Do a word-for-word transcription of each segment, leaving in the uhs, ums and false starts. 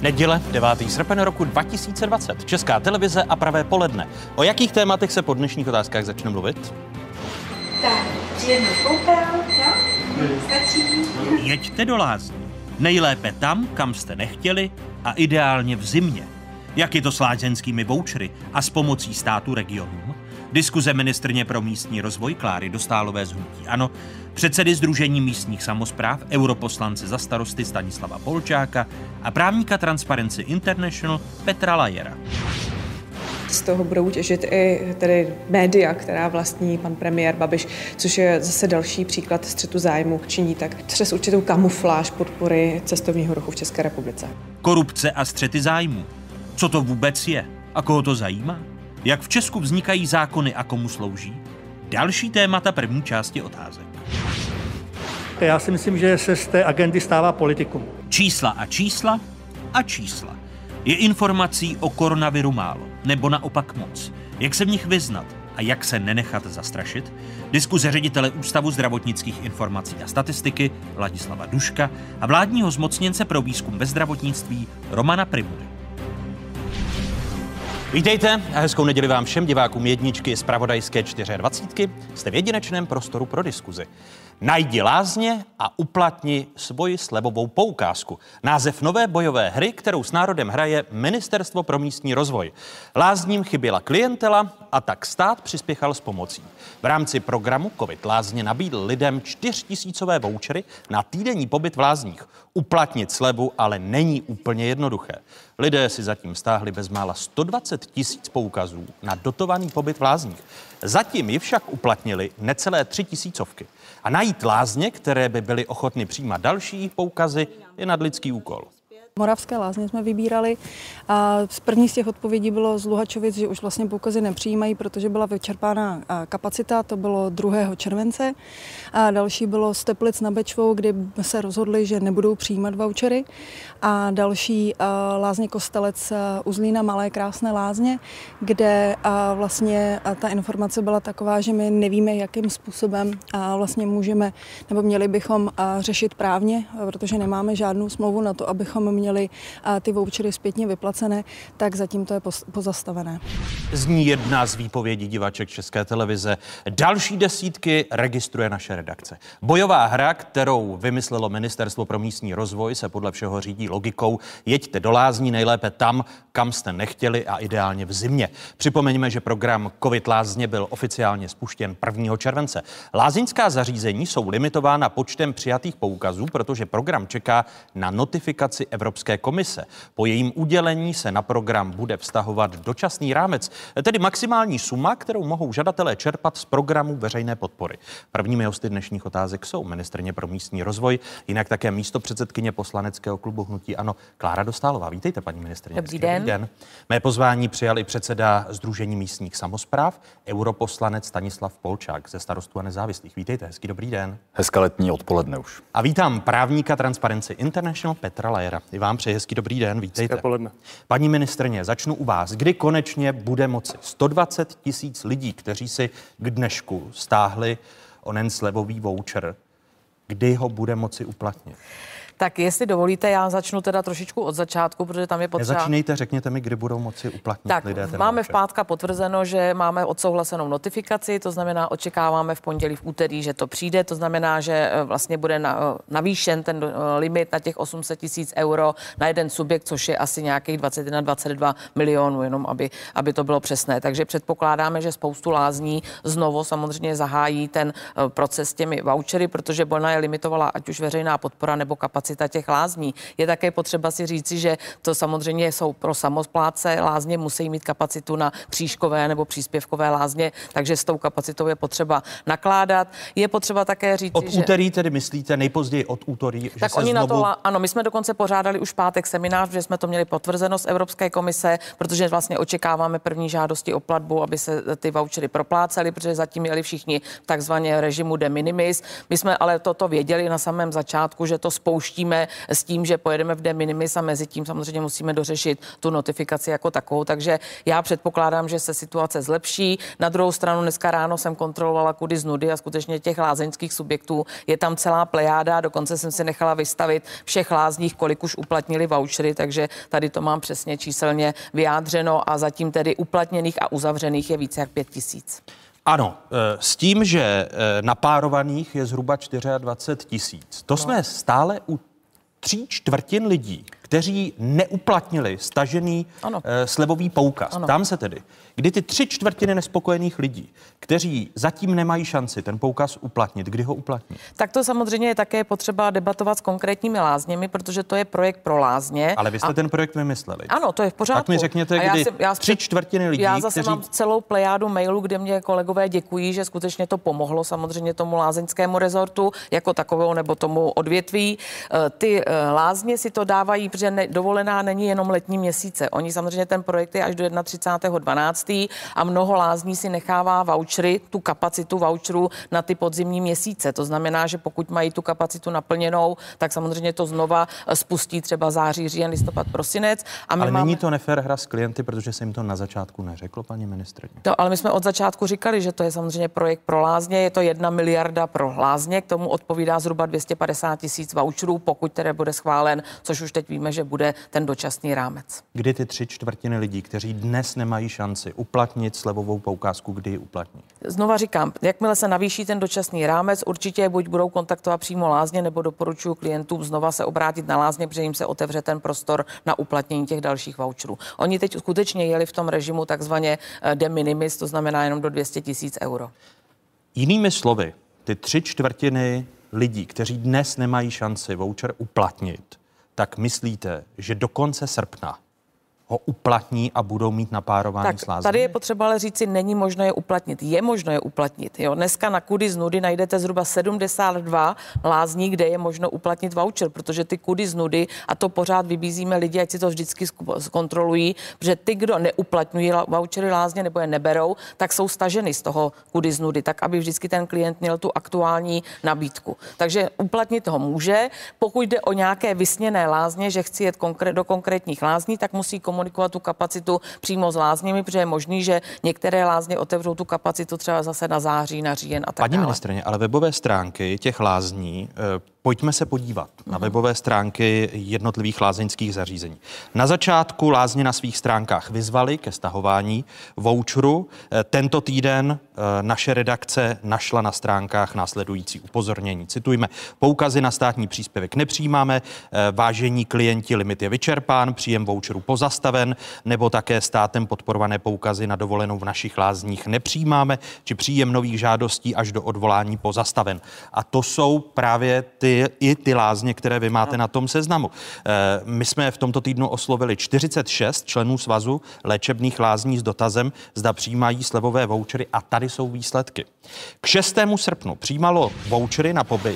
Neděle, devátý srpen roku dva tisíce dvacet. Česká televize a Pravé poledne. O jakých tématech se po dnešních otázkách začne mluvit? Tak, příjemný koupel, jo? Stačí. Jeďte do lázní. Nejlépe tam, kam jste nechtěli a ideálně v zimě. Jak je to s lázeňskými vouchery a s pomocí státu regionům? Diskuze ministryně pro místní rozvoj Kláry Dostálové z hnutí ANO, předsedy Sdružení místních samospráv, europoslance za Starosty Stanislava Polčáka a právníka Transparency International Petra Lajera. Z toho budou těžit i tedy média, která vlastní pan premiér Babiš, což je zase další příklad střetu zájmu. Činí tak přes určitou kamufláž podpory cestovního ruchu v České republice. Korupce a střety zájmu. Co to vůbec je? A koho to zajímá? Jak v Česku vznikají zákony a komu slouží? Další témata první části otázek. Já si myslím, že se z té agendy stává politikum. Čísla a čísla a čísla. Je informací o koronaviru málo, nebo naopak moc. Jak se v nich vyznat a jak se nenechat zastrašit? Diskuze ředitele Ústavu zdravotnických informací a statistiky Ladislava Duška a vládního zmocněnce pro výzkum ve zdravotnictví Romana Prymuly. Vítejte a hezkou neděli vám všem divákům jedničky z Pravodajské dvacet čtyři. Jste v jedinečném prostoru pro diskuzi. Najdi lázně a uplatni svoji slevovou poukázku. Název nové bojové hry, kterou s národem hraje Ministerstvo pro místní rozvoj. Lázním chyběla klientela a tak stát přispěchal s pomocí. V rámci programu COVID Lázně nabídl lidem čtyřtisícové vouchery na týdenní pobyt v lázních. Uplatnit slevu ale není úplně jednoduché. Lidé si zatím stáhli bezmála sto dvacet tisíc poukazů na dotovaný pobyt v lázních. Zatím ji však uplatnili necelé tři tisícovky. A najít lázně, které by byly ochotny přijímat další poukazy, je nadlidský úkol. Moravské lázně jsme vybírali a první z těch odpovědí bylo z Luhačovic, že už vlastně poukazy nepřijímají, protože byla vyčerpána kapacita, to bylo druhého července. A další bylo z Teplic na Bečvou, kdy se rozhodli, že nebudou přijímat vouchery. A další lázně Kostelec u Zlína, Malé krásné lázně, kde vlastně ta informace byla taková, že my nevíme, jakým způsobem vlastně můžeme, nebo měli bychom řešit právně, protože nemáme žádnou smlouvu na to, abychom měli ty vouchery zpětně vyplacené, tak zatím to je pozastavené. Zní jedna z výpovědí diváček České televize. Další desítky registruje naše redakce. Bojová hra, kterou vymyslelo Ministerstvo pro místní rozvoj, se podle všeho řídí logikou jeďte do lázní, nejlépe tam, kam jste nechtěli a ideálně v zimě. Připomeňme, že program COVID Lázně byl oficiálně spuštěn prvního července. Lázeňská zařízení jsou limitována počtem přijatých poukazů, protože program čeká na notifikaci Evropské komise. Po jejím udělení se na program bude vztahovat dočasný rámec, tedy maximální suma, kterou mohou žadatelé čerpat z programu veřejné podpory. Prvními hosty dnešních otázek jsou ministryně pro místní rozvoj, jinak také místopředsedkyně poslaneckého klubu hnutí ANO Klára Dostálová. Vítejte, paní ministryně. Dobrý den. Dobrý den. Mé pozvání přijal i předseda Sdružení místních samospráv, europoslanec Stanislav Polčák ze Starostů a nezávislých. Vítejte, hezký dobrý den. Hezké letní odpoledne už. A vítám právníka Transparency International Petra Lajera. I vám přeji hezký dobrý den, vítejte. Hezké poledne. Paní ministryně, začnu u vás. Kdy konečně bude moci sto dvacet tisíc lidí, kteří si k dnešku stáhli onen slevový voucher, kdy ho bude moci uplatnit? Tak jestli dovolíte, já začnu teda trošičku od začátku, protože tam je potřeba... Nezačínejte, řekněte mi, kdy budou moci uplatnit tak, lidé ten máme voucher. v pátka potvrzeno, že máme odsouhlasenou notifikaci, to znamená, očekáváme v pondělí, v úterý, že to přijde, to znamená, že vlastně bude na, navýšen ten limit na těch osm set tisíc euro na jeden subjekt, což je asi nějakých dvacet jedna dvacet dva milionů, jenom aby, aby to bylo přesné. Takže předpokládáme, že spoustu lázní znovu samozřejmě zahájí ten proces s těmi vouchery, protože ona je limitovala ať už veřejná podpora nebo kapacita těch lázní. Je také potřeba si říci, že to samozřejmě jsou pro samospláce, lázně musí mít kapacitu na křížkové nebo příspěvkové lázně, takže s tou kapacitou je potřeba nakládat. Je potřeba také říci, od že... úterý tedy myslíte, nejpozději od úterý, že tak se oni znovu... na to, ano, my jsme dokonce pořádali už pátek seminář, že jsme to měli potvrzeno z Evropské komise, protože vlastně očekáváme první žádosti o platbu, aby se ty vouchery proplácely, protože zatím jeli všichni takzvaně režimu de minimis. My jsme ale toto věděli na samém začátku, že to spouští spouštíme s tím, že pojedeme v de minimis a mezi tím samozřejmě musíme dořešit tu notifikaci jako takovou. Takže já předpokládám, že se situace zlepší. Na druhou stranu dneska ráno jsem kontrolovala kudy z nudy a skutečně těch lázeňských subjektů je tam celá plejáda. Dokonce jsem si nechala vystavit všech lázních, kolik už uplatnili vouchery, takže tady to mám přesně číselně vyjádřeno a zatím tedy uplatněných a uzavřených je více jak pět tisíc. Ano, s tím, že napárovaných je zhruba dvacet čtyři tisíc. To no. jsme stále u tří čtvrtin lidí, kteří neuplatnili stažený ano. slevový poukaz. Ano. Tam se tedy, kdy ty tři čtvrtiny nespokojených lidí, kteří zatím nemají šanci ten poukaz uplatnit, kdy ho uplatní? Tak to samozřejmě je také potřeba debatovat s konkrétními lázněmi, protože to je projekt pro lázně. Ale vy jste a... ten projekt vymysleli. Ano, to je v pořádku. Tak mi řekněte, kdy já si, já tři čtvrtiny lidí, Já zase kteří... mám celou plejádu mailů, kde mě kolegové děkují, že skutečně to pomohlo samozřejmě tomu lázeňskému rezortu jako takovou nebo tomu odvětví. Ty lázně si to dávají, protože ne, dovolená není jenom letní měsíce. Oni samozřejmě ten projekt je až do třicátého prvního dvanáctého a mnoho lázní si nechává vouchery, tu kapacitu voucherů na ty podzimní měsíce. To znamená, že pokud mají tu kapacitu naplněnou, tak samozřejmě to znova spustí třeba září, říjen, listopad, prosinec. A my ale máme... není to nefér hra s klienty, protože se jim to na začátku neřeklo, paní ministryně? To, ale my jsme od začátku říkali, že to je samozřejmě projekt pro lázně, je to jedna miliarda pro lázně, k tomu odpovídá zhruba dvě stě padesát tisíc voucherů, pokud tedy bude schválen, což už teď víme, že bude ten dočasný rámec. Kdy ty tři čtvrtiny lidí, kteří dnes nemají šanci uplatnit slevovou poukázku, kdy ji uplatní? Znova říkám, jakmile se navýší ten dočasný rámec, určitě buď budou kontaktovat přímo lázně, nebo doporučuji klientům znova se obrátit na lázně, protože jim se otevře ten prostor na uplatnění těch dalších voucherů. Oni teď skutečně jeli v tom režimu takzvaně de minimis, to znamená jenom do dvě stě tisíc euro. Jinými slovy, ty tři čtvrtiny lidí, kteří dnes nemají šanci voucher uplatnit, tak myslíte, že do konce srpna ho uplatní a budou mít napárování tak, s lázněmi? Tady je potřeba ale říci, není možno je uplatnit. Je možno je uplatnit. Jo? Dneska na kudy z nudy najdete zhruba sedmdesát dva lázní, kde je možno uplatnit voucher, protože ty kudy z nudy, a to pořád vybízíme lidi, ať si to vždycky zkontrolují, že ty, kdo neuplatňují vouchery lázně nebo je neberou, tak jsou staženy z toho kudy z nudy, tak aby vždycky ten klient měl tu aktuální nabídku. Takže uplatnit ho může. Pokud jde o nějaké vysněné lázně, že chci jet konkrét, do konkrétních lázní, tak musí komunikovat tu kapacitu přímo s lázněmi, protože je možný, že některé lázně otevřou tu kapacitu třeba zase na září, na říjen a tak Paní dále. ministryně, ale webové stránky těch lázní, pojďme se podívat na webové stránky jednotlivých lázeňských zařízení. Na začátku lázně na svých stránkách vyzvali ke stahování voucheru. Tento týden naše redakce našla na stránkách následující upozornění. Citujme: poukazy na státní příspěvek nepřijímáme, vážení klienti, limit je vyčerpán, příjem voucheru pozastaven, nebo také státem podporované poukazy na dovolenou v našich lázních nepřijímáme, či příjem nových žádostí až do odvolání pozastaven. A to jsou právě ty i ty lázně, které vy máte na tom seznamu. My jsme v tomto týdnu oslovili čtyřicet šest členů svazu léčebných lázní s dotazem, zda přijímají slevové vouchery, a tady jsou výsledky. K šestému srpnu přijímalo vouchery na pobyt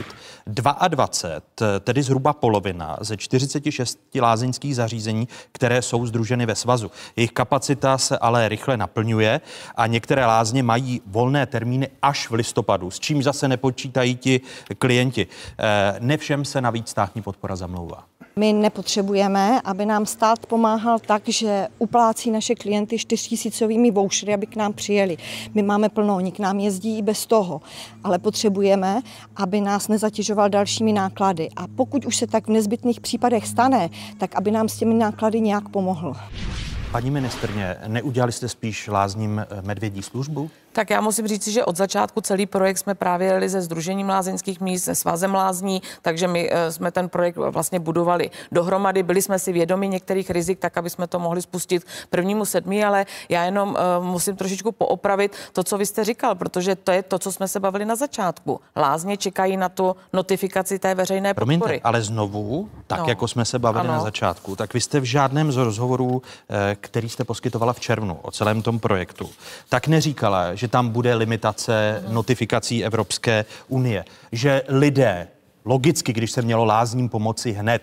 dvacet dva, tedy zhruba polovina ze čtyřicet šest lázeňských zařízení, které jsou sdruženy ve svazu. Jejich kapacita se ale rychle naplňuje a některé lázně mají volné termíny až v listopadu, s čím zase nepočítají ti klienti. Ne všem se navíc státní podpora zamlouvá. My nepotřebujeme, aby nám stát pomáhal tak, že uplácí naše klienty čtyřtisícovými vouchery, aby k nám přijeli. My máme plno, oni k nám jezdí i bez toho, ale potřebujeme, aby nás nezatěžoval dalšími náklady. A pokud už se tak v nezbytných případech stane, tak aby nám s těmi náklady nějak pomohl. Paní ministryně, neudělali jste spíš lázním medvědí službu? Tak já musím říct, že od začátku celý projekt jsme právě jeli se Sdružením lázeňských míst, se Svazem lázní, takže my jsme ten projekt vlastně budovali dohromady. Byli jsme si vědomi některých rizik, tak aby jsme to mohli spustit prvnímu sedmí, ale já jenom uh, musím trošičku poopravit to, co vy jste říkal, protože to je to, co jsme se bavili na začátku. Lázně čekají na tu notifikaci té veřejné podpory. Promiňte, ale znovu, tak no. jako jsme se bavili ano. na začátku, tak vy jste v žádném z rozhovorů, který jste poskytovala v červnu o celém tom projektu, tak neříkala, že tam bude limitace notifikací Evropské unie, že lidé, logicky, když se mělo lázním pomoci hned,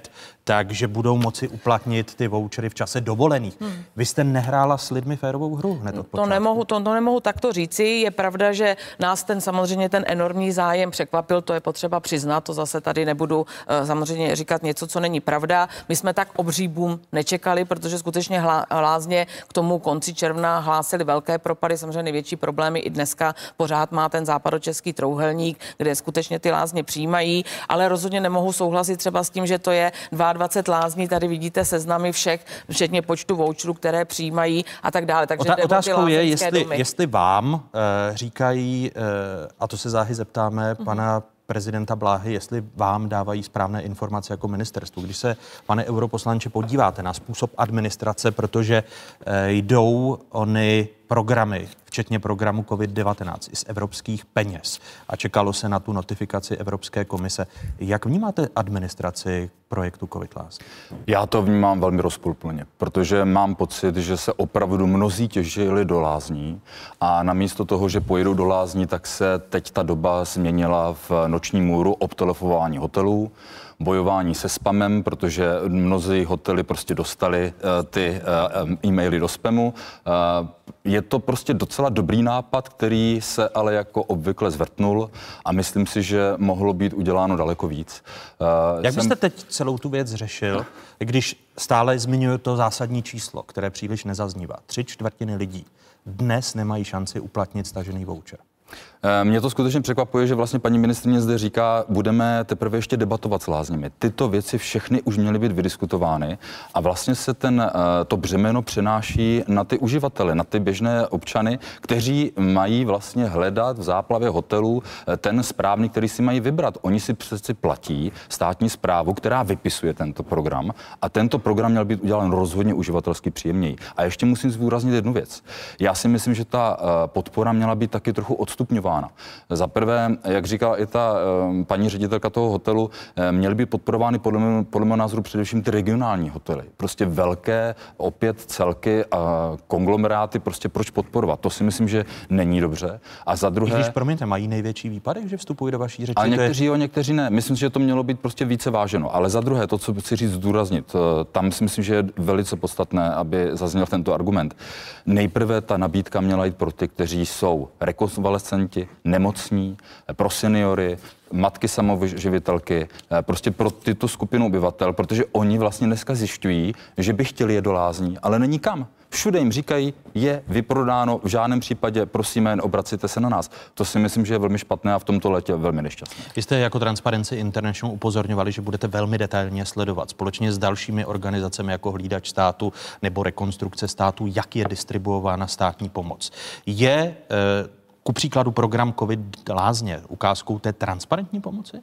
takže budou moci uplatnit ty vouchery v čase dovolených. Hmm. Vy jste nehrála s lidmi férovou hru hned od počátku. To nemohu, to, to nemohu takto říci. Je pravda, že nás ten samozřejmě ten enormní zájem překvapil, to je potřeba přiznat, to zase tady nebudu uh, samozřejmě říkat něco, co není pravda. My jsme tak obří boom nečekali, protože skutečně hlá, lázně k tomu konci června hlásili velké propady, samozřejmě největší problémy i dneska pořád má ten západočeský trouhelník, kde skutečně ty lázně přijímají, ale rozhodně nemohu souhlasit třeba s tím, že to je dvacet dva lázní, tady vidíte seznamy všech, včetně počtu voucherů, které přijímají a tak dále. Takže Ota- otázkou je, jestli, domy. jestli vám uh, říkají, uh, a to se záhy zeptáme mm-hmm. pana prezidenta Bláhy, jestli vám dávají správné informace jako ministerstvu. Když se, pane europoslanče, podíváte na způsob administrace, protože e, jdou ony programy, včetně programu covid devatenáct, i z evropských peněz a čekalo se na tu notifikaci Evropské komise. Jak vnímáte administraci projektu COVID lázně? Já to vnímám velmi rozpolplně, protože mám pocit, že se opravdu mnozí těžili do lázní a namísto toho, že pojedou do lázní, tak se teď ta doba změnila v noční můru obtelefování hotelů, bojování se spamem, protože mnozí hotely prostě dostali uh, ty uh, e-maily do spamu. Uh, je to prostě docela dobrý nápad, který se ale jako obvykle zvrtnul a myslím si, že mohlo být uděláno daleko víc. Uh, Jak jsem... byste teď celou tu věc řešil, když stále zmiňuji to zásadní číslo, které příliš nezaznívá? Tři čtvrtiny lidí dnes nemají šanci uplatnit stažený voucher. Mě to skutečně překvapuje, že vlastně paní ministryně zde říká, budeme teprve ještě debatovat s lázněmi. Tyto věci všechny už měly být vydiskutovány a vlastně se ten, to břemeno přenáší na ty uživatele, na ty běžné občany, kteří mají vlastně hledat v záplavě hotelů ten správný, který si mají vybrat. Oni si přeci platí státní správu, která vypisuje tento program a tento program měl být udělán rozhodně uživatelsky příjemněji. A ještě musím zdůraznit jednu věc. Já si myslím, že ta podpora měla být taky trochu odstupňována. Za prvé, jak říkala i ta um, paní ředitelka toho hotelu, um, měly být podporovány podle, mě, podle mého názoru především ty regionální hotely. Prostě velké opět celky a konglomeráty, prostě proč podporovat? To si myslím, že není dobře. A za druhé... Když, promiňte, mají největší výpadek, že vstupují do vaší řeči? A někteří jo, někteří ne. Myslím si, že to mělo být prostě více váženo. Ale za druhé, to, co chci říct, zdůraznit, tam si myslím, že je velice podstatné, aby zazněl tento argument. Nejprve ta nabídka měla jít pro ty, kteří jsou rekonvalescenti, nemocní, pro seniory, matky samoživitelky, prostě pro tyto skupinu obyvatel, protože oni vlastně dneska zjišťují, že by chtěli je do lázní, ale není kam. Všude jim říkají, je vyprodáno, v žádném případě, prosíme, jen obracíte se na nás. To si myslím, že je velmi špatné a v tomto letě velmi nešťastné. Vy jste jako Transparency International upozorňovali, že budete velmi detailně sledovat společně s dalšími organizacemi jako Hlídač státu nebo Rekonstrukce státu, jak je distribuována státní pomoc. Je eh, ku příkladu program COVID lázně ukázkou té transparentní pomoci?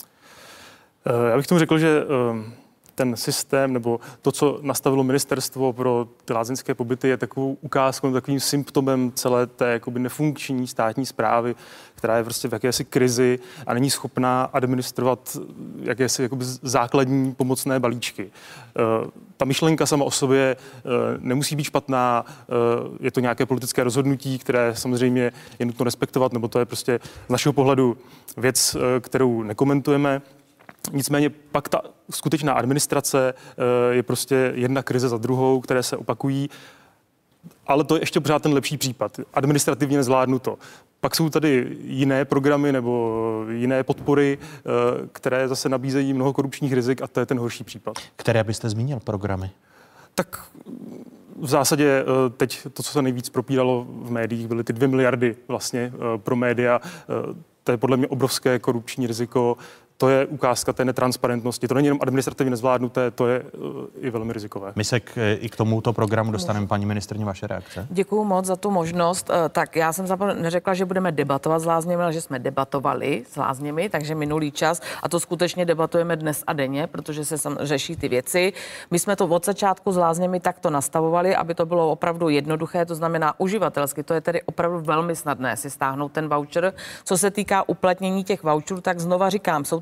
Já bych tomu řekl, že ten systém nebo to, co nastavilo ministerstvo pro ty lázeňské pobyty, je takovou ukázkou, takovým symptomem celé té jakoby nefunkční státní správy, která je prostě v jakési krizi a není schopná administrovat jakési jakoby základní pomocné balíčky. Ta myšlenka sama o sobě nemusí být špatná, je to nějaké politické rozhodnutí, které samozřejmě je nutno respektovat, nebo to je prostě z našeho pohledu věc, kterou nekomentujeme. Nicméně pak ta skutečná administrace je prostě jedna krize za druhou, které se opakují, ale to je ještě pořád ten lepší případ. Administrativně nezvládnuto. Pak jsou tady jiné programy nebo jiné podpory, které zase nabízejí mnoho korupčních rizik a to je ten horší případ. Které byste zmínil programy? Tak v zásadě teď to, co se nejvíc propíralo v médiích, byly ty dvě miliardy vlastně pro média. To je podle mě obrovské korupční riziko. To je ukázka té netransparentnosti. To není jenom administrativně nezvládnuté, to je uh, i velmi rizikové. My se k, i k tomuto programu dostaneme, paní ministryně, vaše reakce. Děkuju moc za tu možnost. Tak já jsem zapom- neřekla, že budeme debatovat s lázněmi, ale že jsme debatovali s lázněmi, takže minulý čas a to skutečně debatujeme dnes a denně, protože se sam řeší ty věci. My jsme to od začátku s lázněmi takto nastavovali, aby to bylo opravdu jednoduché, to znamená uživatelsky. To je tedy opravdu velmi snadné si stáhnout ten voucher. Co se týká uplatnění těch voucherů, tak znova říkám, jsou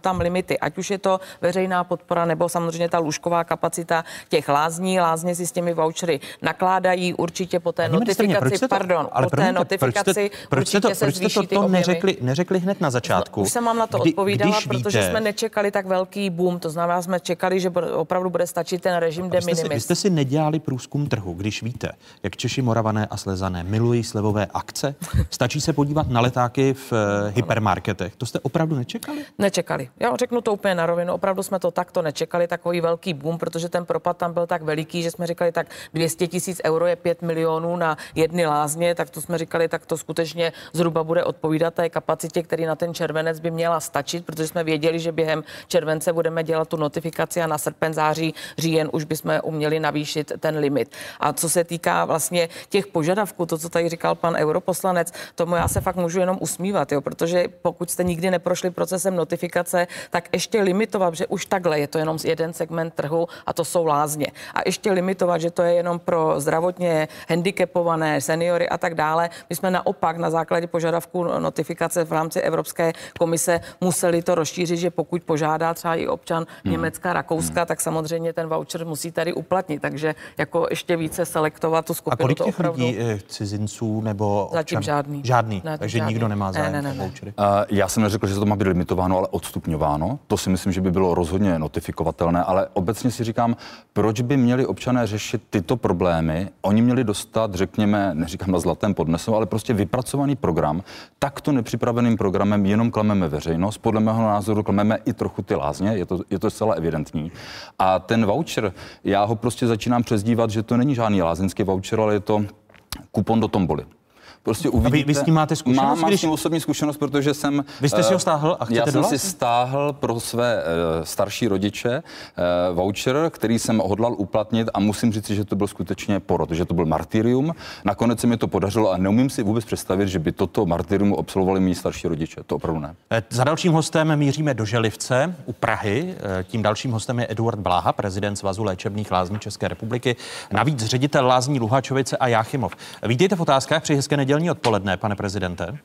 tam limity, ať už je to veřejná podpora nebo samozřejmě ta lůžková kapacita těch lázní. Lázně si s těmi vouchery nakládají určitě po té notifikaci, to, pardon, ale po té promiňte, notifikaci proč jste to, určitě se proč jste zvýší to, ty to objemy. neřekli, neřekli hned na začátku? No, už jsem vám na to Kdy, odpovídala, protože víte, jsme nečekali tak velký boom, to znamená, jsme čekali, že opravdu bude stačit ten režim de minimis. Vy jste si nedělali průzkum trhu, když víte, jak Češi, Moravané a Slezané milují slevové akce? Stačí se podívat na letáky v hypermarketech. To jste opravdu nečekali? Nečekali. Já řeknu to úplně na rovinu. Opravdu jsme to takto nečekali, takový velký boom, protože ten propad tam byl tak veliký, že jsme říkali, tak dvě stě tisíc euro je pět milionů na jedny lázně, tak to jsme říkali, tak to skutečně zhruba bude odpovídat té kapacitě, který na ten červenec by měla stačit, protože jsme věděli, že během července budeme dělat tu notifikaci a na srpen, září, říjen už bychom uměli navýšit ten limit. A co se týká vlastně těch požadavků, to, co tady říkal pan europoslanec, tomu já se fakt můžu jenom usmívat, jo, protože pokud jste nikdy neprošli procesem notifikace, tak ještě limitovat, že už takhle je to jenom jeden segment trhu a to jsou lázně. A ještě limitovat, že to je jenom pro zdravotně handicapované, seniory a tak dále. My jsme naopak na základě požadavku notifikace v rámci Evropské komise museli to rozšířit, že pokud požádá třeba i občan hmm. Německa, Rakouska, hmm. tak samozřejmě ten voucher musí tady uplatnit. Takže jako ještě více selektovat tu skupinu. A kolik to těch opravdu... lidí, cizinců nebo občan? Zatím žádný. Žádný, Zatím takže žádný. nikdo nemá zájem ne, ne, o ne. vouchery. Uh, já jsem neřekl, že to má být limitováno, ale odstupňováno. To si myslím, že by bylo rozhodně notifikovatelné, ale obecně si říkám, proč by měli občané řešit tyto problémy? Oni měli dostat, řekněme, neříkám na zlatém podnesu, ale prostě vypracovaný program. Takto nepřipraveným programem jenom klameme veřejnost. Podle mého názoru klameme i trochu ty lázně, je to, je to zcela evidentní. A ten voucher, já ho prostě začínám přezdívat, že to není žádný lázeňský voucher, ale je to kupon do tomboly. Prostě uvidíte, vy, vy s tím máte zkušenost? Mám, mám když... s tím osobní zkušenost, protože jsem... Vy jste si ho stáhl a chcete Já jsem dolat? si stáhl pro své uh, starší rodiče uh, voucher, který jsem hodlal uplatnit a musím říct, že to byl skutečně porod, že to byl martyrium. Nakonec se mi to podařilo a neumím si vůbec představit, že by toto martyrium absolvovali mý starší rodiče. To opravdu ne. Za dalším hostem míříme do Želivce u Prahy. Tím dalším hostem je Eduard Bláha, prezident Svazu léčebných lázní České republiky. Navíc ředitel lázní Luhačovice a Jáchymov. Vítejte v Otázkách, přeji hezké nedělní odpoledne, pane prezidente.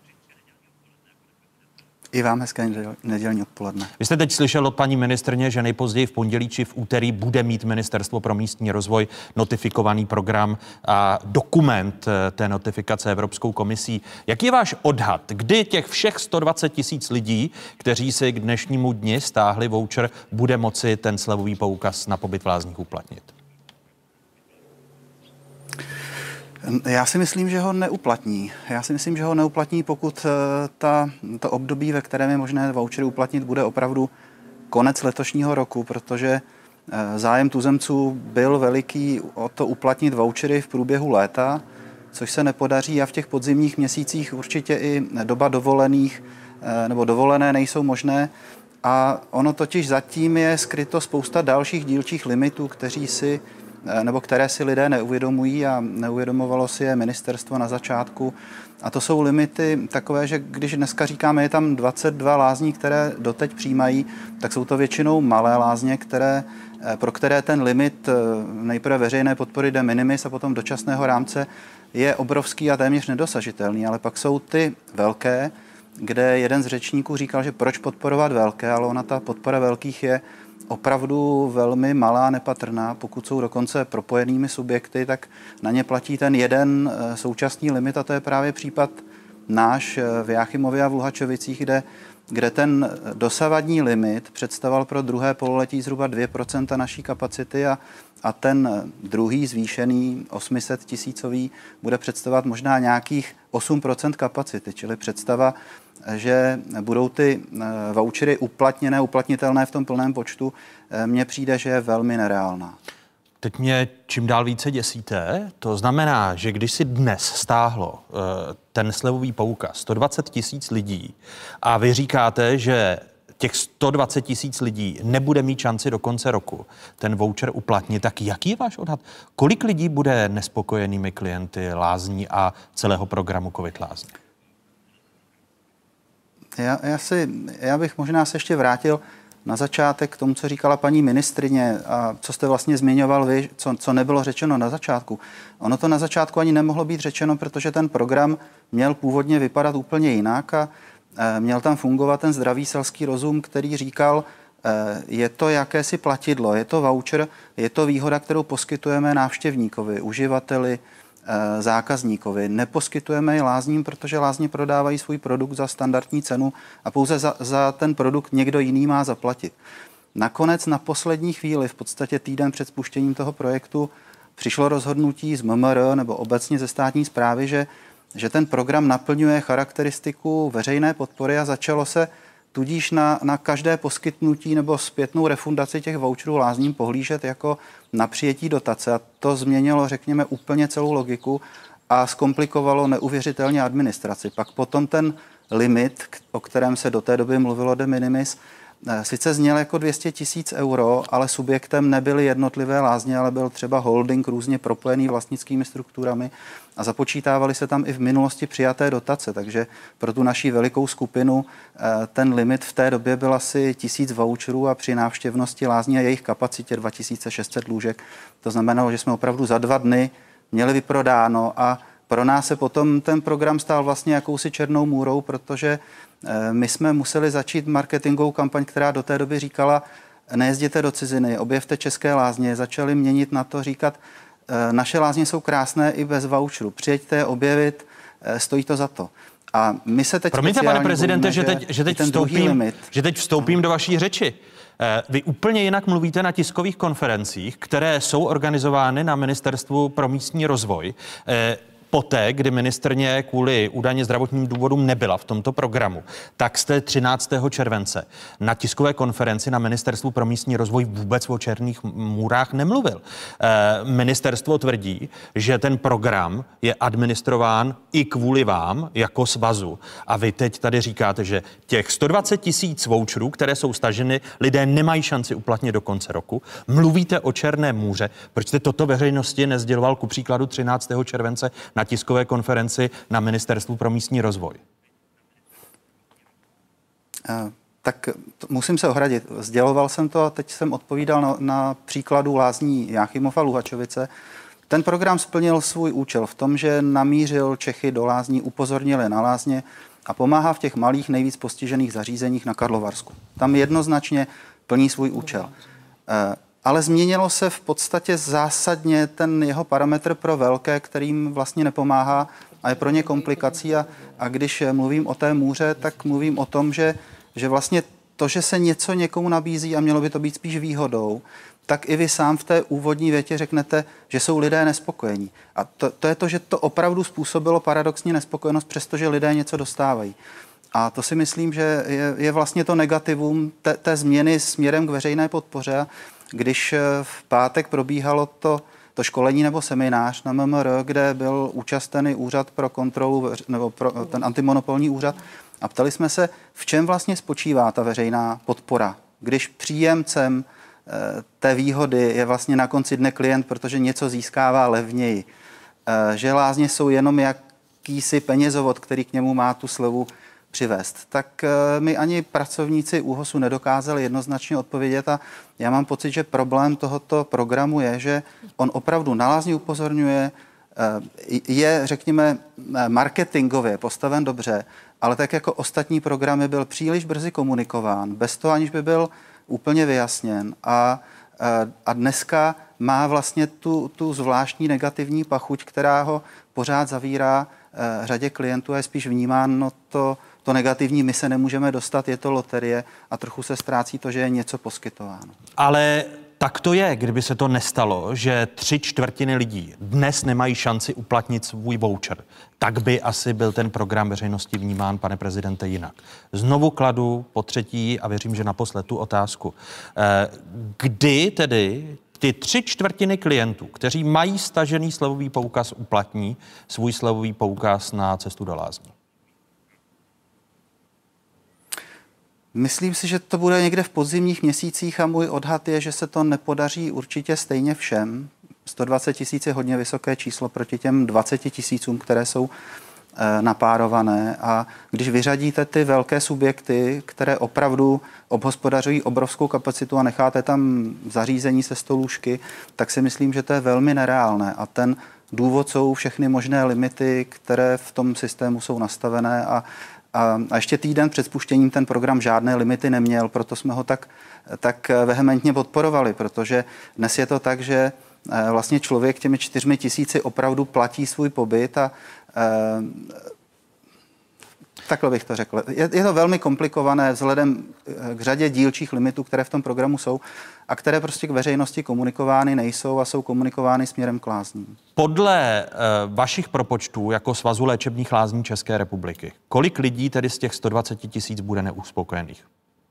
I vám hezké nedělní odpoledne. Vy jste teď slyšel od paní ministryně, že nejpozději v pondělí či v úterý bude mít Ministerstvo pro místní rozvoj notifikovaný program a dokument té notifikace Evropskou komisí. Jaký je váš odhad, kdy těch všech sto dvacet tisíc lidí, kteří si k dnešnímu dni stáhli voucher, bude moci ten slevový poukaz na pobyt v lázních uplatnit? Já si myslím, že ho neuplatní. Já si myslím, že ho neuplatní, pokud ta, to období, ve kterém je možné vouchery uplatnit, bude opravdu konec letošního roku, protože zájem tuzemců byl veliký o to uplatnit vouchery v průběhu léta, což se nepodaří a v těch podzimních měsících určitě i doba dovolených nebo dovolené nejsou možné. A ono totiž zatím je skryto spousta dalších dílčích limitů, kteří si nebo které si lidé neuvědomují a neuvědomovalo si je ministerstvo na začátku. A to jsou limity takové, že když dneska říkáme, je tam dvacet dva lázní, které doteď přijímají, tak jsou to většinou malé lázně, které, pro které ten limit nejprve veřejné podpory de minimis a potom dočasného rámce je obrovský a téměř nedosažitelný. Ale pak jsou ty velké, kde jeden z řečníků říkal, že proč podporovat velké, ale ona ta podpora velkých je opravdu velmi malá, nepatrná. Pokud jsou dokonce propojenými subjekty, tak na ně platí ten jeden současný limit a to je právě případ náš v Jáchymově a v Luhačovicích, kde, kde ten dosavadní limit představoval pro druhé pololetí zhruba dvě procenta naší kapacity a, a ten druhý zvýšený osm set tisícový bude představovat možná nějakých osm procent kapacity, čili představa, že budou ty vouchery uplatněné, uplatnitelné v tom plném počtu, mně přijde, že je velmi nereálná. Teď mě čím dál více děsíte. To znamená, že když si dnes stáhlo ten slevový poukaz sto dvacet tisíc lidí a vy říkáte, že těch sto dvacet tisíc lidí nebude mít šanci do konce roku ten voucher uplatnit, tak jaký je váš odhad? Kolik lidí bude nespokojenými klienty lázní a celého programu COVID lázní? Já, já, si, já bych možná se ještě vrátil na začátek k tomu, co říkala paní ministryně a co jste vlastně zmiňoval vy, co, co nebylo řečeno na začátku. Ono to na začátku ani nemohlo být řečeno, protože ten program měl původně vypadat úplně jinak a měl tam fungovat ten zdravý selský rozum, který říkal, je to jakési platidlo, je to voucher, je to výhoda, kterou poskytujeme návštěvníkovi, uživateli, zákazníkovi. Neposkytujeme ji lázním, protože lázně prodávají svůj produkt za standardní cenu a pouze za, za ten produkt někdo jiný má zaplatit. Nakonec na poslední chvíli, v podstatě týden před spuštěním toho projektu, přišlo rozhodnutí z M M R nebo obecně ze státní správy, že, že ten program naplňuje charakteristiku veřejné podpory a začalo se tudíž na, na každé poskytnutí nebo zpětnou refundaci těch voucherů lázním pohlížet jako na přijetí dotace. A to změnilo, řekněme, úplně celou logiku a zkomplikovalo neuvěřitelně administraci. Pak potom ten limit, o kterém se do té doby mluvilo de minimis, sice zněl jako dvě stě tisíc euro, ale subjektem nebyly jednotlivé lázně, ale byl třeba holding různě propojený vlastnickými strukturami a započítávaly se tam i v minulosti přijaté dotace, takže pro tu naší velikou skupinu ten limit v té době byl asi tisíc voucherů a při návštěvnosti lázní a jejich kapacitě dva tisíce šest set lůžek. To znamenalo, že jsme opravdu za dva dny měli vyprodáno a pro nás se potom ten program stál vlastně jakousi černou můrou, protože my jsme museli začít marketingovou kampaň, která do té doby říkala, nejezděte do ciziny, objevte české lázně, začali měnit na to, říkat, naše lázně jsou krásné i bez voucheru, přijeďte je objevit, stojí to za to. A my se teď Promiňte, pane prezidente, bojíme, že teď, že teď vstoupím, že teď vstoupím do vaší řeči. Vy úplně jinak mluvíte na tiskových konferencích, které jsou organizovány na Ministerstvu pro místní rozvoj. Poté, kdy ministrně kvůli údajně zdravotním důvodům nebyla v tomto programu, tak jste třináctého července na tiskové konferenci na Ministerstvu pro místní rozvoj vůbec o černých můrách nemluvil. E, ministerstvo tvrdí, že ten program je administrován i kvůli vám jako svazu. A vy teď tady říkáte, že těch sto dvacet tisíc voucherů, které jsou staženy, lidé nemají šanci uplatnit do konce roku. Mluvíte o černé můře. Proč jste toto veřejnosti nezděloval ku příkladu třináctého července na tiskové konferenci na Ministerstvu pro místní rozvoj? Uh, tak to, musím se ohradit. Sděloval jsem to a teď jsem odpovídal na, na příkladu lázní Jáchymov a Luhačovice. Ten program splnil svůj účel v tom, že namířil Čechy do lázní, upozornili na lázně a pomáhá v těch malých nejvíc postižených zařízeních na Karlovarsku. Tam jednoznačně plní svůj účel. Uh, Ale změnilo se v podstatě zásadně ten jeho parametr pro velké, kterým vlastně nepomáhá a je pro ně komplikací. A, a když mluvím o té můře, tak mluvím o tom, že, že vlastně to, že se něco někomu nabízí a mělo by to být spíš výhodou, tak i vy sám v té úvodní větě řeknete, že jsou lidé nespokojení. A to, to je to, že to opravdu způsobilo paradoxní nespokojenost, přestože lidé něco dostávají. A to si myslím, že je, je vlastně to negativum té, té změny směrem k veřejné podpoře. Když v pátek probíhalo to, to školení nebo seminář na M M R, kde byl účastený úřad pro kontrolu, nebo pro, ten antimonopolní úřad, a ptali jsme se, v čem vlastně spočívá ta veřejná podpora. Když příjemcem e, té výhody je vlastně na konci dne klient, protože něco získává levněji, e, že lázně jsou jenom jakýsi penězovod, který k němu má tu slevu přivést, tak my ani pracovníci ÚHOSu nedokázali jednoznačně odpovědět a já mám pocit, že problém tohoto programu je, že on opravdu na lázně upozorňuje, je, řekněme, marketingově postaven dobře, ale tak jako ostatní programy byl příliš brzy komunikován, bez toho, aniž by byl úplně vyjasněn a, a dneska má vlastně tu, tu zvláštní negativní pachuť, která ho pořád zavírá řadě klientů a je spíš vnímáno to, to negativní, my se nemůžeme dostat, je to loterie a trochu se ztrácí to, že je něco poskytováno. Ale tak to je, kdyby se to nestalo, že tři čtvrtiny lidí dnes nemají šanci uplatnit svůj voucher, tak by asi byl ten program veřejnosti vnímán, pane prezidente, jinak. Znovu kladu po třetí a věřím, že naposled tu otázku. Kdy tedy ty tři čtvrtiny klientů, kteří mají stažený slevový poukaz, uplatní svůj slevový poukaz na cestu do lázní? Myslím si, že to bude někde v podzimních měsících a můj odhad je, že se to nepodaří určitě stejně všem. sto dvacet tisíc je hodně vysoké číslo proti těm dvaceti tisícům, které jsou e, napárované. A když vyřadíte ty velké subjekty, které opravdu obhospodařují obrovskou kapacitu a necháte tam zařízení se sto lůžky, tak si myslím, že to je velmi nereálné. A ten důvod jsou všechny možné limity, které v tom systému jsou nastavené a A, a ještě týden před spuštěním ten program žádné limity neměl, proto jsme ho tak, tak vehementně podporovali, protože dnes je to tak, že vlastně člověk těmi čtyřmi tisíci opravdu platí svůj pobyt a takhle bych to řekl. Je, je to velmi komplikované vzhledem k řadě dílčích limitů, které v tom programu jsou a které prostě k veřejnosti komunikovány nejsou a jsou komunikovány směrem k lázním. Podle uh, vašich propočtů jako Svazu léčebných lázní České republiky, kolik lidí tedy z těch sto dvacet tisíc bude neuspokojených?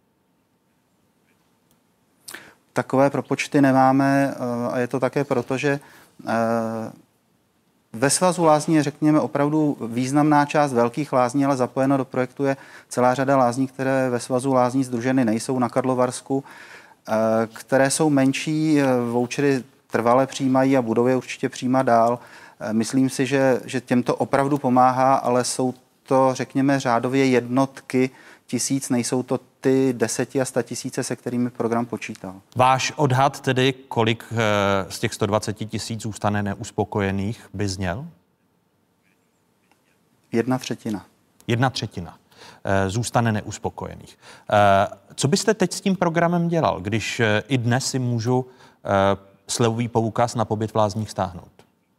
Takové propočty nemáme uh, a je to také proto, že uh, ve Svazu lázní je, řekněme, opravdu významná část velkých lázní, ale zapojeno do projektu je celá řada lázní, které ve Svazu lázní sdruženy nejsou na Karlovarsku, které jsou menší, vouchery trvale přijímají a budou je určitě přijímat dál. Myslím si, že, že těm to opravdu pomáhá, ale jsou to, řekněme, řádově jednotky tisíc, nejsou to ty deseti a sta tisíce, se kterými program počítal. Váš odhad tedy, kolik z těch sto dvacet tisíc zůstane neuspokojených, by zněl? Jedna třetina. Jedna třetina zůstane neuspokojených. Co byste teď s tím programem dělal, když i dnes si můžu slevový poukaz na pobyt v lázních stáhnout?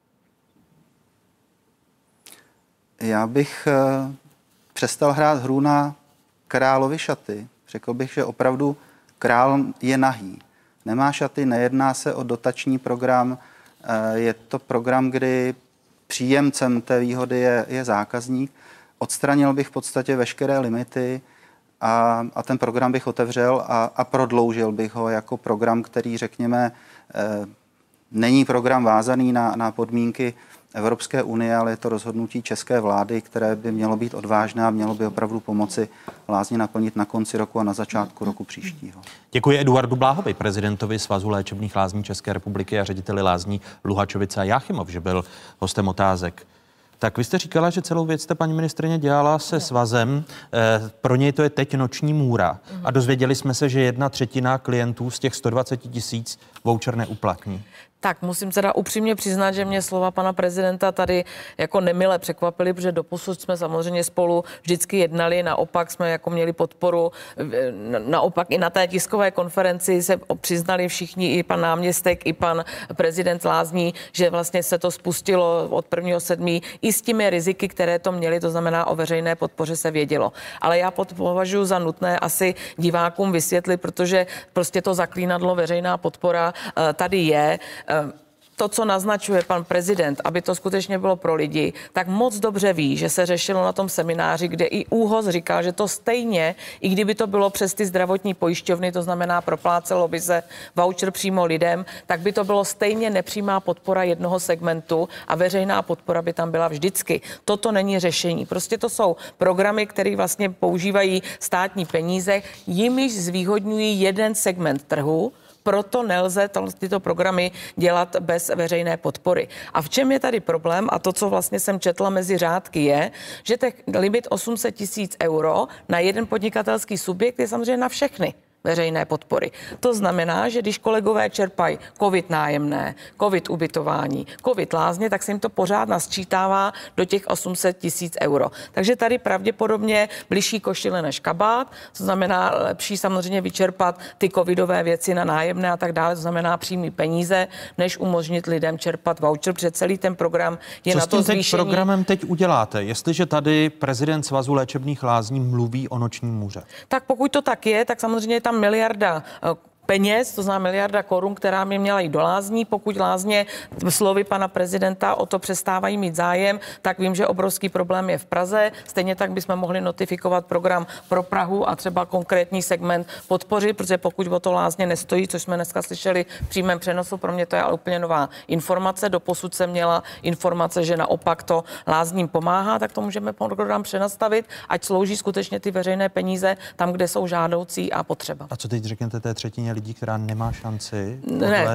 Já bych přestal hrát hru na královy šaty. Řekl bych, že opravdu král je nahý. Nemá šaty, nejedná se o dotační program, je to program, kdy příjemcem té výhody je, je zákazník. Odstranil bych v podstatě veškeré limity a, a ten program bych otevřel a, a prodloužil bych ho jako program, který, řekněme, eh, není program vázaný na, na podmínky Evropské unie, ale je to rozhodnutí české vlády, které by mělo být odvážné a mělo by opravdu pomoci lázně naplnit na konci roku a na začátku roku příštího. Děkuji Eduardu Bláhovi, prezidentovi Svazu léčebných lázní České republiky a řediteli lázní Luhačovice a Jáchymov, že byl hostem Otázek. Tak vy jste říkala, že celou věc jste, paní ministryně, dělala se svazem. E, pro něj to je teď noční můra. Mm. A dozvěděli jsme se, že jedna třetina klientů z těch sto dvacet tisíc voucher neuplatní. Tak musím teda upřímně přiznat, že mě slova pana prezidenta tady jako nemile překvapily, protože doposud jsme samozřejmě spolu vždycky jednali, naopak jsme jako měli podporu, naopak i na té tiskové konferenci se přiznali všichni, i pan náměstek, i pan prezident lázní, že vlastně se to spustilo od prvního sedmého i s těmi riziky, které to měly, to znamená o veřejné podpoře se vědělo. Ale já považuji za nutné asi divákům vysvětlit, protože prostě to zaklínadlo veřejná podpora tady je. To, co naznačuje pan prezident, aby to skutečně bylo pro lidi, tak moc dobře ví, že se řešilo na tom semináři, kde i ÚHOS říkal, že to stejně, i kdyby to bylo přes ty zdravotní pojišťovny, to znamená proplácelo by se voucher přímo lidem, tak by to bylo stejně nepřímá podpora jednoho segmentu a veřejná podpora by tam byla vždycky. Toto není řešení. Prostě to jsou programy, které vlastně používají státní peníze, jimiž zvýhodňují jeden segment trhu. Proto nelze tyto programy dělat bez veřejné podpory. A v čem je tady problém, a to, co vlastně jsem četla mezi řádky, je, že ten limit osm set tisíc euro na jeden podnikatelský subjekt je samozřejmě na všechny veřejné podpory. To znamená, že když kolegové čerpají covid nájemné, covid ubytování, covid lázně, tak se jim to pořád nasčítává do těch osm set tisíc euro. Takže tady pravděpodobně bližší košile než kabát, to znamená lepší samozřejmě vyčerpat ty covidové věci na nájemné a tak dále, to znamená přímý peníze, než umožnit lidem čerpat voucher, protože celý ten program je Co na to zvýšení. Co s tím programem teď uděláte, jestliže tady prezident Svazu léčebných lázní mluví o noční můře? Tak pokud to tak je, tak samozřejmě tam miliarda peněz, to znamená miliarda korun, která by měla jít do lázní. Pokud lázně slovy pana prezidenta o to přestávají mít zájem, tak vím, že obrovský problém je v Praze. Stejně tak bychom mohli notifikovat program pro Prahu a třeba konkrétní segment podpořit, protože pokud o to lázně nestojí, což jsme dneska slyšeli v přímém přenosu, pro mě to je ale úplně nová informace. Doposud jsem měla informace, že naopak to lázním pomáhá, tak to můžeme program přenastavit, ať slouží skutečně ty veřejné peníze tam, kde jsou žádoucí a potřeba. A co teď řeknete té třetině lidí, která nemá šanci? Ne,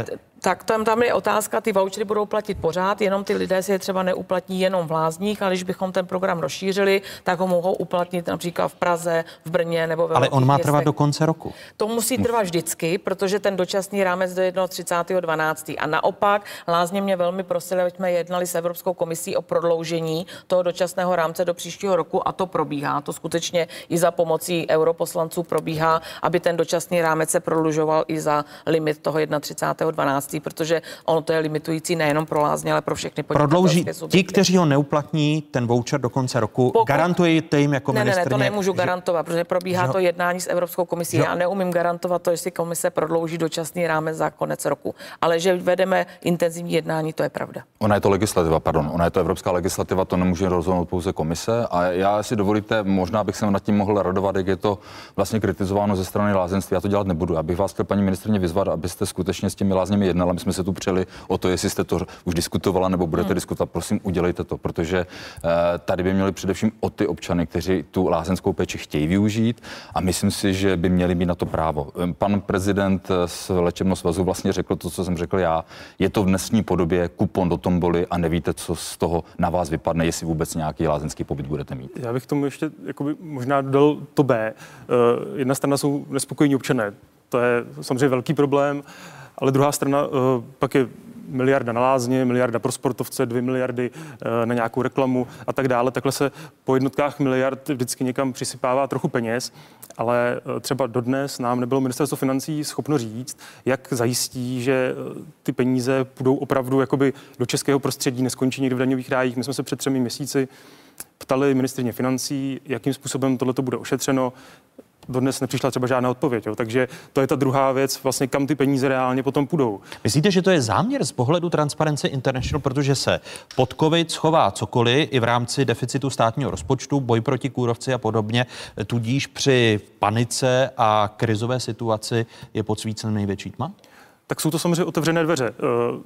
Tak tam, tam je otázka, ty vouchery budou platit pořád, jenom ty lidé si je třeba neuplatní jenom v Lázních, ale když bychom ten program rozšířili, tak ho mohou uplatnit například v Praze, v Brně nebo ve Ale on má trvat městech. do konce roku. To musí trvat vždycky, protože ten dočasný rámec do třicátého prvního dvanáctého A naopak Lázně mě velmi prosili, aby jsme jednali s Evropskou komisí o prodloužení toho dočasného rámce do příštího roku a to probíhá. To skutečně i za pomocí europoslanců probíhá, aby ten dočasný rámec se prodlužoval i za limit toho třicátého prvního dvanáctého protože ono to je limitující nejenom pro Lázně, ale pro všechny Prodlouží podnikatelské subjekty. ti, kteří ho neuplatní, ten voucher do konce roku. Pokud... Garantujete jim jako ne, ministryně? Ne, ne, to nemůžu že... garantovat, protože probíhá že... to jednání s Evropskou komisí. Že... Já neumím garantovat to, jestli komise prodlouží dočasný rámec za konec roku. Ale že vedeme intenzivní jednání, to je pravda. Ona je to legislativa, pardon. Ona je to evropská legislativa, to nemůže rozhodnout pouze komise. A já si dovolíte, možná bych se nad tím mohl radovat, jak je to vlastně kritizováno ze strany lázeňství. Já to dělat nebudu. Já bych vás chtěl, paní ministryně, vyzvat, abyste skutečně s těmi lázněmi jednala. My jsme se tu přeli o to, jestli jste to už diskutovala nebo budete hmm. diskutovat. Prosím, udělejte to, protože uh, tady by měli především o ty občany, kteří tu lázeňskou péči chtějí využít a myslím si, že by měli mít na to právo. Pan prezident z léčebného svazu vlastně řekl to, co jsem řekl já. Je to v dnešní podobě kupon do tomboly a nevíte, co z toho na vás vypadne, jestli vůbec nějaký lázeňský pobyt budete mít. Já bych tomu ještě jakoby, možná dodal to B. Uh, jedna strana jsou nespokojení občané. To je samozřejmě velký problém, ale druhá strana uh, pak je miliarda na lázně, miliarda pro sportovce, dvě miliardy uh, na nějakou reklamu a tak dále. Takhle se po jednotkách miliard vždycky někam přisypává trochu peněz, ale uh, třeba dodnes nám nebylo ministerstvo financí schopno říct, jak zajistí, že uh, ty peníze půjdou opravdu jakoby do českého prostředí, neskončí někde v daňových rájích. My jsme se před třemi měsíci ptali ministryně financí, jakým způsobem tohleto bude ošetřeno. Dodnes nepřišla třeba žádná odpověď, jo. Takže to je ta druhá věc, vlastně kam ty peníze reálně potom půjdou. Myslíte, že to je záměr z pohledu Transparency International, protože se pod covid schová cokoliv i v rámci deficitu státního rozpočtu, boj proti kůrovci a podobně, tudíž při panice a krizové situaci je podsvícen největší tma? Tak jsou to samozřejmě otevřené dveře.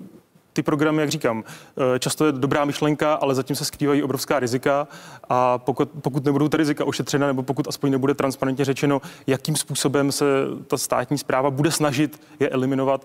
Ty programy, jak říkám, často je dobrá myšlenka, ale zatím se skrývají obrovská rizika a pokud, pokud nebudou ta rizika ošetřena, nebo pokud aspoň nebude transparentně řečeno, jakým způsobem se ta státní správa bude snažit je eliminovat,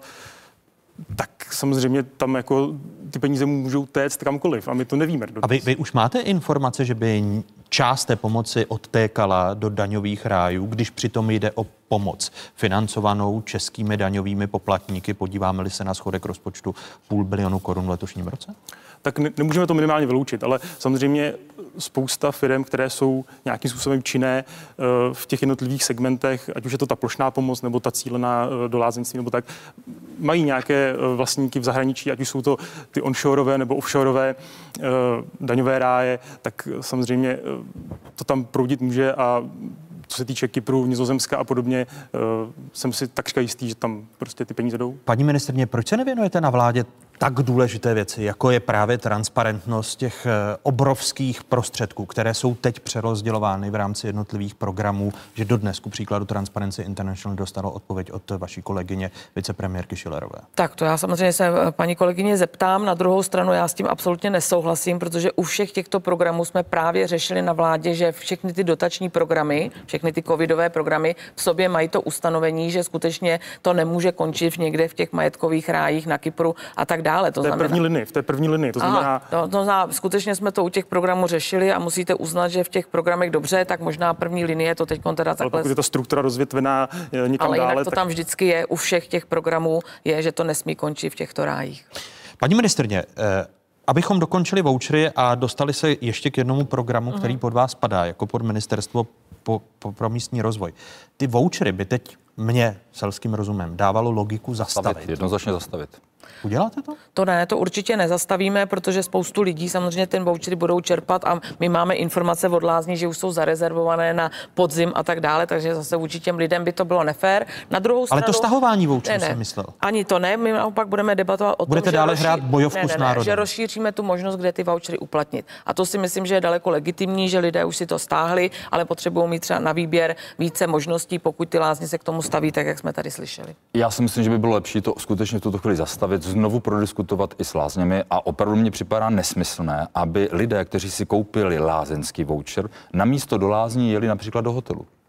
tak samozřejmě tam jako ty peníze můžou téct kamkoliv a my to nevíme. A vy, vy už máte informace, že by část té pomoci odtékala do daňových rájů, když přitom jde o pomoc financovanou českými daňovými poplatníky? Podíváme-li se na schodek rozpočtu půl bilionu korun v letošním roce? Tak ne, nemůžeme to minimálně vyloučit, ale samozřejmě spousta firm, které jsou nějakým způsobem činné uh, v těch jednotlivých segmentech, ať už je to ta plošná pomoc nebo ta cílená uh, do lázeňství nebo tak, mají nějaké uh, vlastníky v zahraničí, ať už jsou to ty onshoreové nebo offshoreové uh, daňové ráje, tak samozřejmě uh, to tam proudit může a co se týče Kypru, Nizozemska a podobně, uh, jsem si takřka jistý, že tam prostě ty peníze jdou. Paní ministryně, proč se nevěnujete na vládě tak důležité věci, jako je právě transparentnost těch obrovských prostředků, které jsou teď přerozdělovány v rámci jednotlivých programů, že dodnes ku příkladu Transparency International dostalo odpověď od vaší kolegyně vicepremiérky Schillerové? Tak to já samozřejmě se paní kolegyně zeptám. Na druhou stranu já s tím absolutně nesouhlasím, protože u všech těchto programů jsme právě řešili na vládě, že všechny ty dotační programy, všechny ty covidové programy v sobě mají to ustanovení, že skutečně to nemůže končit někde v těch majetkových rájích na Kypru a tak dále. To v té znamená, první linii, v té první linii, to znamená... Aha, to, to znamená, skutečně jsme to u těch programů řešili a musíte uznat, že v těch programech dobře, tak možná první linie to teď teda ale takhle... pokud je ta struktura rozvětvená někam ale dále... jinak to tak... tam vždycky je, u všech těch programů je, že to nesmí končit v těchto rájích. Paní ministryně, eh, abychom dokončili vouchery a dostali se ještě k jednomu programu, uh-huh. který pod vás spadá, jako pod ministerstvo po, po, pro místní rozvoj. Ty vouchery by teď mě selským rozumem dávalo logiku zastavit. zastavit jednoznačně zastavit. Uděláte to? To ne, to určitě nezastavíme, protože spoustu lidí samozřejmě ten vouchery budou čerpat a my máme informace od lázní, že už jsou zarezervované na podzim a tak dále, takže zase vůči těm lidem by to bylo nefér. Na druhou stranu... Ale to stahování voucherů ne, ne, jsem myslel. Ani to ne, my naopak budeme debatovat o Budete tom, že dále rozší... hrát bojovku ne, ne, s ne, národem. že rozšíříme tu možnost, kde ty vouchery uplatnit. A to si myslím, že je daleko legitimní, že lidé už si to stáhli, ale potřebují mít třeba na výběr více možností, pokud ty lázně se k tomu staví, tak jak jsme tady slyšeli. Já si myslím, že by bylo lepší to skutečně v tuto chvíli zastavit, znovu prodiskutovat i s lázněmi a opravdu mně připadá nesmyslné, aby lidé, kteří si koupili lázeňský voucher, na místo do lázní jeli například do hotelu.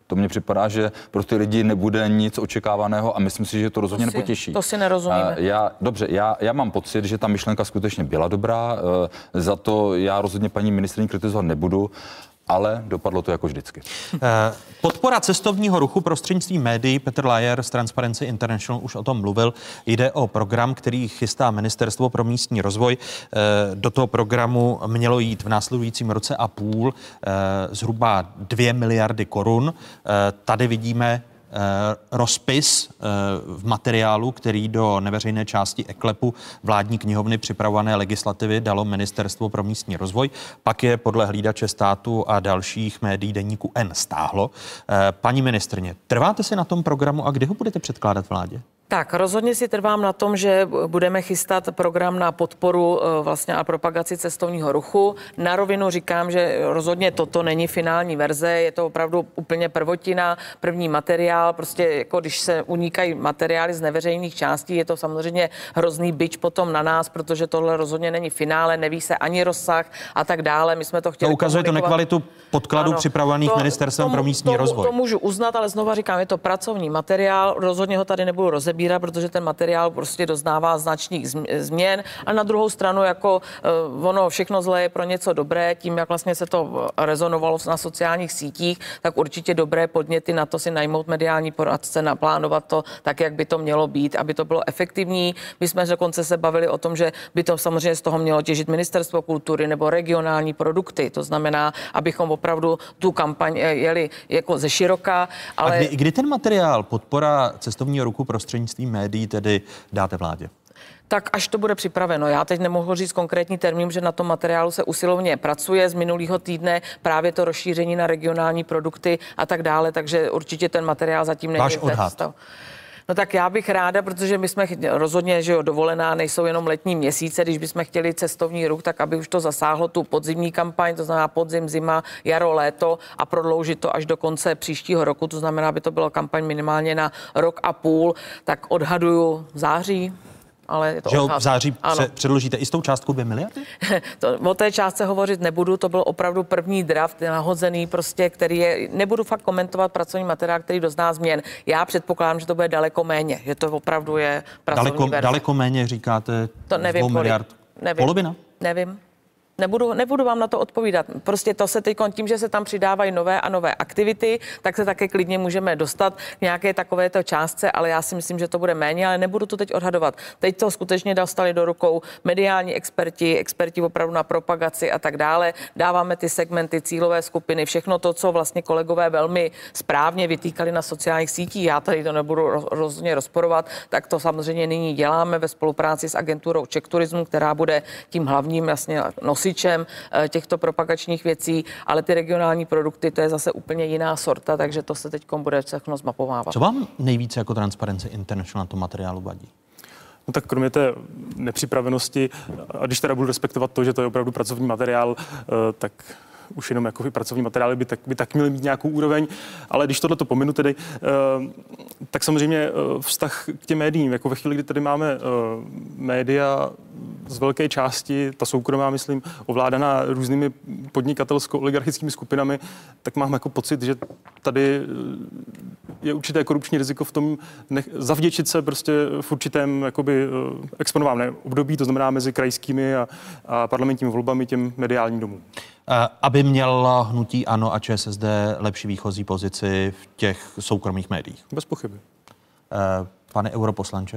To mně připadá, že pro ty lidi nebude nic očekávaného a myslím si, že to rozhodně to si, nepotěší. To si nerozumíme. Já, dobře, já, já mám pocit, že ta myšlenka skutečně byla dobrá, za to já rozhodně paní ministryni kritizovat nebudu, ale dopadlo to jako vždycky. Podpora cestovního ruchu prostřednictvím médií. Petr Lajer z Transparency International už o tom mluvil. Jde o program, který chystá Ministerstvo pro místní rozvoj. Do toho programu mělo jít v následujícím roce a půl zhruba dvě miliardy korun. Tady vidíme rozpis v materiálu, který do neveřejné části eKLEPu vládní knihovny připravované legislativy dalo Ministerstvo pro místní rozvoj. Pak je podle hlídače státu a dalších médií deníku N stáhlo. Paní ministryně, trváte si na tom programu a kdy ho budete předkládat vládě? Tak, rozhodně si trvám na tom, že budeme chystat program na podporu vlastně a propagaci cestovního ruchu. Na rovinu říkám, že rozhodně toto není finální verze, je to opravdu úplně prvotina, první materiál, prostě jako když se unikají materiály z neveřejných částí, je to samozřejmě hrozný bič potom na nás, protože tohle rozhodně není finále, neví se ani rozsah a tak dále. My jsme to chtěli To ukazuje to nekvalitu podkladů ano, připravovaných to, Ministerstvem tomu, pro místní tomu, rozvoj. To můžu uznat, ale znova říkám, je to pracovní materiál, rozhodně ho tady nebudu rozebírat, protože ten materiál prostě doznává značných změn a na druhou stranu jako uh, ono všechno zlé je pro něco dobré, tím jak vlastně se to rezonovalo na sociálních sítích, tak určitě dobré podněty na to si najmout mediální poradce, naplánovat to tak, jak by to mělo být, aby to bylo efektivní. My jsme dokonce se bavili o tom, že by to samozřejmě z toho mělo těžit Ministerstvo kultury nebo regionální produkty, to znamená, abychom opravdu tu kampaň jeli jako ze široka. Ale... A kdy, kdy ten materiál podpora cestovního ruchu prostřednictvím médií tedy dáte vládě? Tak až to bude připraveno. Já teď nemohu říct konkrétní termín, že na tom materiálu se usilovně pracuje z minulého týdne, právě to rozšíření na regionální produkty a tak dále, takže určitě ten materiál zatím není. Váš odhad? No tak já bych ráda, protože my jsme rozhodně, že jo, dovolená nejsou jenom letní měsíce, když bychom chtěli cestovní ruch, tak aby už to zasáhlo tu podzimní kampaň, to znamená podzim, zima, jaro, léto a prodloužit to až do konce příštího roku, to znamená, aby to byla kampaň minimálně na rok a půl, tak odhaduju září. Ale je to že odhad. v září se předložíte i s tou částkou dvě miliardy? To, o té částce hovořit nebudu, to byl opravdu první draft nahozený, prostě, který je, nebudu fakt komentovat pracovní materiál, který dozná změn. Já předpokládám, že to bude daleko méně, že to opravdu je pracovní daleko, verze. Daleko méně říkáte to nevím, dvou miliard? Nevím. Polovina? Nevím. Nebudu, nebudu vám na to odpovídat. Prostě to se teď tím, že se tam přidávají nové a nové aktivity, tak se také klidně můžeme dostat k nějaké takovéto částce, ale já si myslím, že to bude méně, ale nebudu to teď odhadovat. Teď to skutečně dostali do rukou mediální experti, experti opravdu na propagaci a tak dále. Dáváme ty segmenty, cílové skupiny, všechno to, co vlastně kolegové velmi správně vytýkali na sociálních sítích. Já tady to nebudu rozhodně rozporovat, tak to samozřejmě nyní děláme ve spolupráci s agenturou Czech Tourism, která bude tím hlavním jasně nosičem těchto propagačních věcí, ale ty regionální produkty, to je zase úplně jiná sorta, takže to se teď bude všechno zmapovávat. Co vám nejvíce jako Transparency International na tom materiálu vadí? No tak kromě té nepřipravenosti, a když teda budu respektovat to, že to je opravdu pracovní materiál, tak už jenom jako pracovní materiály by tak, by tak měly mít nějakou úroveň, ale když tohle to pominu tedy, tak samozřejmě vztah k těm médiím, jako ve chvíli, kdy tady máme média z velké části, ta soukromá, myslím, ovládaná různými podnikatelsko-oligarchickými skupinami, tak mám jako pocit, že tady je určité korupční riziko v tom nech, zavděčit se prostě v určitém jakoby exponovaném období, to znamená mezi krajskými a, a parlamentními volbami těm mediálním domům. Aby měla hnutí ANO a ČSSD lepší výchozí pozici v těch soukromých médiích? Bez pochyby. Pane europoslanče?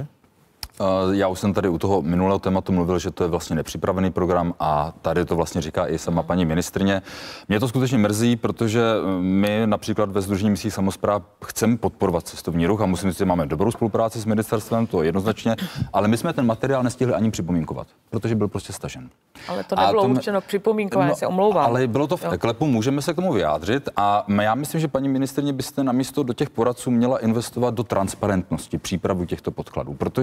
Já už jsem tady u toho minulého tématu mluvil, že to je vlastně nepřipravený program a tady to vlastně říká i sama paní ministryně. Mě to skutečně mrzí, protože my například ve Sdružení místních samospráv chceme podporovat cestovní ruch a musím říct, že máme dobrou spolupráci s ministerstvem, to jednoznačně, ale my jsme ten materiál nestihli ani připomínkovat, protože byl prostě stažen. Ale to nebylo to určeno k připomínkování, no, se omlouvám. Ale bylo to v eKLEPu, můžeme se k tomu vyjádřit a já myslím, že paní ministryně byste namísto do těch poradců měla investovat do transparentnosti přípravu těchto podkladů, protože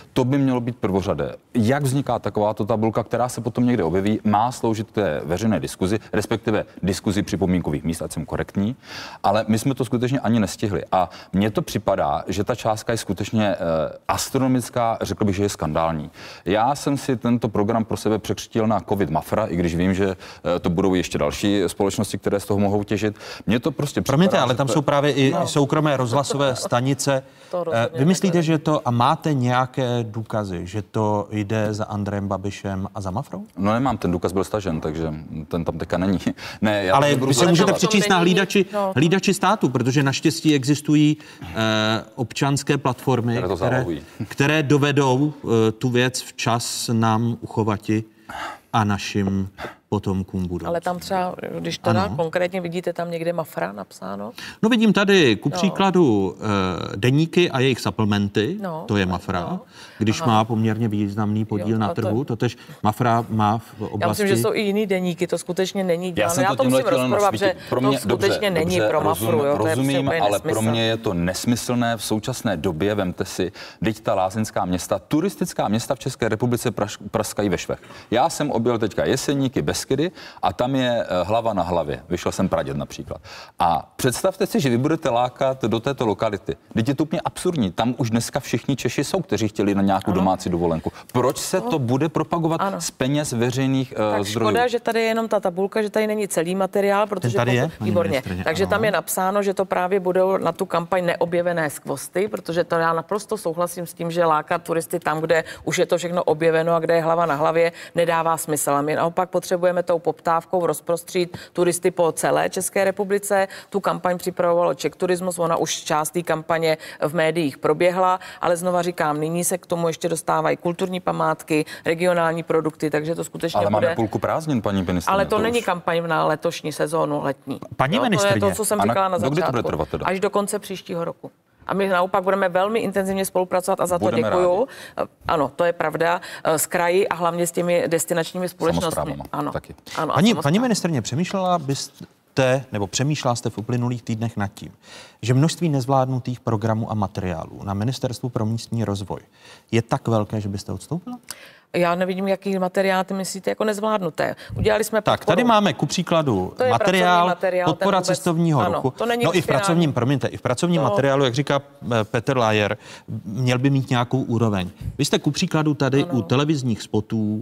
To by mělo být prvořadé. Jak vzniká takováto tabulka, která se potom někde objeví, má sloužit té veřejné diskuzi, respektive diskuzi připomínkových míst, ať jsem korektní, ale my jsme to skutečně ani nestihli. A mně to připadá, že ta částka je skutečně eh, astronomická, řekl bych, že je skandální. Já jsem si tento program pro sebe překřtil na COVID Mafra, i když vím, že eh, to budou ještě další společnosti, které z toho mohou těžit. Mně to prostě připadá. Promiňte, ale tam to... jsou právě i no. soukromé rozhlasové stanice. Vy myslíte, že to, a máte nějaké důkazy, že to jde za Andrejem Babišem a za Mafrou? No nemám, ten důkaz byl stažen, takže ten tam teďka není. Ne, já ale vy se můžete přečíst na hlídači, no. hlídači státu, protože naštěstí existují eh, občanské platformy, které, které, které dovedou eh, tu věc včas nám uchovati a našim potomkům budou. Ale tam třeba, když teda ano. konkrétně vidíte tam někde Mafra napsáno? No vidím tady ku příkladu no. uh, deníky a jejich suplementy, no, to je Mafra, no. když Aha. má poměrně významný podíl jo, na trhu, to... totež Mafra má v oblasti... Já myslím, že jsou i jiný deníky, to skutečně není dělané. Já, Já to musím rozporovat, že pro mě, to skutečně dobře, není dobře, pro Mafru. Rozum, jo, to rozumím, je ale nesmysl. Pro mě je to nesmyslné v současné době, vemte si, vždyť ta lázeňská města, turistická města v České republice praš, praskají ve švech. Já jsem objel teďka Jeseníky, Beskydy a tam je hlava na hlavě. Vyšel jsem Praděd například. A představte si, že vy budete lákat do této lokality. Teď je to úplně absurdní. Tam už dneska všichni Češi jsou, kteří chtěli na nějakou ano. domácí dovolenku. Proč se to bude propagovat ano. z peněz veřejných uh, tak zdrojů? Škoda, že tady je jenom ta tabulka, že tady není celý materiál, protože tady je? Pokud, výborně. Takže ano. tam je napsáno, že to právě budou na tu kampaň neobjevené skvosty, protože to já naprosto souhlasím s tím, že lákat turisty tam, kde už je to všechno objeveno a kde je hlava na hlavě, nedává smysl. A my naopak potřebujeme tou poptávkou rozprostřít turisty po celé České republice. Tu kampaň připravovalo Czech Turismus, ona už část té kampaně v médiích proběhla, ale znova říkám, nyní se k tomu ještě dostávají kulturní památky, regionální produkty, takže to skutečně ale bude... máme půlku prázdnin, paní ministryně. Ale to, to není už... kampaň na letošní sezónu letní. Paní jo, ministryně. To je to, co jsem říkala na začátku. Až do konce příštího roku. A my naopak budeme velmi intenzivně spolupracovat a za to budeme děkuju. Rádi. Ano, to je pravda. S kraji a hlavně s těmi destinačními společnostmi. Ano. Taky. ano paní, paní ministryně, přemýšlela byste, nebo přemýšlela jste v uplynulých týdnech nad tím, že množství nezvládnutých programů a materiálů na Ministerstvu pro místní rozvoj je tak velké, že byste odstoupila? Já nevidím, jaký materiál ty myslíte jako nezvládnuté. Udělali jsme podporu. Tak, tady máme ku příkladu materiál, materiál podpora vůbec, cestovního ano, ruchu. To není no i v pracovním, promiňte, i v pracovním to... materiálu, jak říká Petr Lajer, měl by mít nějakou úroveň. Vy jste ku příkladu tady ano. u televizních spotů, uh,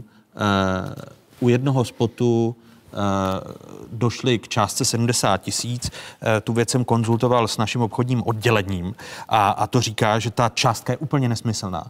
u jednoho spotu došli k částce sedmdesát tisíc. Tu věc jsem konzultoval s naším obchodním oddělením a, a to říká, že ta částka je úplně nesmyslná.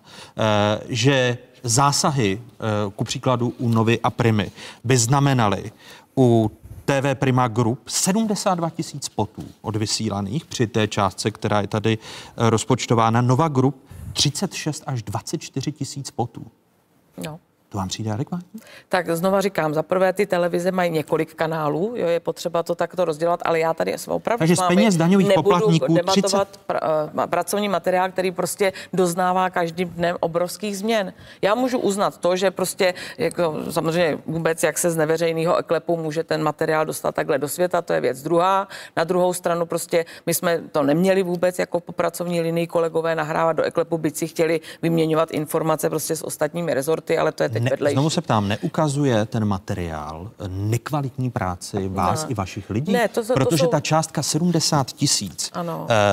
Že zásahy, ku příkladu u Novy a Primy, by znamenaly u T V Prima Group sedmdesát dva tisíc spotů odvysílaných při té částce, která je tady rozpočtována. Nova Group třicet šest až dvacet čtyři tisíc spotů. No. To vám přijde adekvátní? Tak znova říkám, za prvé ty televize mají několik kanálů, jo, je potřeba to takto rozdělat, ale já tady opravdu Takže z peněz daňových poplatníků debatovat třicet... pr- pracovní materiál, který prostě doznává každým dnem obrovských změn. Já můžu uznat to, že prostě jako, samozřejmě vůbec, jak se z neveřejného eklepu může ten materiál dostat takhle do světa, to je věc druhá. Na druhou stranu prostě my jsme to neměli vůbec jako po pracovní linii kolegové nahrávat do eklepu, byť si chtěli vyměňovat informace prostě s ostatními rezorty, ale to je Ne, znovu se ptám, neukazuje ten materiál nekvalitní práci vás ne. i vašich lidí? Ne, to, to, protože to jsou... ta částka sedmdesát tisíc eh,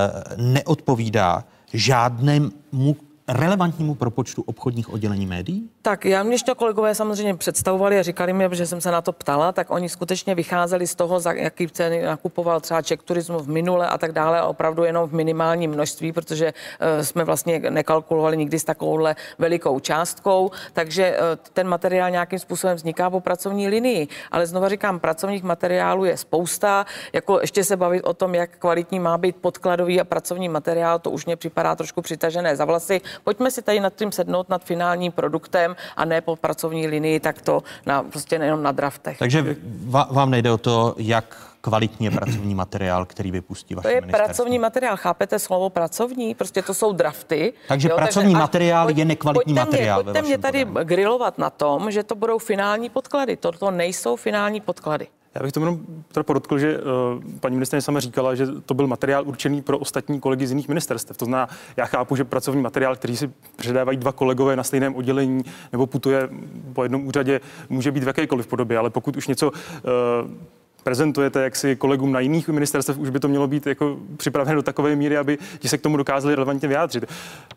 neodpovídá žádnému relevantnímu propočtu obchodních oddělení médií? Tak já, když to kolegové samozřejmě představovali a říkali mi, že jsem se na to ptala, tak oni skutečně vycházeli z toho, za jaký ceny nakupoval třeba Czech Turismus v minule a tak dále, a opravdu jenom v minimálním množství, protože uh, jsme vlastně nekalkulovali nikdy s takovouhle velikou částkou, takže uh, ten materiál nějakým způsobem vzniká po pracovní linii. Ale znova říkám, pracovních materiálů je spousta, jako ještě se bavit o tom, jak kvalitní má být podkladový a pracovní materiál, to už mě připadá trošku přitažené za vlasy. Pojďme si tady nad tím sednout nad finálním produktem a ne po pracovní linii, tak to na, prostě nejenom na draftech. Takže vám nejde o to, jak kvalitní je pracovní materiál, který vypustí vaše ministerstvo? To je pracovní materiál, chápete slovo pracovní? Prostě to jsou drafty. Takže jo, pracovní takže, materiál pojď, je nekvalitní pojďte materiál. Mě, pojďte mě tady podání. Grilovat na tom, že to budou finální podklady. Toto nejsou finální podklady. Já bych to jenom teda podotkl, že uh, paní ministryně sama říkala, že to byl materiál určený pro ostatní kolegy z jiných ministerstev. To znamená, já chápu, že pracovní materiál, který si předávají dva kolegové na stejném oddělení nebo putuje po jednom úřadě, může být v jakékoliv podobě, ale pokud už něco uh, prezentujete jaksi kolegům na jiných ministerstvech, už by to mělo být jako připravené do takové míry, aby ti se k tomu dokázali relevantně vyjádřit.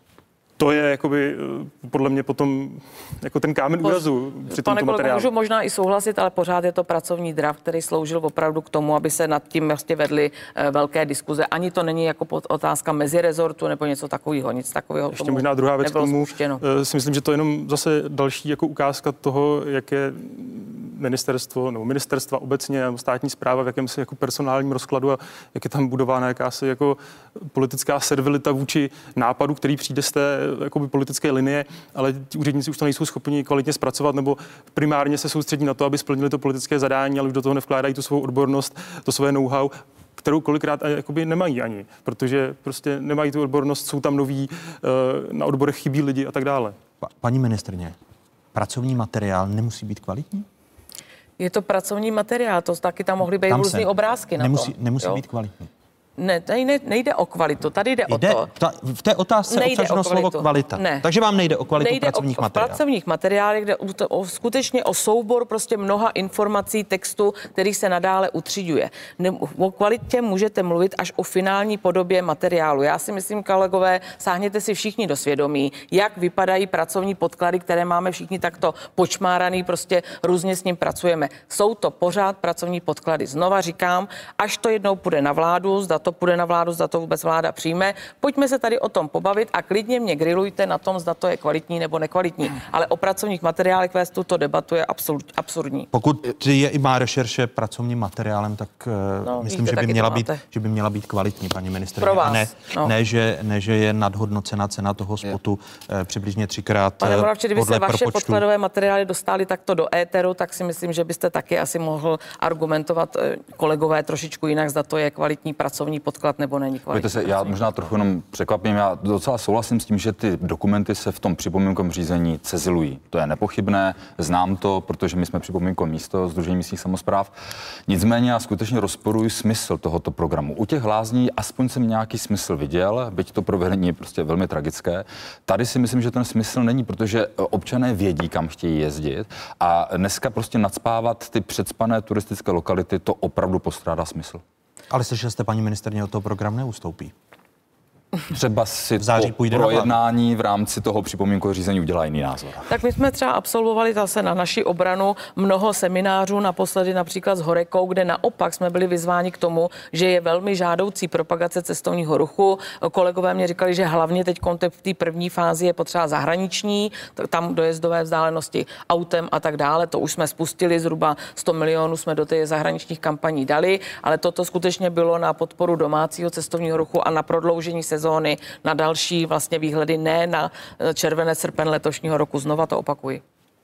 To je jakoby podle mě potom jako ten kámen úrazu při tomto materiálu. Můžu možná i souhlasit, ale pořád je to pracovní draft, který sloužil opravdu k tomu, aby se nad tím vlastně vedly velké diskuze. Ani to není jako otázka mezirezortu nebo něco takového, nic takového. Ještě možná druhá věc k tomu, spuštěno. Si myslím, že to je jenom zase další jako ukázka toho, jak je ministerstvo nebo ministerstva obecně nebo státní správa v jakémsi jako personálním rozkladu a jak je tam budována jakási jako politická servilita vůči nápadu, který přijde z té jakoby politické linie, ale ti úředníci už to nejsou schopni kvalitně zpracovat nebo primárně se soustředí na to, aby splnili to politické zadání, ale už do toho nevkládají tu svou odbornost, to své know-how, kterou kolikrát jakoby nemají ani, protože prostě nemají tu odbornost, jsou tam noví, na odborech chybí lidi a tak dále. Paní ministryně, pracovní materiál nemusí být kvalitní? Je to pracovní materiál, to taky tam mohly být různý obrázky na nemusí, tom. Nemusí jo? být kvalitní. Ne, tady ne, nejde o kvalitu, tady jde, jde o to. Ta, v té otázce obsaženo slovo kvalita. Ne. Takže vám nejde o kvalitu nejde pracovních o, materiálů. V pracovních materiálech jde o, o, skutečně o soubor prostě mnoha informací, textu, který se nadále utřiďuje. Ne, o kvalitě můžete mluvit až o finální podobě materiálu. Já si myslím, kolegové, sáhněte si všichni do svědomí, jak vypadají pracovní podklady, které máme všichni takto počmáraný, prostě různě s ním pracujeme. Jsou to pořád pracovní podklady. Znova říkám, až to jednou půjde na vládu, zda to půjde na vládu, zda to vůbec vláda přijme. Pojďme se tady o tom pobavit a klidně mě grilujte na tom, zda to je kvalitní nebo nekvalitní. Ale o pracovních materiálech vést tuto debatu je absolut, absurdní. Pokud je i má rešerše pracovním materiálem, tak no, myslím, víte, že, by měla být, že by měla být kvalitní, paní ministryně. Pro vás, a ne, no. ne, že, ne, že je nadhodnocená cena toho spotu je. přibližně třikrát. Pane Moravče, kdyby se vaše propočtu. podkladové materiály dostaly takto do éteru, tak si myslím, že byste taky asi mohl argumentovat, kolegové, trošičku jinak, zda to je kvalitní pracovní podklad nebo není kvalitní. Se, já možná trochu jenom překvapím, já docela souhlasím s tím, že ty dokumenty se v tom připomínkovém řízení cezilují. To je nepochybné, znám to, protože my jsme připomínkové místo Sdružení místních samospráv. Nicméně já skutečně rozporuji smysl tohoto programu. U těch lázní aspoň jsem nějaký smysl viděl, byť to provedení je prostě velmi tragické. Tady si myslím, že ten smysl není, protože občané vědí, kam chtějí jezdit a dneska prostě nacpávat ty předspané turistické lokality, to opravdu postrádá smysl. Ale slyšel jste, paní ministryně, od toho program neustoupí. Třeba si v září po projednání v rámci toho připomínkového řízení udělá jiný názor. Tak my jsme třeba absolvovali zase na naši obranu mnoho seminářů, naposledy například s Horekou, kde naopak jsme byli vyzváni k tomu, že je velmi žádoucí propagace cestovního ruchu. Kolegové mě říkali, že hlavně teď v té první fázi je potřeba zahraniční, tam dojezdové vzdálenosti autem a tak dále. To už jsme spustili, zhruba sto milionů jsme do těch zahraničních kampaní dali, ale toto skutečně bylo na podporu domácího cestovního ruchu a na prodloužení se sezóny, na další vlastně výhledy, ne na červenec, srpen letošního roku. Znova to opakuji.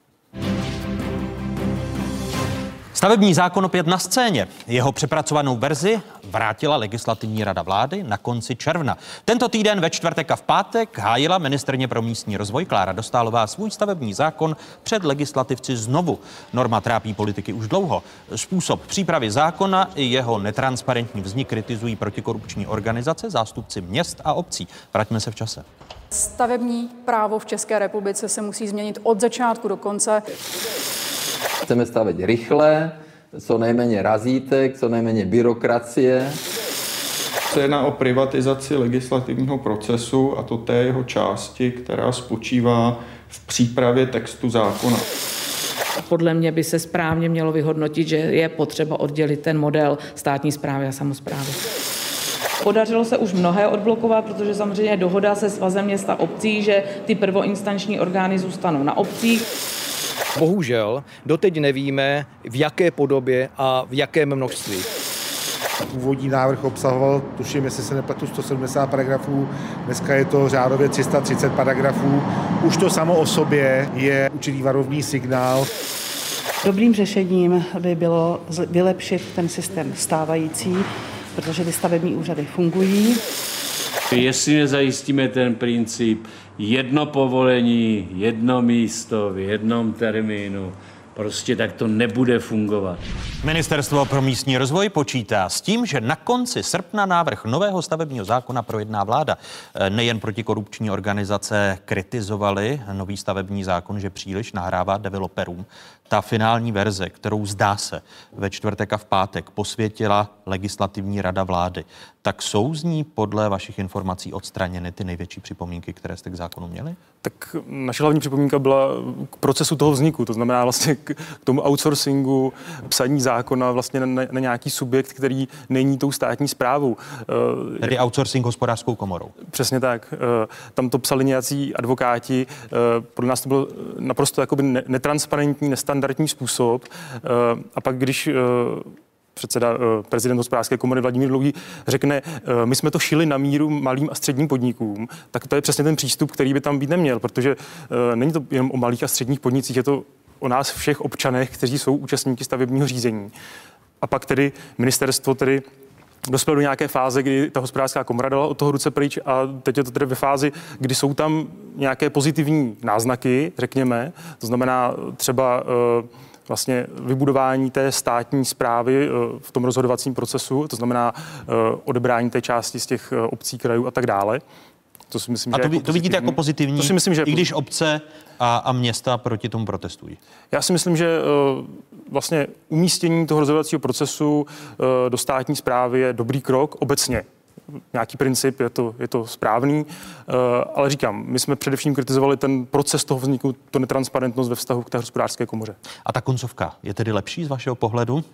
Stavební zákon opět na scéně. Jeho přepracovanou verzi vrátila Legislativní rada vlády na konci června. Tento týden ve čtvrtek a v pátek hájila ministryně pro místní rozvoj Klára Dostálová svůj stavební zákon před legislativci znovu. Norma trápí politiky už dlouho. Způsob přípravy zákona i jeho netransparentní vznik kritizují protikorupční organizace, zástupci měst a obcí. Vraťme se v čase. Stavební právo v České republice se musí změnit od začátku do konce. Chceme stavět rychle, co nejméně razítek, co nejméně byrokracie. Se jedná o privatizaci legislativního procesu a to té jeho části, která spočívá v přípravě textu zákona. Podle mě by se správně mělo vyhodnotit, že je potřeba oddělit ten model státní správy a samosprávy. Podařilo se už mnohé odblokovat, protože samozřejmě je dohoda se Svazem měst a obcí, že ty prvoinstanční orgány zůstanou na obcích. Bohužel doteď nevíme, v jaké podobě a v jakém množství. Původní návrh obsahoval, tuším, jestli se nepletu, sto sedmdesát paragrafů, dneska je to řádově tři sta třicet paragrafů. Už to samo o sobě je určitý varovný signál. Dobrým řešením by bylo vylepšit ten systém stávající, protože ty stavební úřady fungují. Jestli nezajistíme ten princip jedno povolení, jedno místo v jednom termínu, Prostě tak to nebude fungovat. Ministerstvo pro místní rozvoj počítá s tím, že na konci srpna návrh nového stavebního zákona projedná vláda. Nejen protikorupční organizace kritizovaly nový stavební zákon, že příliš nahrává developerům. Ta finální verze, kterou zdá se ve čtvrtek a v pátek posvětila Legislativní rada vlády, tak jsou z ní podle vašich informací odstraněny ty největší připomínky, které jste k zákonu měli? Tak naše hlavní připomínka byla k procesu toho vzniku, to znamená vlastně k tomu outsourcingu, psaní zákona vlastně na, na nějaký subjekt, který není tou státní správou. Tedy outsourcing hospodářskou komorou. Přesně tak. Tam to psali nějací advokáti. Pro nás to bylo naprosto jakoby netransparentní, nestandardní způsob. A pak, když předseda, prezident hospodářské komory Vladimír Dlouhý řekne, my jsme to šili na míru malým a středním podnikům, tak to je přesně ten přístup, který by tam být neměl, protože není to jen o malých a středních podnicích, je to o nás všech občanech, kteří jsou účastníky stavebního řízení. A pak tedy ministerstvo tedy dospělo do nějaké fáze, kdy ta hospodářská komora dala od toho ruce pryč a teď je to tedy ve fázi, kdy jsou tam nějaké pozitivní náznaky, řekněme, to znamená třeba vlastně vybudování té státní správy v tom rozhodovacím procesu, to znamená odebrání té části z těch obcí, krajů a tak dále. To si myslím, a že to, jako to vidíte jako pozitivní, to si myslím, že i když obce a, a města proti tomu protestují? Já si myslím, že uh, vlastně umístění toho rozhodovacího procesu uh, do státní správy je dobrý krok obecně. Nějaký princip, je to, je to správný, uh, ale říkám, my jsme především kritizovali ten proces toho vzniku, tu netransparentnost ve vztahu k té hospodářské komoře. A ta koncovka je tedy lepší z vašeho pohledu?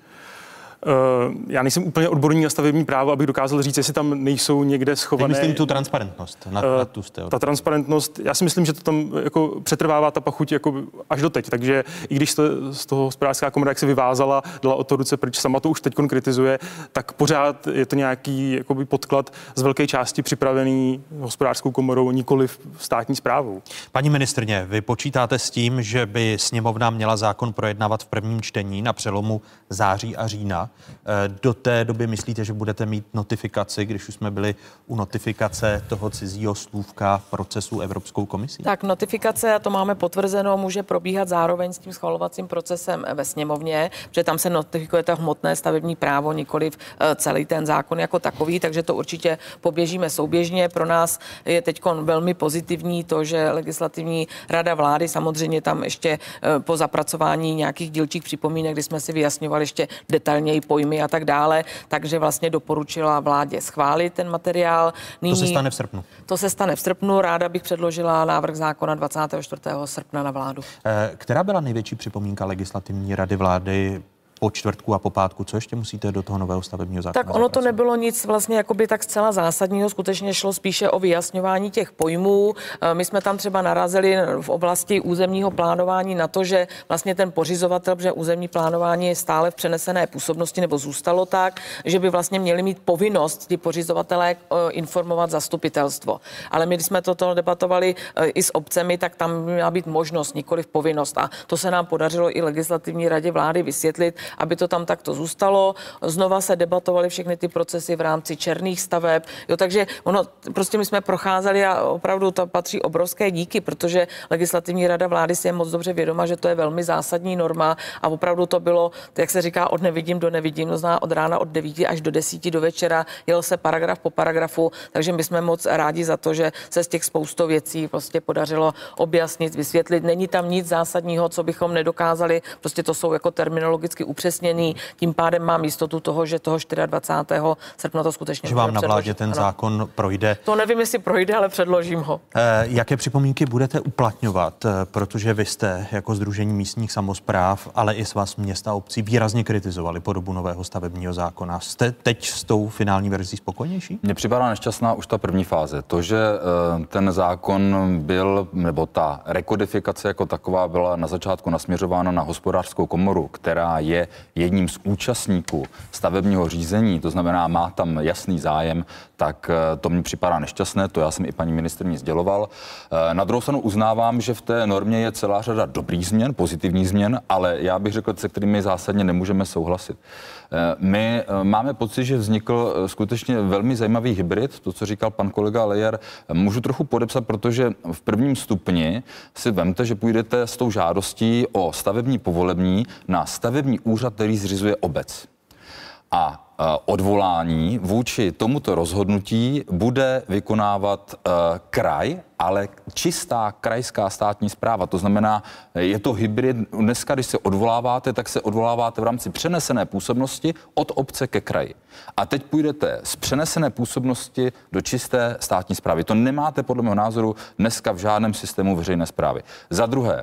Uh, já nejsem úplně odborný na stavební právo, abych dokázal říct, jestli tam nejsou někde schované. Teď myslím tu transparentnost. Na, uh, na tu jste ta transparentnost, já si myslím, že to tam jako přetrvává ta pachuť jako až doteď. Takže i když to, z toho hospodářská komora jak se vyvázala, dala od toho ruce pryč, sama to už teď kritizuje, tak pořád je to nějaký jakoby podklad z velké části připravený hospodářskou komorou, nikoliv státní správou. Paní ministryně, vy počítáte s tím, že by sněmovna měla zákon projednávat v prvním čtení na přelomu září a října. Do té doby myslíte, že budete mít notifikaci, když už jsme byli u notifikace toho cizího slůvka v procesu Evropskou komisí? Tak notifikace, a to máme potvrzeno, může probíhat zároveň s tím schvalovacím procesem ve sněmovně, protože tam se notifikuje to hmotné stavební právo, nikoliv celý ten zákon jako takový, takže to určitě poběžíme souběžně. Pro nás je teď velmi pozitivní to, že Legislativní rada vlády, samozřejmě tam ještě po zapracování nějakých dílčích připomínek, kdy jsme si vyjasňovali ještě detailněji pojmy a tak dále, takže vlastně doporučila vládě schválit ten materiál. Nyní, to se stane v srpnu. To se stane v srpnu. Ráda bych předložila návrh zákona dvacátého čtvrtého srpna na vládu. Která byla největší připomínka Legislativní rady vlády po čtvrtku a po pátku? Co ještě musíte do toho nového stavebního zákona? Tak ono to nebylo nic vlastně jakoby tak zcela zásadního, skutečně šlo spíše o vyjasňování těch pojmů. My jsme tam třeba narazili v oblasti územního plánování na to, že vlastně ten pořizovatel, protože územní plánování je stále v přenesené působnosti nebo zůstalo tak, že by vlastně měli mít povinnost ti pořizovatelé informovat zastupitelstvo. Ale my, když jsme toto debatovali i s obcemi, tak tam měla být možnost, nikoliv povinnost. A to se nám podařilo i Legislativní radě vlády vysvětlit, aby to tam takto zůstalo. Znova se debatovaly všechny ty procesy v rámci černých staveb. Jo, takže ono, prostě my jsme procházeli a opravdu to patří obrovské díky, protože Legislativní rada vlády si je moc dobře vědoma, že to je velmi zásadní norma a opravdu to bylo, jak se říká, od nevidím do nevidím, to znamená od rána od devíti až do desíti do večera, jel se paragraf po paragrafu, takže my jsme moc rádi za to, že se z těch spoustu věcí prostě podařilo objasnit, vysvětlit. Není tam nic zásadního, co bychom nedokázali, prostě to jsou jako terminologicky upřesněný, tím pádem mám jistotu toho, že toho dvacátého čtvrtého srpna to skutečně že vám na vládě ten ano. zákon projde. To nevím, jestli projde, ale předložím ho. Eh, jaké připomínky budete uplatňovat? Protože vy jste jako Sdružení místních samospráv, ale i Svaz měst a obcí výrazně kritizovali podobu nového stavebního zákona. Jste teď s tou finální verzí spokojenější? Mně připadá nešťastná už ta první fáze. To, že eh, ten zákon byl, nebo ta rekodifikace jako taková byla na začátku nasměřována na hospodářskou komoru, která je jedním z účastníků stavebního řízení, to znamená, má tam jasný zájem, tak to mi připadá nešťastné, to já jsem i paní ministryni sděloval. Na druhou stranu uznávám, že v té normě je celá řada dobrých změn, pozitivních změn, ale já bych řekl, se kterými zásadně nemůžeme souhlasit. My máme pocit, že vznikl skutečně velmi zajímavý hybrid, to, co říkal pan kolega Lejer, můžu trochu podepsat, protože v prvním stupni si vemte, že půjdete s tou žádostí o stavební povolení na stavební úřad, který zřizuje obec. A odvolání vůči tomuto rozhodnutí bude vykonávat uh, kraj, ale čistá krajská státní správa. To znamená, je to hybrid. Dneska, když se odvoláváte, tak se odvoláváte v rámci přenesené působnosti od obce ke kraji. A teď půjdete z přenesené působnosti do čisté státní správy. To nemáte podle mého názoru dneska v žádném systému veřejné správy. Za druhé,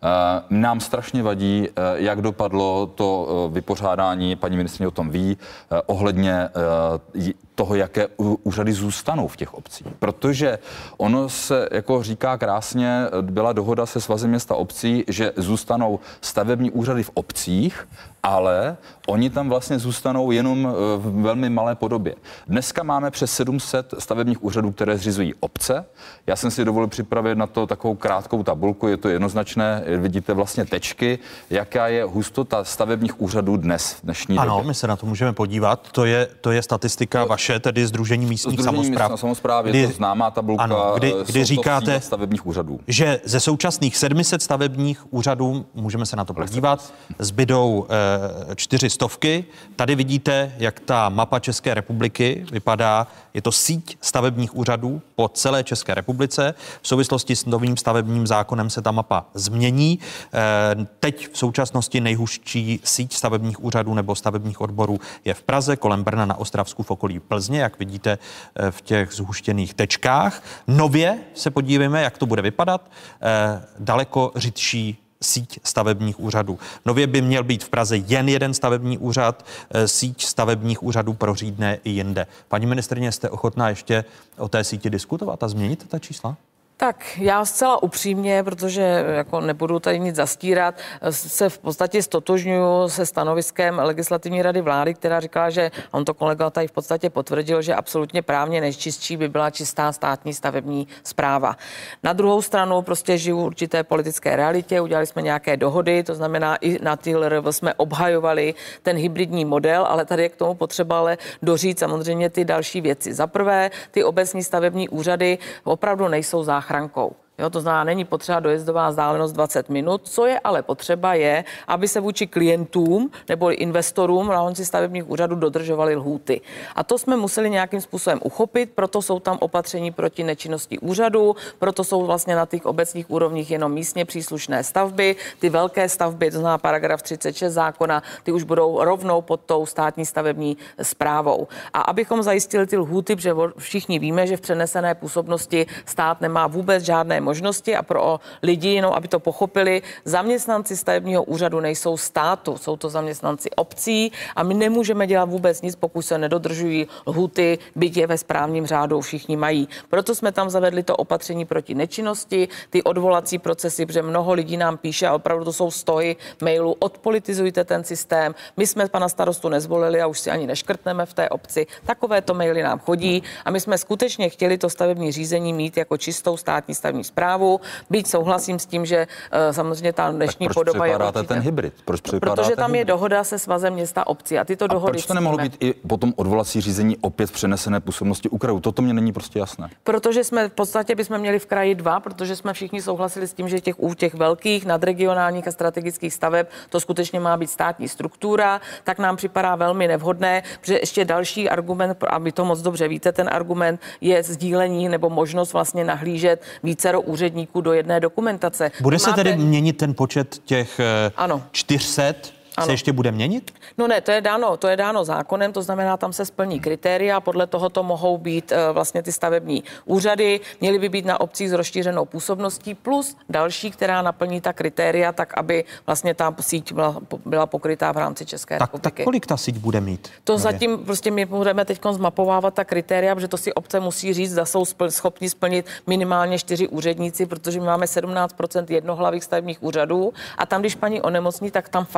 Uh, nám strašně vadí, uh, jak dopadlo to uh, vypořádání, paní ministryně o tom ví, uh, ohledně uh, toho, jaké úřady zůstanou v těch obcích. Protože ono se jako říká krásně, byla dohoda se Svazem měst a obcí, že zůstanou stavební úřady v obcích, ale oni tam vlastně zůstanou jenom v velmi malé podobě. Dneska máme přes sedm set stavebních úřadů, které zřizují obce. Já jsem si dovolil připravit na to takovou krátkou tabulku, je to jednoznačné, vidíte vlastně tečky, jaká je hustota stavebních úřadů dnes v dnešní ano, době. my se na to můžeme podívat. To je, to je statistika to, vaše, tedy Sdružení místních samospráv. Samospráv, je to známá tabulka, ano, kdy, kdy říkáte, stavebních úřadů. Že ze současných sedm set stavebních úřadů, můžeme se na to podívat, zbydou e, čtyři stovky. Tady vidíte, jak ta mapa České republiky vypadá. Je to síť stavebních úřadů po celé České republice. V souvislosti s novým stavebním zákonem se ta mapa změní. E, teď v současnosti nejhustší síť stavebních úřadů nebo stavebních odborů je v Praze, kolem Brna, na Ostravsku, v okolí Plzně, jak vidíte v těch zhuštěných tečkách. Nově se podívejme, jak to bude vypadat. E, daleko řidší síť stavebních úřadů. Nově by měl být v Praze jen jeden stavební úřad, síť stavebních úřadů prořídne i jinde. Paní ministryně, jste ochotná ještě o té síti diskutovat a změnit ta čísla? Tak já zcela upřímně, protože jako nebudu tady nic zastírat, se v podstatě stotožňuji se stanoviskem Legislativní rady vlády, která říkala, že on to kolega tady v podstatě potvrdil, že absolutně právně nejčistší by byla čistá státní stavební správa. Na druhou stranu prostě žiju v určité politické realitě, udělali jsme nějaké dohody, to znamená i na T L R V jsme obhajovali ten hybridní model, ale tady je k tomu potřeba ale dořít samozřejmě ty další věci. Za prvé, ty obecní stavební úřady opravdu nejsou záchranné. Chrankou. Jo, to znamená, není potřeba dojezdová vzdálenost dvacet minut. Co je ale potřeba je, aby se vůči klientům nebo investorům v rámci stavebních úřadů dodržovaly lhůty. A to jsme museli nějakým způsobem uchopit, proto jsou tam opatření proti nečinnosti úřadu, proto jsou vlastně na těch obecních úrovních jenom místně příslušné stavby. Ty velké stavby, to znamená paragraf třicet šest zákona, ty už budou rovnou pod tou státní stavební správou. A abychom zajistili ty lhůty, protože všichni víme, že v přenesené působnosti stát nemá vůbec žádné možnosti a pro lidi, jenom aby to pochopili, zaměstnanci stavebního úřadu nejsou státu, jsou to zaměstnanci obcí a my nemůžeme dělat vůbec nic, pokud se nedodržují lhuty, byť je ve správním řádu všichni mají. Proto jsme tam zavedli to opatření proti nečinnosti, ty odvolací procesy, protože mnoho lidí nám píše a opravdu to jsou stohy mailů, odpolitizujte ten systém. My jsme pana starostu nezvolili a už si ani neškrtneme v té obci. Takovéto maily nám chodí a my jsme skutečně chtěli to stavební řízení mít jako čistou státní stavební zprávu. Byť souhlasím s tím, že uh, samozřejmě ta dnešní podoba je určitě... ten hybrid? Proč Protože tam hybrid? je dohoda se Svazem města obcí a tyto a dohody... proč to nemohlo být i potom odvolací řízení opět v přenesené působnosti u krajů? Toto mě není prostě jasné. Protože jsme v podstatě bychom měli v kraji dva, protože jsme všichni souhlasili s tím, že těch u těch velkých nadregionálních a strategických staveb to skutečně má být státní struktura, tak nám připadá velmi nevhodné, protože ještě další argument, a vy to moc dobře víte, ten argument je sdílení nebo možnost vlastně nahlížet vícero úředníků do jedné dokumentace. Bude se Máte... tedy měnit ten počet těch ano. čtyři set? Ano. Se ještě bude měnit? No ne, to je dáno, to je dáno zákonem, to znamená, tam se splní kritéria, podle toho to mohou být uh, vlastně ty stavební úřady, měly by být na obcích s rozšířenou působností plus další, která naplní ta kritéria, tak aby vlastně ta síť byla, byla pokrytá v rámci České tak, republiky. Tak kolik ta síť bude mít? To nově? Zatím prostě my budeme teď zmapovávat ta kritéria, protože to si obce musí říct, zda jsou spl- schopni splnit minimálně čtyři úředníci, protože my máme sedmnáct procent jednohlavých stavebních úřadů a tam, když paní onemocní, tak tam fakt je cedule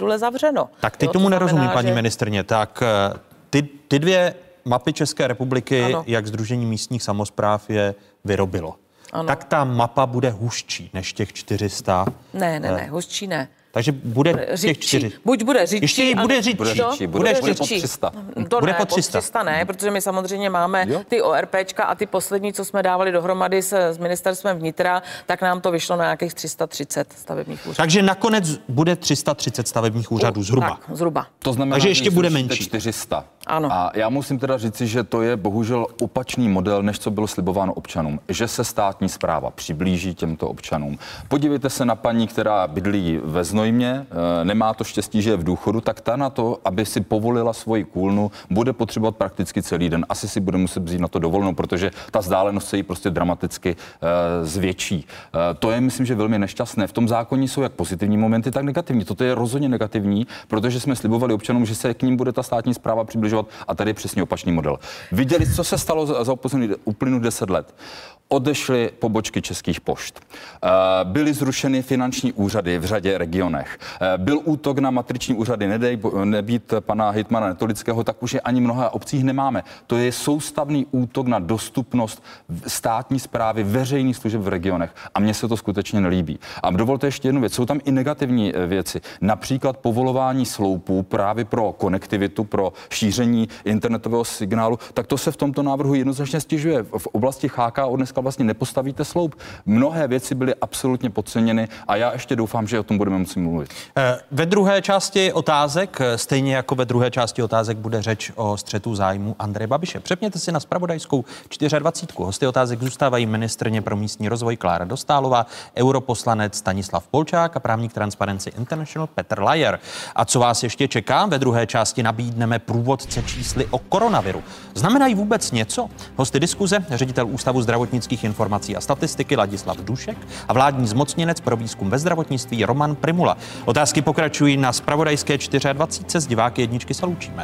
bude zavřeno. Tak teď jo, tomu to nerozumím, znamená, paní že... ministryně. Tak ty, ty dvě mapy České republiky, ano. jak Sdružení místních samospráv je vyrobilo, ano. tak ta mapa bude hustší než těch čtyři sta. Ne, ne, ne, hustší ne. Takže bude, bude těch čtyři. Buď bude řidčí. Ještě bude řidčí. Bude řidčí. Bude, bude, bude řidčí. pod tři sta. To bude ne, pod tři sta. pod tři sta ne, protože my samozřejmě máme jo. ty ORPčka a ty poslední, co jsme dávali dohromady se, s ministerstvem vnitra, tak nám to vyšlo na nějakých tři sta třicet stavebních úřadů. Takže nakonec bude tři sta třicet stavebních úřadů zhruba. Tak, zhruba. To znamená, takže ještě že bude menší. čtyři sta. Ano. A já musím teda říci, že to je bohužel opačný model, než co bylo slibováno občanům, že se státní správa přiblíží těmto občanům. Podívejte se na paní, která bydlí ve Znojmě, nemá to štěstí, že je v důchodu, tak ta na to, aby si povolila svoji kůlnu, bude potřebovat prakticky celý den. Asi si bude muset vzít na to dovolenou, protože ta vzdálenost se jí prostě dramaticky uh, zvětší. Uh, to je, myslím, že velmi nešťastné. V tom zákoně jsou jak pozitivní momenty, tak negativní. Toto je rozhodně negativní, protože jsme slibovali občanům, že se k ním bude ta státní správa přibližovat, a tady je přesně opačný model. Viděli, co se stalo za, za uplynulých deset let. Odešly pobočky Českých pošt. Byly zrušeny finanční úřady v řadě regionech. Byl útok na matriční úřady, nedej nebýt pana hejtmana Netolického, tak už je ani mnoha obcích nemáme. To je soustavný útok na dostupnost státní správy, veřejných služeb v regionech. A mně se to skutečně nelíbí. A dovolte ještě jednu věc. Jsou tam i negativní věci. Například povolování sloupů právě pro konektivitu, pro šíření internetového signálu. Tak to se v tomto návrhu jednoznačně stěžuje. V oblasti H K O dneska vlastně nepostavíte sloup. Mnohé věci byly absolutně podceněny a já ještě doufám, že o tom budeme muset mluvit. Ve druhé části otázek, stejně jako ve druhé části otázek, bude řeč o střetu zájmu Andreje Babiše. Přepněte si na zpravodajskou dvacet čtyři. Hosty otázek zůstávají ministryně pro místní rozvoj Klára Dostálová, europoslanec Stanislav Polčák a právník Transparency International Petr Lajer. A co vás ještě čeká? Ve druhé části nabídneme průvodce čísly o koronaviru. Znamenají vůbec něco? Hosty diskuze, ředitel Ústavu zdravotnických informací a statistiky Ladislav Dušek a vládní zmocněnec pro výzkum ve zdravotnictví Roman Primula. Otázky pokračují na zpravodajské dvacet čtyři. S diváky jedničky se loučíme.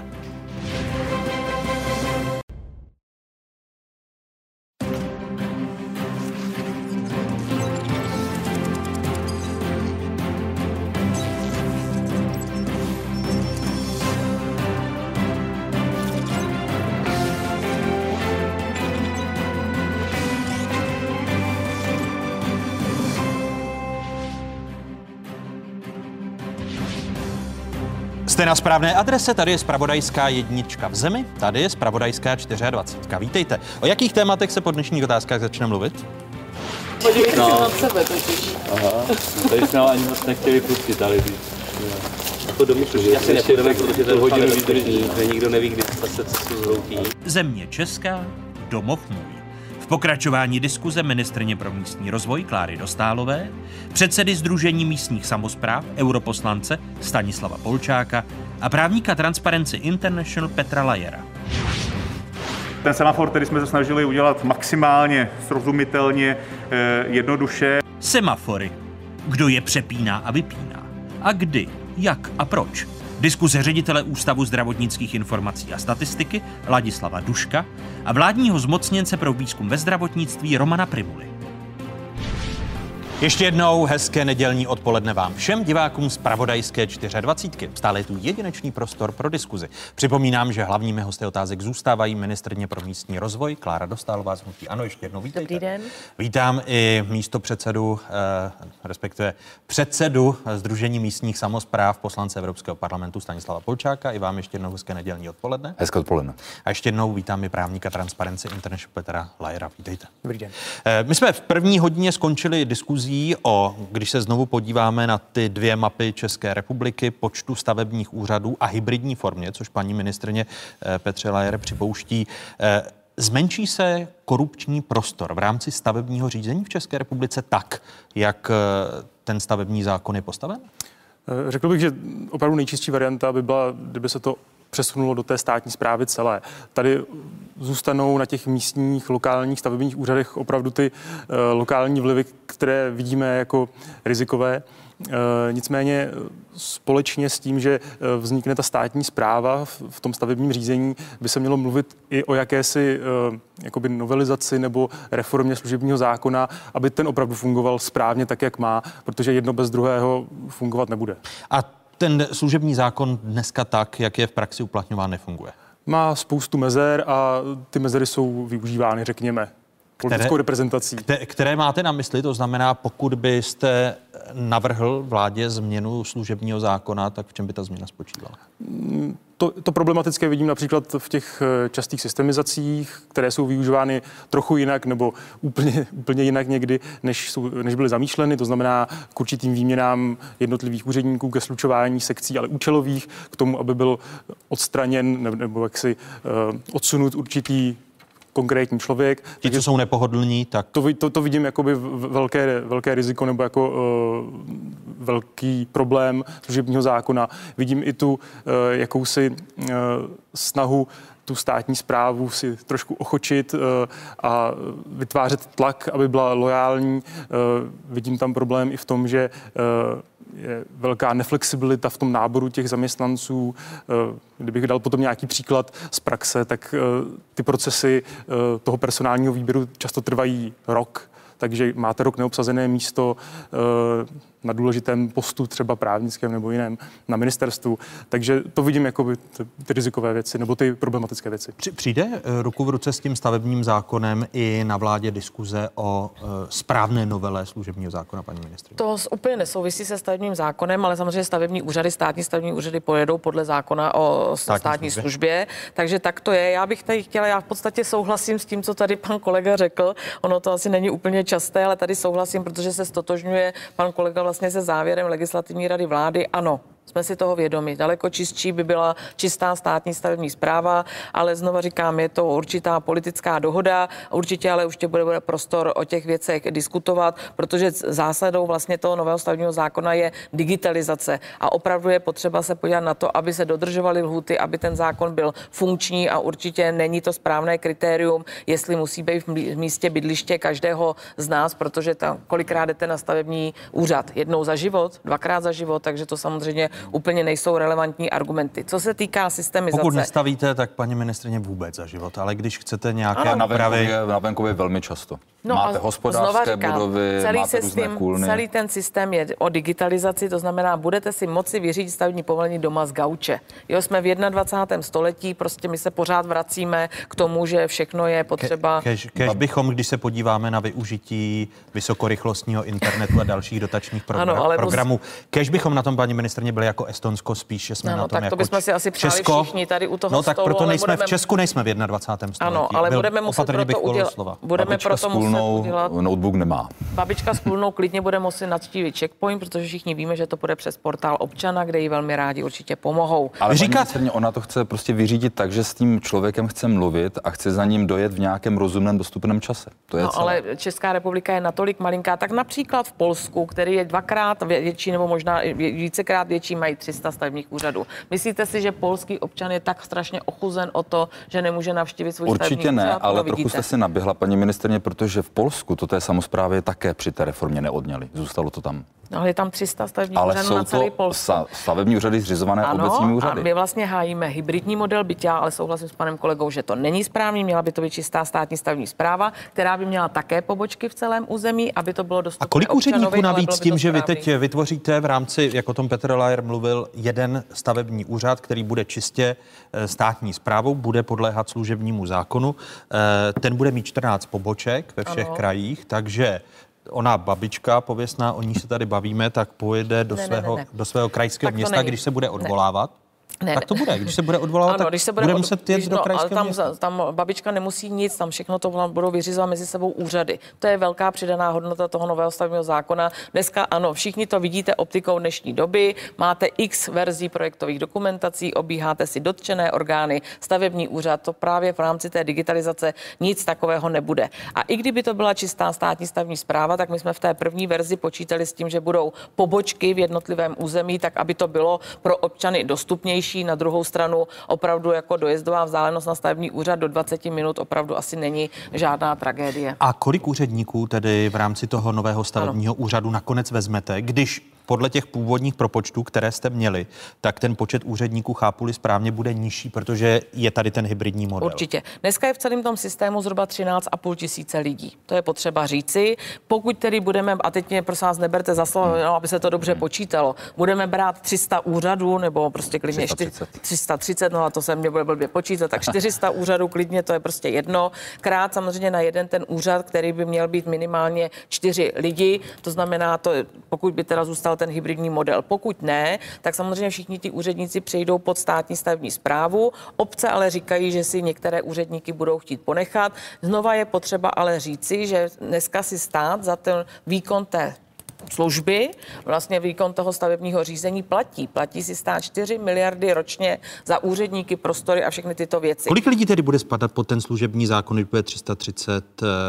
Jste na správné adrese, tady je zpravodajská jednička v zemi, tady je zpravodajská dvacet čtyři. Vítejte. O jakých tématech se po dnešních otázkách začne mluvit? Podívejte no. se na sebe totiž. Aha, tady jsme ani moc nechtěli pustit, ale to domyslím, asi nepůjdeme, protože ten hodinu vydrží, že nikdo neví, kdy se cestu zhroutí. Země česká, domov můj. V pokračování diskuze ministryně pro místní rozvoj Kláry Dostálové, předsedy Sdružení místních samospráv, europoslance Stanislava Polčáka a právníka Transparency International Petra Lajera. Ten semafor, který jsme se snažili udělat maximálně srozumitelně, jednoduše. Semafory. Kdo je přepíná a vypíná? A kdy, jak a proč? Diskuze ředitele Ústavu zdravotnických informací a statistiky Ladislava Duška a vládního zmocněnce pro výzkum ve zdravotnictví Romana Primuly. Ještě jednou hezké nedělní odpoledne vám všem divákům z pravodajské dvacet čtyři. Stále je tu jedinečný prostor pro diskuzi. Připomínám, že hlavními hosty otázek zůstávají ministryně pro místní rozvoj Klára Dostálová z hnutí ANO. Ještě jednou vítejte. Dobrý den. Vítám i místopředsedu, eh, respektive předsedu Sdružení místních samospráv poslance Evropského parlamentu Stanislava Polčáka. I vám ještě jednou hezké nedělní odpoledne. Hezké odpoledne. A ještě jednou vítám i právníka Transparency International Petra Lajera. Vítejte. Dobrý den. Eh, my jsme v první hodině skončili diskuzí o, když se znovu podíváme na ty dvě mapy České republiky, počtu stavebních úřadů a hybridní formě, což paní ministryně Petře Lajer připouští. Zmenší se korupční prostor v rámci stavebního řízení v České republice tak, jak ten stavební zákon je postaven? Řekl bych, že opravdu nejčistší varianta by byla, kdyby se to přesunulo do té státní správy celé. Tady zůstanou na těch místních, lokálních stavebních úřadech opravdu ty uh, lokální vlivy, které vidíme jako rizikové. Uh, nicméně společně s tím, že uh, vznikne ta státní správa v, v tom stavebním řízení, by se mělo mluvit i o jakési uh, jakoby novelizaci nebo reformě služebního zákona, aby ten opravdu fungoval správně tak, jak má, protože jedno bez druhého fungovat nebude. A ten služební zákon dneska tak, jak je v praxi uplatňován, nefunguje? Má spoustu mezer a ty mezery jsou využívány, řekněme, politickou které, reprezentací. Které, které máte na mysli? To znamená, pokud byste navrhl vládě změnu služebního zákona, tak v čem by ta změna spočívala? To, to problematické vidím například v těch častých systemizacích, které jsou využívány trochu jinak nebo úplně, úplně jinak někdy, než, jsou, než byly zamýšleny. To znamená k určitým výměnám jednotlivých úředníků, ke slučování sekcí, ale účelových, k tomu, aby byl odstraněn nebo, nebo jaksi uh, odsunut určitý konkrétní člověk. Ti, co jsou nepohodlní, tak... To, to, to vidím jakoby velké, velké riziko nebo jako uh, velký problém služebního zákona. Vidím i tu uh, jakousi uh, snahu tu státní správu si trošku ochočit uh, a vytvářet tlak, aby byla lojální. Uh, vidím tam problém i v tom, že uh, je velká neflexibilita v tom náboru těch zaměstnanců. Kdybych dal potom nějaký příklad z praxe, tak ty procesy toho personálního výběru často trvají rok, takže máte rok neobsazené místo na důležitém postu, třeba právnickém nebo jiném, na ministerstvu. Takže to vidím jako by ty, ty rizikové věci nebo ty problematické věci. Přijde ruku v ruce s tím stavebním zákonem i na vládě diskuze o uh, správné novele služebního zákona, paní ministryně? To úplně nesouvisí se stavebním zákonem, ale samozřejmě stavební úřady, státní stavební úřady pojedou podle zákona o státní, státní službě. službě. Takže tak to je. Já bych tady chtěla, já v podstatě souhlasím s tím, co tady pan kolega řekl. Ono to asi není úplně časté, ale tady souhlasím, protože se stotožňuje pan kolega vlastně se závěrem Legislativní rady vlády. Ano, jsme si toho vědomi. Daleko čistší by byla čistá státní stavební správa, ale znova říkám, je to určitá politická dohoda. Určitě ale už tě bude, bude prostor o těch věcech diskutovat, protože zásadou vlastně toho nového stavebního zákona je digitalizace. A opravdu je potřeba se podívat na to, aby se dodržovaly lhůty, aby ten zákon byl funkční a určitě není to správné kritérium, jestli musí být v místě bydliště každého z nás, protože tam kolikrát jdete na stavební úřad. Jednou za život, dvakrát za život, takže to samozřejmě úplně nejsou relevantní argumenty. Co se týká systemizace... Pokud nestavíte, tak paní ministryně vůbec za život, ale když chcete nějaké ano, úpravy... Na venkově velmi často. No máte hospodářské říkám, budovy, celý máte systém, různé kůlny. Celý ten systém je o digitalizaci, to znamená, budete si moci vyřídit stavební povolení doma z gauče. Jo, jsme v dvacátém prvním století, prostě my se pořád vracíme k tomu, že všechno je potřeba... Ke, kež, kež bychom, když se podíváme na využití vysokorychlostního internetu a dalších dotačních program, ano, ale programů, mus... kež bychom na tom, paní ministryně, byli jako Estonsko, spíš, že jsme ano, na tom tak jako to bychom si asi přáli Česko. Všichni tady u toho No tak stolu, proto nejsme budeme... v Česku, nejsme v dvacátém prvním století. Ano, ale Byl, budeme muset proto udělat... Budeme proto muset udělat... Notebook nemá. Babička s půlnou klidně bude moci navštívit Checkpoint, protože všichni víme, že to bude přes portál občana, kde jí velmi rádi určitě pomohou. Ale říkat, ona to chce prostě vyřídit tak, že s tím člověkem chce mluvit a chce za ním dojet v nějakém rozumném dostupném čase. To je no, celé. Ale Česká republika je natolik malinká, tak například v Polsku, který je dvakrát větší nebo možná vícekrát větší, mají tři sta stavebních úřadů. Myslíte si, že polský občan je tak strašně ochuzen o to, že nemůže navštívit svůj stavební úřad? Určitě ne, ale trochu jste si naběhla, paní ministryně, protože v Polsku to té samosprávě také při té reformě neodňali. Zůstalo to tam. No, ale je tam tři sta stavebních ale úřadů na celý Polsku. Ale jsou to stavební úřady zřizované ano, obecními úřady. A my vlastně hájíme hybridní model, byť já ale souhlasím s panem kolegou, že to není správný, měla by to být čistá státní stavební správa, která by měla také pobočky v celém území, aby to bylo dostupné. A kolik úředníků navíc s tím, že vy teď správný. vytvoříte v rámci, jako o tom Petr Lajer mluvil, jeden stavební úřad, který bude čistě státní správou, bude podléhat služebnímu zákonu, ten bude mít čtrnáct poboček ve všech ano. krajích, takže ona babička pověstná, o ní se tady bavíme, tak pojede do, ne, svého, ne, ne. do svého krajského města, není. Když se bude odvolávat. Ne. Tak to bude, když se bude odvolávat, ano, tak když se bude, bude od... muset jít do krajského no, tam, města. Tam babička nemusí nic, tam všechno to budou vyřizovat mezi sebou úřady. To je velká přidaná hodnota toho nového stavebního zákona. Dneska ano, všichni to vidíte optikou dnešní doby, máte x verzí projektových dokumentací, obíháte si dotčené orgány, stavební úřad, to právě v rámci té digitalizace nic takového nebude. A i kdyby to byla čistá státní stavební správa, tak my jsme v té první verzi počítali s tím, že budou pobočky v jednotlivém území, tak aby to bylo pro občany dostupnější. Na druhou stranu opravdu jako dojezdová vzdálenost na stavební úřad do dvacet minut opravdu asi není žádná tragédie. A kolik úředníků tedy v rámci toho nového stavebního ano. úřadu nakonec vezmete, když podle těch původních propočtů, které jste měli, tak ten počet úředníků, chápu-li správně, bude nižší, protože je tady ten hybridní model. Určitě. Dneska je v celém tom systému zhruba třináct a půl tisíce lidí. To je potřeba říci. Pokud tedy budeme, a teď mě prosím vás neberte za slovo, no, aby se to dobře počítalo, budeme brát tři sta úřadů, nebo prostě klidně tři sta třicet, no a to se mě bude blbě počítat, tak čtyři sta úřadů klidně, to je prostě jedno. Krát samozřejmě na jeden ten úřad, který by měl být minimálně čtyři lidi, to znamená, to, pokud by teda zůstal ten hybridní model. Pokud ne, tak samozřejmě všichni ty úředníci přejdou pod státní stavební správu. Obce ale říkají, že si některé úředníky budou chtít ponechat. Znova je potřeba ale říci, že dneska si stát za ten výkon té služby, vlastně výkon toho stavebního řízení platí. Platí si stát čtyři miliardy ročně za úředníky, prostory a všechny tyto věci. Kolik lidí tedy bude spadat pod ten služební zákon, když bude tři sta třicet?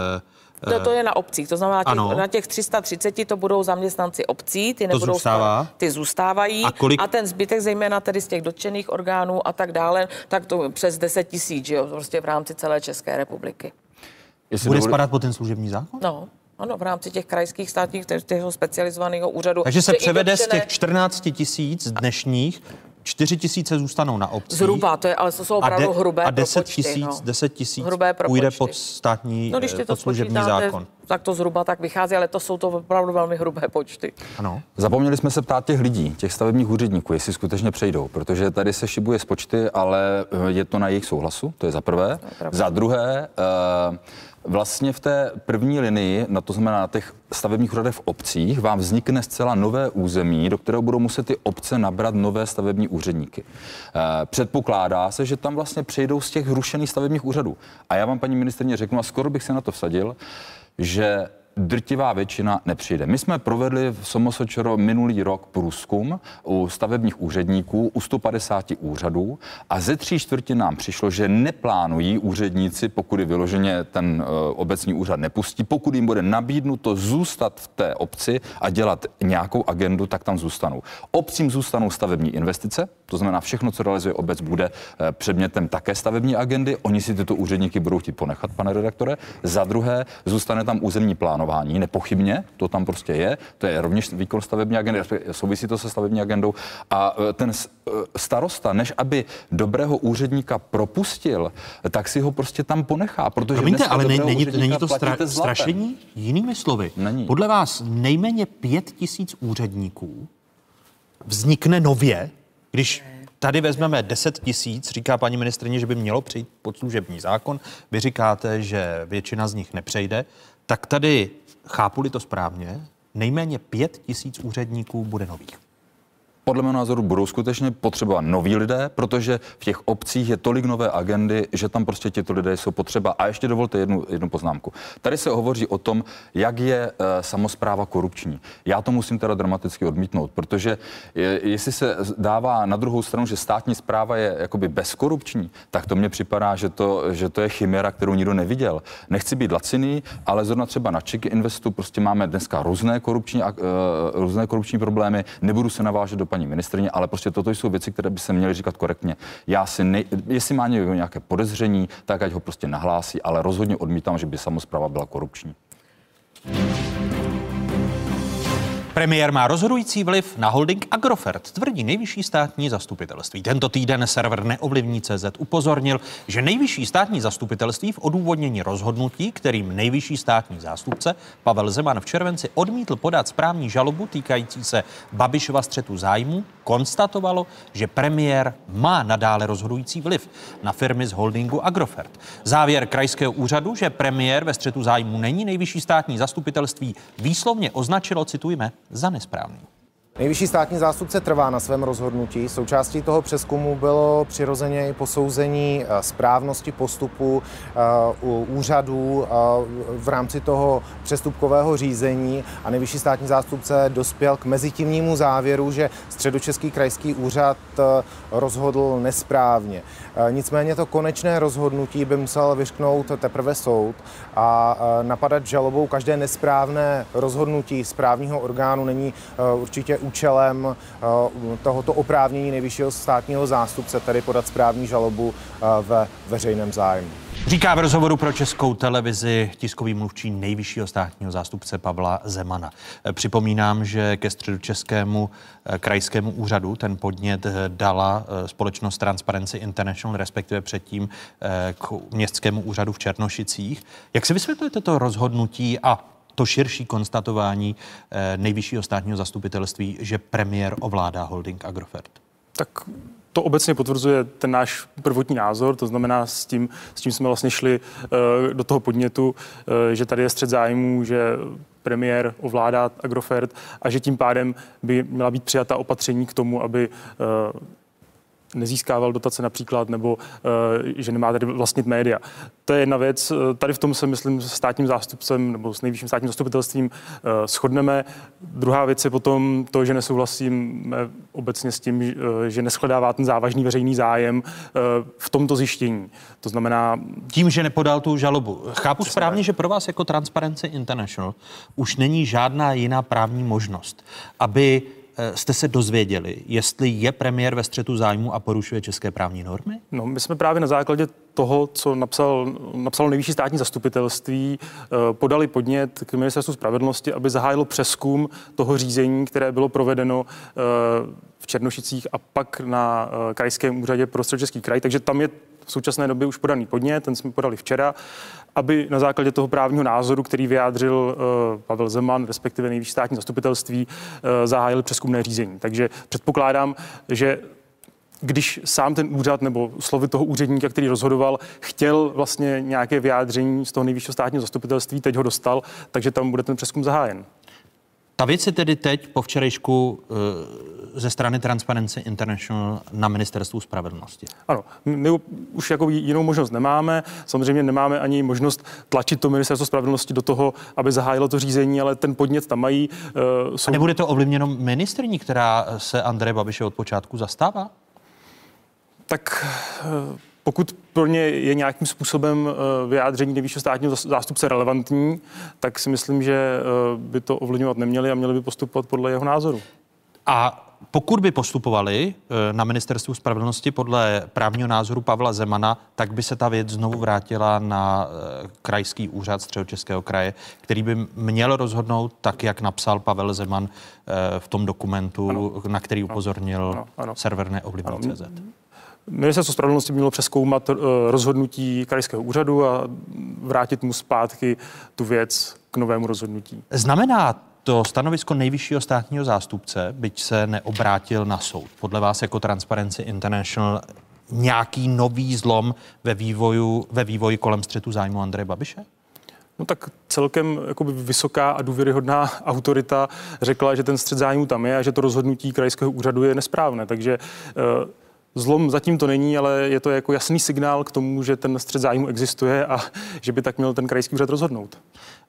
To, to je na obcích, to znamená, těch, na těch tři sta třicet to budou zaměstnanci obcí, ty nebudou zůstává? Spadat, ty zůstávají a, kolik... a ten zbytek, zejména tedy z těch dotčených orgánů a tak dále, tak to přes deset tisíc, jo, prostě v rámci celé České republiky. Jestli bude dovolí... spadat pod ten služební zákon? No. Ano, v rámci těch krajských státních, těch specializovaného úřadu. Takže se převede dotčené... z těch čtrnáct tisíc dnešních, čtyři tisíce zůstanou na obci. Zhruba, to je, ale to jsou opravdu de, hrubé a deset propočty. Tisíc, no. deset tisíc půjde pod státní, no, když ty to pod služební zákon. Tak to zhruba tak vychází, ale to jsou to opravdu velmi hrubé počty. Ano. Zapomněli jsme se ptát těch lidí, těch stavebních úředníků, jestli skutečně přejdou, protože tady se šibuje z počty, ale je to na jejich souhlasu, to je za prvé. Je za druhé, uh, vlastně v té první linii, na to znamená na těch stavebních úřadech v obcích, vám vznikne zcela nové území, do kterého budou muset ty obce nabrat nové stavební úředníky. E, předpokládá se, že tam vlastně přejdou z těch rušených stavebních úřadů. A já vám, paní ministryně, řeknu, a skoro bych se na to vsadil, že drtivá většina nepřijde. My jsme provedli v SoMoSČR minulý rok průzkum u stavebních úředníků u sto padesáti úřadů a ze tří čtvrtin nám přišlo, že neplánují úředníci, pokud je vyloženě ten uh, obecní úřad nepustí, pokud jim bude nabídnuto zůstat v té obci a dělat nějakou agendu, tak tam zůstanou. Obcím zůstanou stavební investice, to znamená všechno, co realizuje obec, bude uh, předmětem také stavební agendy. Oni si tyto úředníky budou chtít ponechat, pane redaktore. Za druhé, zůstane tam územní plánování. Nepochybně, to tam prostě je, to je rovněž výkon stavební agendy, souvisí to se stavební agendou a ten starosta, než aby dobrého úředníka propustil, tak si ho prostě tam ponechá, protože Promiňte, ale není, není, není to stra- strašení? Jinými slovy, není. Podle vás nejméně pět tisíc úředníků vznikne nově, když tady vezmeme deset tisíc, říká paní ministryně, že by mělo přijít pod služební zákon, vy říkáte, že většina z nich nepřejde, tak tady, chápu-li to správně, nejméně pět tisíc úředníků bude nových. Podle mého názoru budou skutečně potřeba noví lidé, protože v těch obcích je tolik nové agendy, že tam prostě těto lidé jsou potřeba. A ještě dovolte jednu, jednu poznámku. Tady se hovoří o tom, jak je e, samospráva korupční. Já to musím teda dramaticky odmítnout, protože je, jestli se dává na druhou stranu, že státní správa je jakoby bezkorupční, tak to mně připadá, že to, že to je chiméra, kterou nikdo neviděl. Nechci být laciný, ale zrovna třeba na Czech Investu prostě máme dneska různé korupční, e, různé korupční problémy. Nebudu se navážet do paní ministryně, ale prostě toto jsou věci, které by se měly říkat korektně. Já si nej, jestli má někdo nějaké podezření, tak ať ho prostě nahlásí, ale rozhodně odmítám, že by samospráva byla korupční. Premiér má rozhodující vliv na holding Agrofert, tvrdí nejvyšší státní zastupitelství. Tento týden server Neovlivní tečka cé zet upozornil, že nejvyšší státní zastupitelství v odůvodnění rozhodnutí, kterým nejvyšší státní zástupce Pavel Zeman v červenci odmítl podat správní žalobu týkající se Babišova střetu zájmu, konstatovalo, že premiér má nadále rozhodující vliv na firmy z holdingu Agrofert. Závěr krajského úřadu, že premiér ve střetu zájmu není, nejvyšší státní zastupitelství výslovně označilo, citujme, za nesprávný. Nejvyšší státní zástupce trvá na svém rozhodnutí. Součástí toho přezkumu bylo přirozeně i posouzení správnosti postupu u úřadů v rámci toho přestupkového řízení a nejvyšší státní zástupce dospěl k mezitímnímu závěru, že Středočeský krajský úřad rozhodl nesprávně. Nicméně to konečné rozhodnutí by musel vyřknout teprve soud a napadat žalobou každé nesprávné rozhodnutí správního orgánu není určitě účelem tohoto oprávnění nejvyššího státního zástupce, tedy podat správní žalobu ve veřejném zájmu. Říká v rozhovoru pro Českou televizi tiskový mluvčí nejvyššího státního zástupce Pavla Zemana. Připomínám, že ke Středočeskému krajskému úřadu ten podnět dala společnost Transparency International, respektive předtím k městskému úřadu v Černošicích. Jak si vysvětlujete to rozhodnutí a to širší konstatování nejvyššího státního zastupitelství, že premiér ovládá holding Agrofert? Tak to obecně potvrzuje ten náš prvotní názor, to znamená s tím, s tím jsme vlastně šli uh, do toho podnětu, uh, že tady je střet zájmů, že premiér ovládá Agrofert a že tím pádem by měla být přijata opatření k tomu, aby uh, nezískával dotace například, nebo uh, že nemá tady vlastnit média. To je jedna věc. Tady v tom se, myslím, s státním zástupcem nebo s nejvyšším státním zastupitelstvím uh, shodneme. Druhá věc je potom to, že nesouhlasíme obecně s tím, uh, že neshledává ten závažný veřejný zájem uh, v tomto zjištění. To znamená... Tím, že nepodal tu žalobu. Chápu správně, že pro vás jako Transparency International už není žádná jiná právní možnost, aby jste se dozvěděli, jestli je premiér ve střetu zájmu a porušuje české právní normy? No, my jsme právě na základě toho, co napsal, napsalo nejvyšší státní zastupitelství, podali podnět k Ministerstvu spravedlnosti, aby zahájilo přezkum toho řízení, které bylo provedeno v Černošicích a pak na krajském úřadě pro Středočeský kraj. Takže tam je v současné době už podaný podnět, ten jsme podali včera, aby na základě toho právního názoru, který vyjádřil uh, Pavel Zeman, respektive nejvyšší státní zastupitelství, uh, zahájili přezkumné řízení. Takže předpokládám, že když sám ten úřad nebo slovy toho úředníka, který rozhodoval, chtěl vlastně nějaké vyjádření z toho nejvyššího státního zastupitelství, teď ho dostal, takže tam bude ten přezkum zahájen. Ta věc je tedy teď po včerejšku uh, ze strany Transparency International na Ministerstvu spravedlnosti. Ano, my už jako jinou možnost nemáme. Samozřejmě nemáme ani možnost tlačit to Ministerstvo spravedlnosti do toho, aby zahájilo to řízení, ale ten podnět tam mají. Uh, jsou... A nebude to ovlivněno ministryní, která se Andreje Babiše od počátku zastává? Tak... Uh... Pokud pro ně je nějakým způsobem vyjádření nejvyššího státního zástupce relevantní, tak si myslím, že by to ovlivňovat neměli a měli by postupovat podle jeho názoru. A pokud by postupovali na Ministerstvu spravedlnosti podle právního názoru Pavla Zemana, tak by se ta věc znovu vrátila na krajský úřad Středočeského kraje, který by měl rozhodnout tak, jak napsal Pavel Zeman v tom dokumentu, ano. na který upozornil ano, ano. server neovlivní tečka cé zet. Ministerstvo spravedlnosti by mělo přezkoumat rozhodnutí krajského úřadu a vrátit mu zpátky tu věc k novému rozhodnutí. Znamená to stanovisko nejvyššího státního zástupce, byť se neobrátil na soud, podle vás jako Transparency International nějaký nový zlom ve, vývoju, ve vývoji kolem střetu zájmu Andreje Babiše? No tak celkem jakoby vysoká a důvěryhodná autorita řekla, že ten střet zájmu tam je a že to rozhodnutí krajského úřadu je nesprávné, takže uh, zlom zatím to není, ale je to jako jasný signál k tomu, že ten střet zájmu existuje a že by tak měl ten krajský úřad rozhodnout.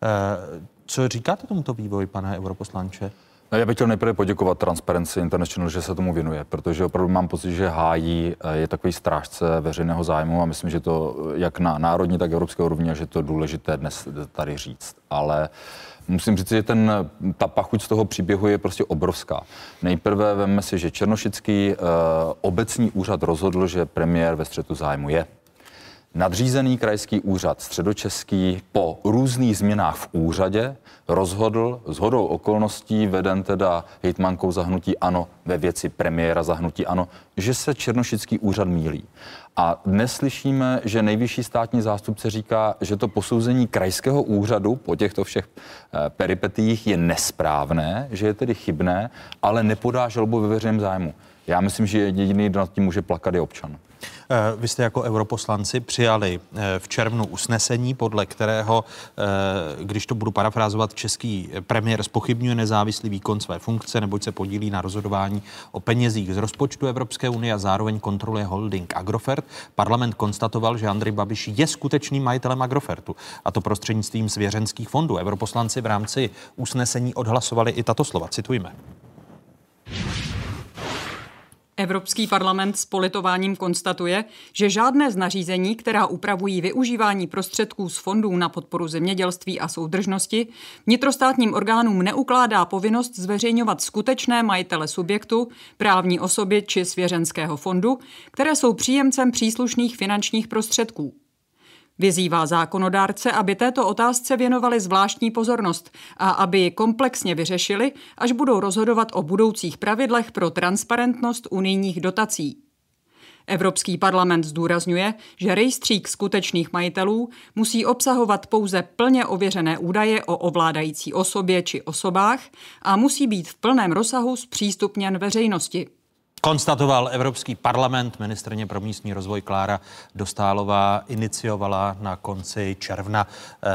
Uh, co říkáte tomuto vývoji, pane europoslanče? No, já bych chtěl nejprve poděkovat Transparency International, že se tomu věnuje, protože opravdu mám pocit, že hájí, je takový strážce veřejného zájmu a myslím, že to jak na národní, tak evropské úrovni, že to je důležité dnes tady říct. Ale musím říct, že ten, ta pachuť z toho příběhu je prostě obrovská. Nejprve veme si, že Černošický eh, obecní úřad rozhodl, že premiér ve střetu zájmu je. Nadřízený krajský úřad Středočeský po různých změnách v úřadě rozhodl shodou okolností veden teda hejtmankou za hnutí ANO ve věci premiéra za hnutí ANO, že se Černošický úřad mýlí. A dnes slyšíme, že nejvyšší státní zástupce říká, že to posouzení krajského úřadu po těchto všech eh, peripetiích je nesprávné, že je tedy chybné, ale nepodá žalobu ve veřejném zájmu. Já myslím, že jediný, kdo nad tím může plakat, je občan. Vy jste jako europoslanci přijali v červnu usnesení, podle kterého, když to budu parafrázovat, český premiér zpochybňuje nezávislý výkon své funkce, neboť se podílí na rozhodování o penězích z rozpočtu Evropské unie a zároveň kontroluje holding Agrofert. Parlament konstatoval, že Andrej Babiš je skutečným majitelem Agrofertu, a to prostřednictvím svěřenských fondů. Europoslanci v rámci usnesení odhlasovali i tato slova. Citujme. Evropský parlament s politováním konstatuje, že žádné z nařízení, která upravují využívání prostředků z fondů na podporu zemědělství a soudržnosti, vnitrostátním orgánům neukládá povinnost zveřejňovat skutečné majitele subjektu, právní osoby či svěřenského fondu, které jsou příjemcem příslušných finančních prostředků. Vyzývá zákonodárce, aby této otázce věnovali zvláštní pozornost a aby ji komplexně vyřešili, až budou rozhodovat o budoucích pravidlech pro transparentnost unijních dotací. Evropský parlament zdůrazňuje, že rejstřík skutečných majitelů musí obsahovat pouze plně ověřené údaje o ovládající osobě či osobách a musí být v plném rozsahu zpřístupněn veřejnosti. Konstatoval Evropský parlament. Ministryně pro místní rozvoj Klára Dostálová iniciovala na konci června eh,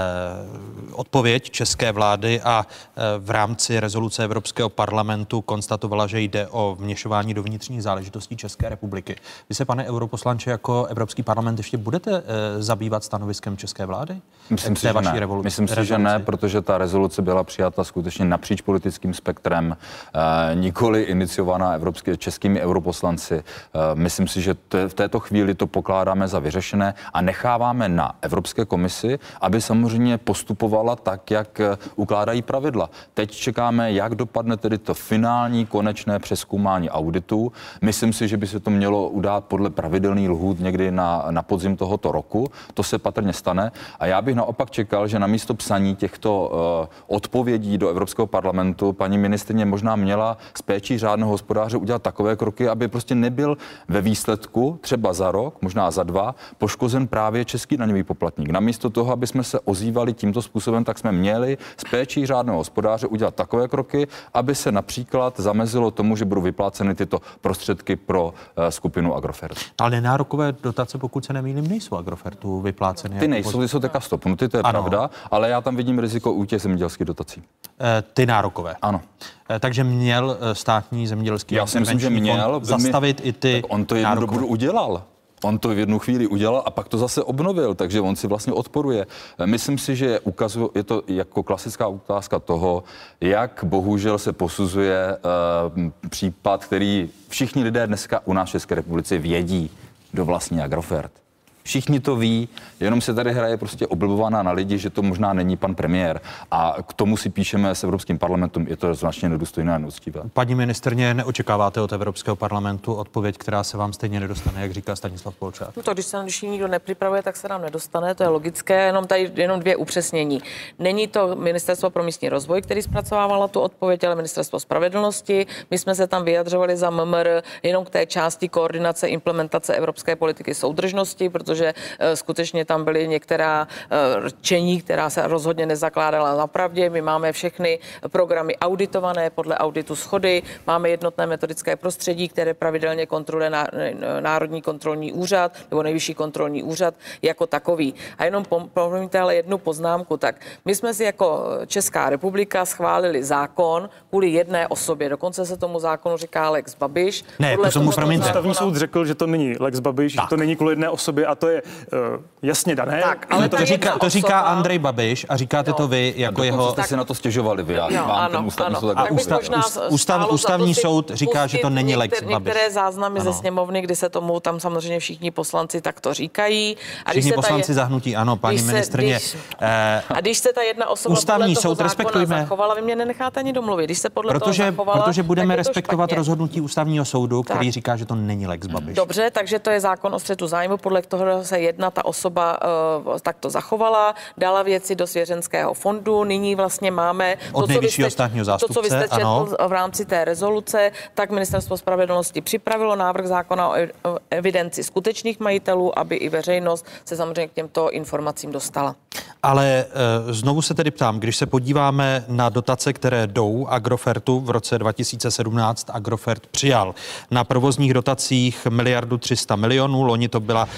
odpověď české vlády a eh, v rámci rezoluce Evropského parlamentu konstatovala, že jde o vměšování do vnitřních záležitostí České republiky. Vy se, pane europoslanče, jako Evropský parlament ještě budete eh, zabývat stanoviskem české vlády? Myslím si, že ne. Revoluci, Myslím si, že ne, protože ta rezoluce byla přijata skutečně napříč politickým spektrem, eh, nikoli iniciovaná evropský, českým europoslanci. Myslím si, že v této chvíli to pokládáme za vyřešené a necháváme na Evropské komisi, aby samozřejmě postupovala tak, jak ukládají pravidla. Teď čekáme, jak dopadne tedy to finální konečné přezkoumání auditu. Myslím si, že by se to mělo udát podle pravidelných lhůt někdy na, na podzim tohoto roku. To se patrně stane. A já bych naopak čekal, že na místo psaní těchto uh, odpovědí do Evropského parlamentu paní ministryně možná měla z péčí řádného hospodáře udělat takové kroky, aby prostě nebyl ve výsledku třeba za rok, možná za dva, poškozen právě český daňový poplatník. Namísto toho, aby jsme se ozývali tímto způsobem, tak jsme měli z péčí řádného hospodáře udělat takové kroky, aby se například zamezilo tomu, že budou vypláceny tyto prostředky pro uh, skupinu Agrofert. Ale nenárokové dotace, pokud se nemýlím, nejsou Agrofertu vypláceny. Ty nejsou, ty jsou teďka stopnuty, to je ano. pravda, ale já tam vidím riziko u těch zemědělských dotací. E, ty nárokové. Ano. E, takže měl státní zemědělský Já si myslím, že měl zastavit my, i ty tak on to jednu dobu udělal. On to v jednu chvíli udělal a pak to zase obnovil, takže on si vlastně odporuje. Myslím si, že ukazuje, je to jako klasická otázka toho, jak bohužel se posuzuje uh, případ, který všichni lidé dneska u nás v České republice vědí, kdo vlastní Agrofert. Všichni to ví, jenom se tady hraje prostě oblbovaná na lidi, že to možná není pan premiér. A k tomu si píšeme s Evropským parlamentem, je to značně nedůstojné a neúctivé. Paní ministrně, neočekáváte od Evropského parlamentu odpověď, která se vám stejně nedostane, jak říká Stanislav Polčák? No to, když se když nikdo nepřipravuje, tak se nám nedostane, to je logické, jenom tady jenom dvě upřesnění. Není to Ministerstvo pro místní rozvoj, který zpracovávalo tu odpověď, ale Ministerstvo spravedlnosti. My jsme se tam vyjadřovali za M M R jenom k té části koordinace implementace evropské politiky soudržnosti, protože protože skutečně tam byly některá rčení, která se rozhodně nezakládala na pravdě. My máme všechny programy auditované podle auditu shody, máme jednotné metodické prostředí, které pravidelně kontroluje Národní kontrolní úřad nebo Nejvyšší kontrolní úřad jako takový. A jenom promiňte ale jednu poznámku, tak my jsme si jako Česká republika schválili zákon kvůli jedné osobě. Dokonce se tomu zákonu říká Lex Babiš. Ne, to tomu promiňte. Ústavní soud řekl, že to není Lex Babiš, tak. Že to není kvůli jedné osobě a to je uh, jasně dané. Tak, ale to, říká, to říká Andrej Babiš a říkáte jo. to vy jako a jeho... jste si na to stěžovali vy. Jo, vám ano, ten ústavní ano. soud a ústav, ústav, ústavní soud říká, že to není Lex Babiš. Některé záznamy ano. ze sněmovny, kdy se tomu tam samozřejmě všichni poslanci tak to říkají. A všichni poslanci je, zahnutí, ano, paní se, ministryně. Když, eh, a když se ta jedna osoba ústavní podle soud toho respektujme. zachovala, vy mě nenecháte ani domluvit. Když se podle protože, toho zachovala, protože budeme respektovat špatně. rozhodnutí ústavního soudu, který tak. říká, že to není Lex Babiš. Dobře, takže to je zákon o střetu zájmu, podle toho se jedna ta osoba uh, takto zachovala, dala věci do svěřenského fondu. Nyní vlastně máme od to, nejvyššího jste, státního zástupce, to, co vy jste četl ano. v rámci té rezoluce, tak Ministerstvo spravedlnosti připravilo návrh zákona o evidenci skutečných majitelů, aby i veřejnost se samozřejmě k těmto informacím dostala. Ale e, znovu se tedy ptám, když se podíváme na dotace, které jdou Agrofertu, v roce dva tisíce sedmnáct Agrofert přijal na provozních dotacích miliardu tři sta milionů, loni to byla miliarda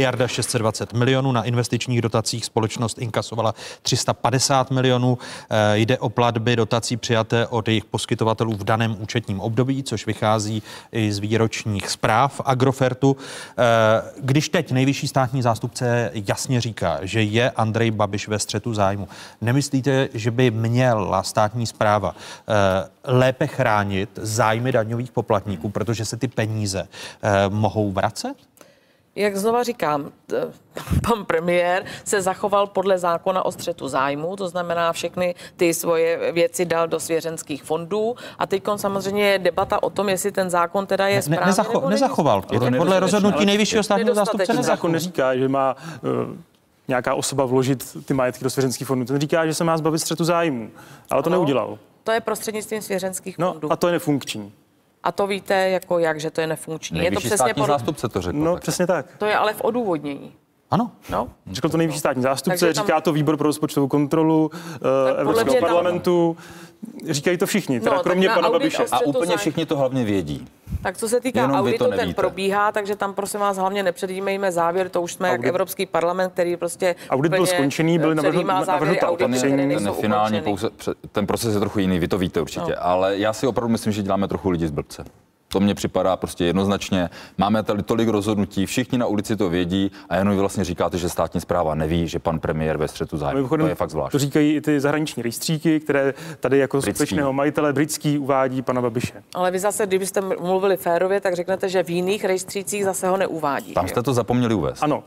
miliarda šest set dvacet milionů, na investičních dotacích společnost inkasovala tři sta padesát milionů. E, jde o platby dotací přijaté od jejich poskytovatelů v daném účetním období, což vychází i z výročních zpráv Agrofertu. E, když teď nejvyšší státní zástupce jasně říká, že je Andrej Babiš ve střetu zájmu, nemyslíte, že by měla státní správa e, lépe chránit zájmy daňových poplatníků, protože se ty peníze eh, mohou vracet? Jak znova říkám, pan premiér se zachoval podle zákona o střetu zájmu, to znamená všechny ty svoje věci dal do svěřenských fondů a teď samozřejmě je debata o tom, jestli ten zákon teda je správně. Ne, nezacho, nebo nezachoval. Podle, podle rozhodnutí nejvyššího státního zástupce ten zákon neříká, že má uh, nějaká osoba vložit ty majetky do svěřenských fondů. Ten říká, že se má zbavit střetu zájmu, ale to ano, neudělal. To je prostřednictvím svěřenských no, fondů. A to je nefunkční. A to víte, jako jak, že to je nefunkční. Nejvyšší je to přesně státní pod... zástupce to řekl. No, tak. přesně tak. To je ale v odůvodnění. Ano. No. Řekl to nejvyšší státní zástupce, tam... říká to výbor pro rozpočtovou kontrolu uh, Evropského parlamentu. Tam... Říkají to všichni, teda no, kromě pana Babiše. A úplně zájem... všichni to hlavně vědí. Tak co se týká Jenom auditu, ten probíhá, takže tam prosím vás hlavně nepředjímejme závěr, to už jsme Audit. jak Evropský parlament, který prostě audit byl skončený, byly navrhnuta opatření. Ten finální pouze, ten proces je trochu jiný, vy to víte určitě, no. Ale já si opravdu myslím, že děláme trochu lidi z blbce. To mně připadá prostě jednoznačně. Máme tady tolik rozhodnutí, všichni na ulici to vědí a jenom vy vlastně říkáte, že státní správa neví, že pan premiér ve střetu zájmu. To je fakt zvláštní. To říkají i ty zahraniční rejstříky, které tady jako skutečného majitele britský uvádí pana Babiše. Ale vy zase, kdybyste mluvili férově, tak řeknete, že v jiných rejstřících zase ho neuvádí. Tam jste to zapomněli uvést. Ano.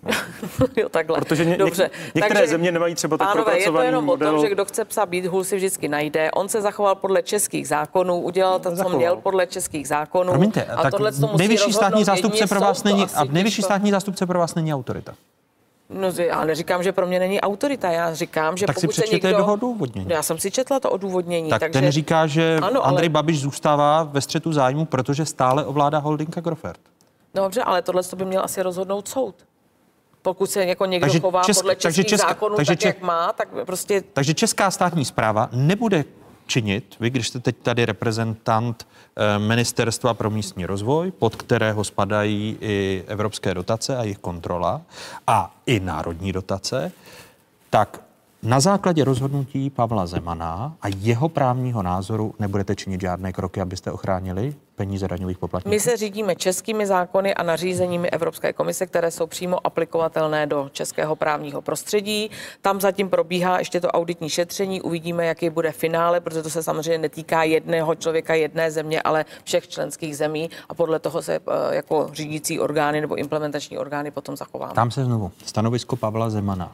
Jo, takhle. Protože ně, Dobře. některé Takže, země nemají třeba tak pánové, propracovaný je to jenom model. o tom, že kdo chce psa být, hůl si vždycky najde. On se zachoval podle českých zákonů, udělal to, co měl podle českých zákonů. Promiňte, a tak nejvyšší státní zástupce pro vás není, a nejvyšší těžko... státní zástupce pro vás není autorita. No, já neříkám, že pro mě není autorita, já říkám, že tak pokud si se někdo... jeho odůvodnění. Já jsem si četla to odůvodnění. Tak takže... ten říká, že ano, Andrej ale... Babiš zůstává ve střetu zájmu, protože stále ovládá holding Agrofert. Dobře, ale tohle by měl asi rozhodnout soud. Pokud se jako někdo takže chová česk, podle českých česká, zákonů takže tak, čes, jak má, tak prostě... Takže česká státní správa nebude činit, vy, když jste teď tady reprezentant e, Ministerstva pro místní rozvoj, pod kterého spadají i evropské dotace a jejich kontrola a i národní dotace, tak na základě rozhodnutí Pavla Zemana a jeho právního názoru nebudete činit žádné kroky, abyste ochránili peníze daňových poplatníků? My se řídíme českými zákony a nařízeními Evropské komise, které jsou přímo aplikovatelné do českého právního prostředí. Tam zatím probíhá ještě to auditní šetření. Uvidíme, jaký bude finále, protože to se samozřejmě netýká jedného člověka, jedné země, ale všech členských zemí a podle toho se jako řídící orgány nebo implementační orgány potom zachováme. Tam se znovu stanovisko Pavla Zemana.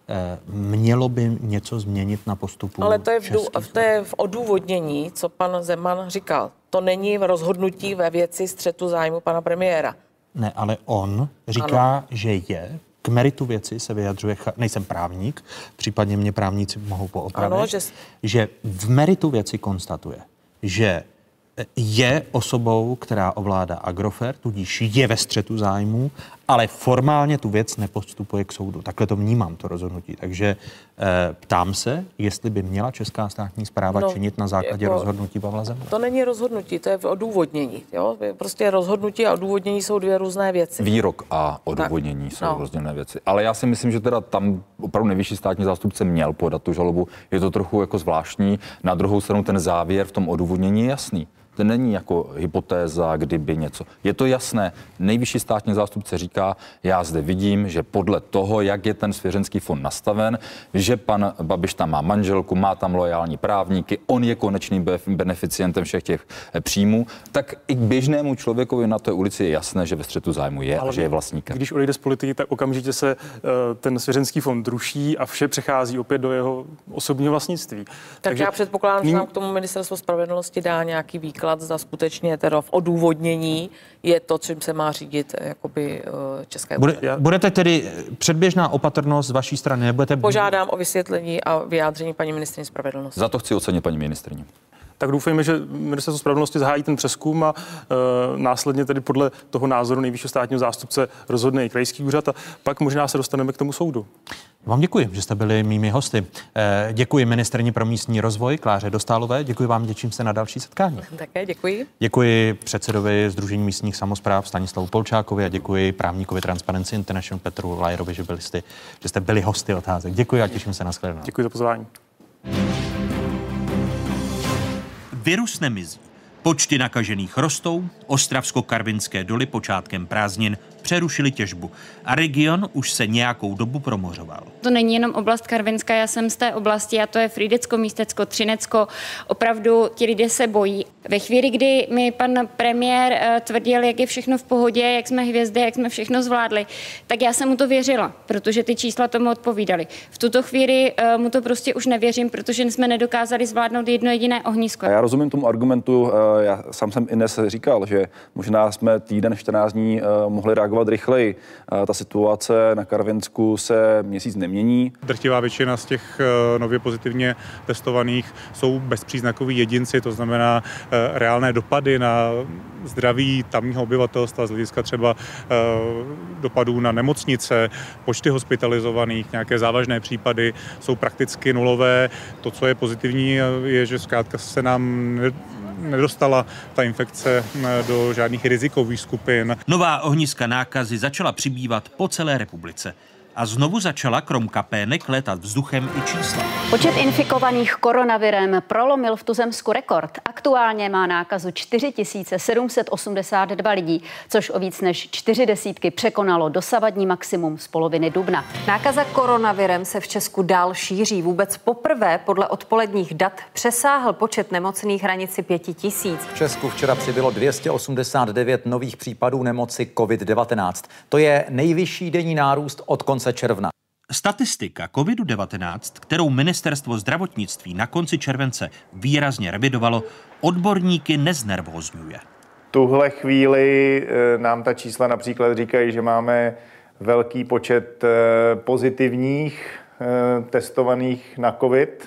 Mělo by něco změnit na postupu? Ale to je v, dů, to je v odůvodnění, co pan Zeman říkal. To není v rozhodnutí ve věci střetu zájmu pana premiéra. Ne, ale on říká, ano. že je, k meritu věci se vyjadřuje, nejsem právník, případně mě právníci mohou poopravit, ano, že... že v meritu věci konstatuje, že je osobou, která ovládá Agrofert, tudíž je ve střetu zájmu, ale formálně tu věc nepostupuje k soudu. Takhle to vnímám, to rozhodnutí. Takže e, ptám se, jestli by měla česká státní správa no, činit na základě jako, rozhodnutí Pavla Zemana. To není rozhodnutí, to je v odůvodnění. Jo? Prostě rozhodnutí a odůvodnění jsou dvě různé věci. Výrok a odůvodnění tak, jsou no. rozdílné věci. Ale já si myslím, že teda tam opravdu nejvyšší státní zástupce měl podat tu žalobu. Je to trochu jako zvláštní. Na druhou stranu ten závěr v tom odůvodnění je jasný. To není jako hypotéza, kdyby něco. Je to jasné. Nejvyšší státní zástupce říká, já zde vidím, že podle toho, jak je ten svěřenský fond nastaven, že pan Babiš tam má manželku, má tam loajální právníky, on je konečným beneficientem všech těch příjmů, tak i k běžnému člověkovi na té ulici je jasné, že ve střetu zájmu je a že je vlastníkem. Když odejde z politiky, tak okamžitě se uh, ten svěřenský fond ruší a vše přechází opět do jeho osobního vlastnictví. Tak Takže já předpokládám, že nám k tomu Ministerstvo spravedlnosti dá nějaký výklad, zda skutečně teda v odůvodnění je to, čím se má řídit jakoby české Bude, Budete tedy předběžná opatrnost z vaší strany? Nebudete... Požádám o vysvětlení a vyjádření paní ministryně spravedlnosti. Za to chci ocenit paní ministryni. Tak doufejme, že Ministerstvo spravedlnosti zahájí ten přezkum a e, následně tedy podle toho názoru nejvyššího státního zástupce rozhodne i krajský úřad a pak možná se dostaneme k tomu soudu. Vám děkuji, že jste byli mými hosty. Děkuji ministryni pro místní rozvoj Kláře Dostálové. Děkuji vám, těším se na další setkání. Také děkuji. Děkuji předsedovi Sdružení místních samospráv Stanislavu Polčákovi a děkuji právníkovi Transparency International Petru Lajerovi, že, byli jste, že jste byli hosty otázek. Děkuji a těším se na shledanou. Děkuji za pozvání. Virus nemizí. Počty nakažených rostou, Ostravsko-Karvinské doly počátkem prázdnin přerušili těžbu a region už se nějakou dobu promořoval. To není jenom oblast Karvinská, já jsem z té oblasti a to je Frýdecko, Místecko, Třinecko. Opravdu ti lidé se bojí. Ve chvíli, kdy mi pan premiér tvrdil, jak je všechno v pohodě, jak jsme hvězdy, jak jsme všechno zvládli, tak já jsem mu to věřila, protože ty čísla tomu odpovídaly. V tuto chvíli mu to prostě už nevěřím, protože jsme nedokázali zvládnout jedno jediné ohnisko. Já rozumím tomu argumentu, já sám jsem i dnes říkal, že možná jsme týden, čtrnáct dní mohli reagovat rychleji. Ta situace na Karvinsku se měsíc nemění. Drtivá většina z těch nově pozitivně testovaných jsou bezpříznakoví jedinci, to znamená reálné dopady na zdraví tamního obyvatelstva z hlediska třeba dopadů na nemocnice, počty hospitalizovaných, nějaké závažné případy jsou prakticky nulové. To, co je pozitivní, je, že zkrátka se nám nedostala ta infekce do žádných rizikových skupin. Nová ohniska nákazy začala přibývat po celé republice. A znovu začala krom kapének létat vzduchem i čísla. Počet infikovaných koronavirem prolomil v tuzemsku rekord. Aktuálně má nákazu čtyři tisíce sedm set osmdesát dva lidí, což o víc než čtyři desítky překonalo dosavadní maximum z poloviny dubna. Nákaza koronavirem se v Česku dál šíří. Vůbec poprvé podle odpoledních dat přesáhl počet nemocných hranici pěti tisíc. V Česku včera přibylo dvě stě osmdesát devět nových případů nemoci covid devatenáct. To je nejvyšší denní nárůst od konce června. Statistika covid devatenáct, kterou ministerstvo zdravotnictví na konci července výrazně revidovalo, odborníky neznervózňuje. Tuhle chvíli nám ta čísla například říkají, že máme velký počet pozitivních testovaných na covid.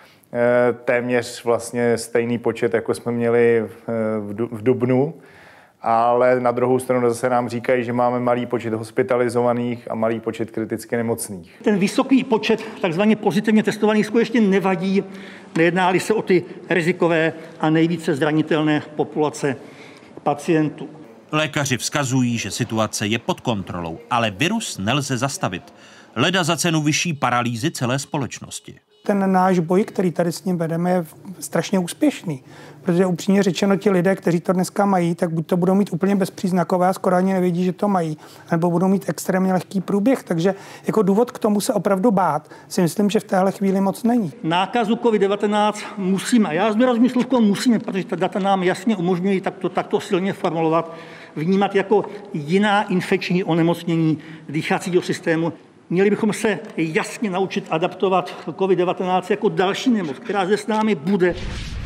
Téměř vlastně stejný počet, jako jsme měli v dubnu. Ale na druhou stranu zase nám říkají, že máme malý počet hospitalizovaných a malý počet kriticky nemocných. Ten vysoký počet takzvaně pozitivně testovaných skutečně nevadí, nejedná-li se o ty rizikové a nejvíce zranitelné populace pacientů. Lékaři vzkazují, že situace je pod kontrolou, ale virus nelze zastavit. Leda za cenu vyšší paralýzy celé společnosti. Ten náš boj, který tady s ním vedeme, je strašně úspěšný. Protože upřímně řečeno, ti lidé, kteří to dneska mají, tak buď to budou mít úplně bezpříznakové a skoro ani nevědí, že to mají, nebo budou mít extrémně lehký průběh. Takže jako důvod k tomu se opravdu bát, si myslím, že v téhle chvíli moc není. Nákazu covid devatenáct musíme. Já zdůrazňuji slovo musíme, protože ta data nám jasně umožňují takto, takto silně formulovat, vnímat jako jiná infekční onemocnění dýchacího systému. Měli bychom se jasně naučit adaptovat covid devatenáct jako další nemoc, která zde s námi bude.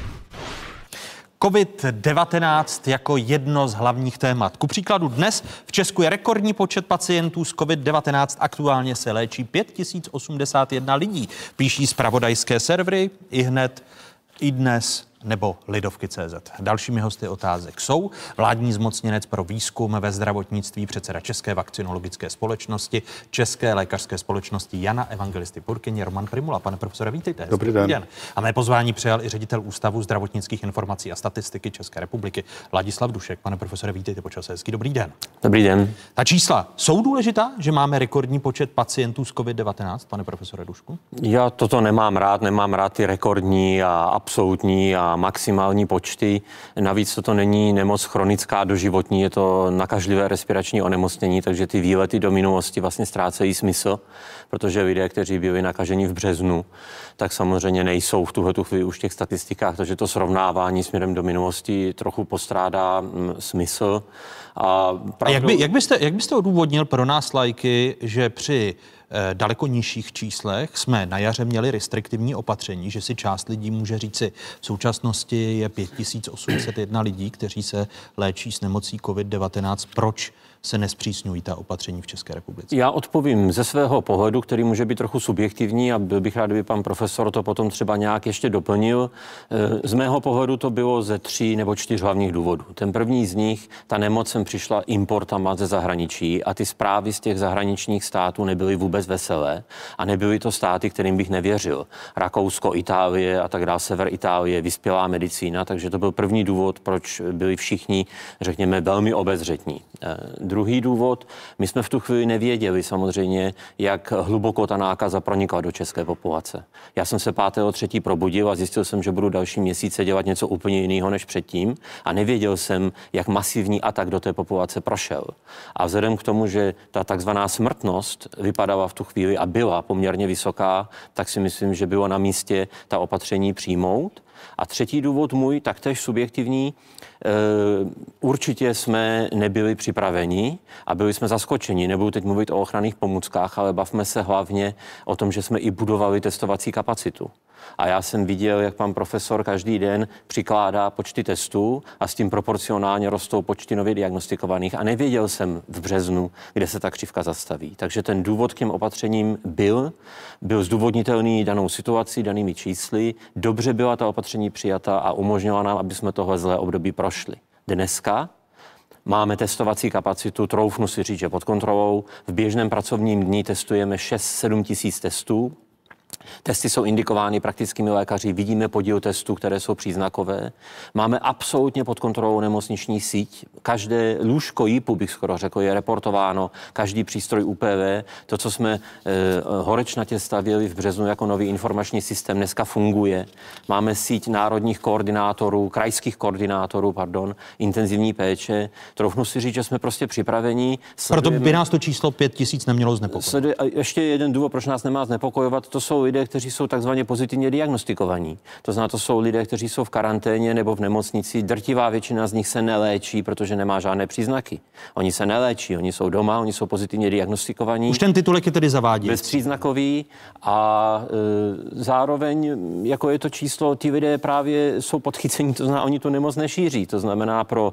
covid devatenáct jako jedno z hlavních témat. Ku příkladu dnes v Česku je rekordní počet pacientů s covid devatenáct. Aktuálně se léčí pět tisíc osmdesát jedna lidí. Píší zpravodajské servery ihned, iDnes nebo Lidovky tečka cé zet. Dalšími hosty otázek jsou vládní zmocněnec pro výzkum ve zdravotnictví, předseda České vakcinologické společnosti, České lékařské společnosti Jana Evangelisty Purkyně, Roman Primula. Pane profesore, vítejte. Dobrý den. den. A mé pozvání přijal i ředitel Ústavu zdravotnických informací a statistiky České republiky Ladislav Dušek. Pane profesore, vítejte, počal se hezky. Dobrý den. Dobrý den. Ta čísla jsou důležitá, že máme rekordní počet pacientů s covid devatenáct, pane profesore Dušku? Já toto nemám rád, nemám rád ty rekordní a absolutní a maximální počty. Navíc toto není nemoc chronická doživotní, je to nakažlivé respirační onemocnění, takže ty výlety do minulosti vlastně ztrácejí smysl, protože lidé, kteří byli nakaženi v březnu, tak samozřejmě nejsou v tuhletu chvíli už v těch statistikách, takže to srovnávání směrem do minulosti trochu postrádá mm, smysl. A, pravdu... a jak, by, jak, byste, jak byste odůvodnil pro nás lajky, že při eh, daleko nižších číslech jsme na jaře měli restriktivní opatření, že si část lidí může říci, v současnosti je pět tisíc osm set jedna lidí, kteří se léčí s nemocí covid devatenáct. Proč se nespřísňují ta opatření v České republice? Já odpovím ze svého pohledu, který může být trochu subjektivní a byl bych rád, kdyby pan profesor to potom třeba nějak ještě doplnil. Z mého pohledu to bylo ze tří nebo čtyř hlavních důvodů. Ten první z nich, ta nemoc sem přišla importama ze zahraničí a ty zprávy z těch zahraničních států nebyly vůbec vůbec veselé a nebyly to státy, kterým bych nevěřil. Rakousko, Itálie a tak dále, sever Itálie, vyspělá medicína, takže to byl první důvod, proč byli všichni, řekněme, velmi obezřetní. Eh, druhý důvod, my jsme v tu chvíli nevěděli samozřejmě, jak hluboko ta nákaza pronikla do české populace. Já jsem se pátého třetího probudil a zjistil jsem, že budu další měsíce dělat něco úplně jiného než předtím a nevěděl jsem, jak masivní atak do té populace prošel. A vzhledem k tomu, že ta takzvaná smrtnost vypadala v tu chvíli a byla poměrně vysoká, tak si myslím, že bylo na místě ta opatření přijmout. A třetí důvod můj, taktéž subjektivní, e, určitě jsme nebyli připraveni a byli jsme zaskočeni. Nebudu teď mluvit o ochranných pomůckách, ale bavme se hlavně o tom, že jsme i budovali testovací kapacitu. A já jsem viděl, jak pan profesor každý den přikládá počty testů a s tím proporcionálně rostou počty nově diagnostikovaných. A nevěděl jsem v březnu, kde se ta křivka zastaví. Takže ten důvod k těm opatřením byl, byl zdůvodnitelný danou situací, danými čísly. Dobře byla ta opatření přijata a umožnila nám, aby jsme tohle zlé období prošli. Dneska máme testovací kapacitu, troufnu si říct, že pod kontrolou. V běžném pracovním dni testujeme šest sedm tisíc testů. Testy jsou indikovány praktickými lékaři, vidíme podíl testů, které jsou příznakové. Máme absolutně pod kontrolou nemocniční síť. Každé lůžko J I P U, bych skoro řekl, je reportováno, každý přístroj U P V. To, co jsme e, horečnatě stavěli v březnu jako nový informační systém, dneska funguje. Máme síť národních koordinátorů, krajských koordinátorů, pardon, intenzivní péče. Troufnu si říct, že jsme prostě připraveni. Proto by nás to číslo pět tisíc nemělo znepokojovat. Ještě jeden důvod, proč nás nemá znepokojovat, to jsou lidé, kteří jsou takzvaně pozitivně diagnostikovaní. To znamená, to jsou lidé, kteří jsou v karanténě nebo v nemocnici. Drtivá většina z nich se neléčí, protože nemá žádné příznaky. Oni se neléčí, oni jsou doma, oni jsou pozitivně diagnostikovaní. Už ten titulek je tedy zavádějící. Bezpříznakový a e, zároveň, jako je to číslo, ti lidé právě jsou podchycení, to znamená, oni tu nemoc nešíří. To znamená, pro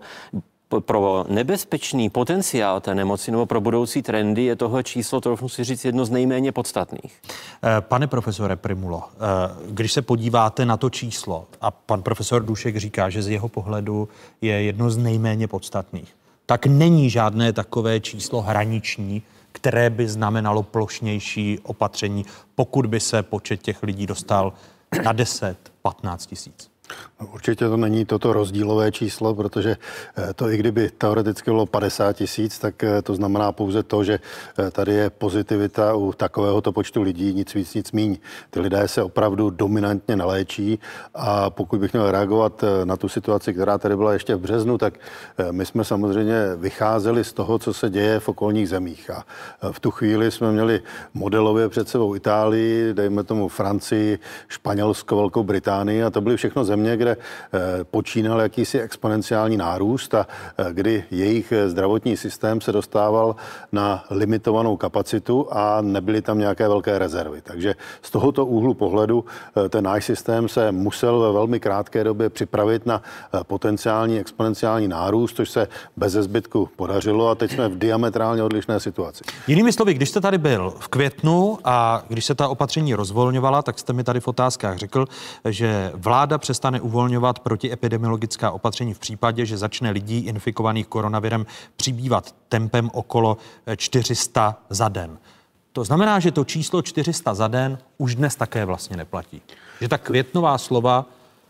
pro nebezpečný potenciál té nemoci nebo pro budoucí trendy je tohle číslo, trochu si říct, jedno z nejméně podstatných. Pane profesore Prymulo, když se podíváte na to číslo a pan profesor Dušek říká, že z jeho pohledu je jedno z nejméně podstatných, tak není žádné takové číslo hraniční, které by znamenalo plošnější opatření, pokud by se počet těch lidí dostal na deset patnáct tisíc. No, určitě to není toto rozdílové číslo, protože to i kdyby teoreticky bylo padesát tisíc, tak to znamená pouze to, že tady je pozitivita u takovéhoto počtu lidí, nic víc, nic míň. Ty lidé se opravdu dominantně naléčí a pokud bych měl reagovat na tu situaci, která tady byla ještě v březnu, tak my jsme samozřejmě vycházeli z toho, co se děje v okolních zemích. A v tu chvíli jsme měli modelově před sebou Itálii, dejme tomu Francii, Španělsko, Velkou Británii a to byly všechno země, kde počínal jakýsi exponenciální nárůst a kdy jejich zdravotní systém se dostával na limitovanou kapacitu a nebyly tam nějaké velké rezervy. Takže z tohoto úhlu pohledu ten náš systém se musel ve velmi krátké době připravit na potenciální exponenciální nárůst, což se bez zbytku podařilo a teď jsme v diametrálně odlišné situaci. Jinými slovy, když jste tady byl v květnu a když se ta opatření rozvolňovala, tak jste mi tady v otázkách řekl, že vláda přestane uvolňovat protiepidemiologická opatření v případě, že začne lidí infikovaných koronavirem přibývat tempem okolo čtyři sta za den. To znamená, že to číslo čtyři sta za den už dnes také vlastně neplatí. Že ta květnová slova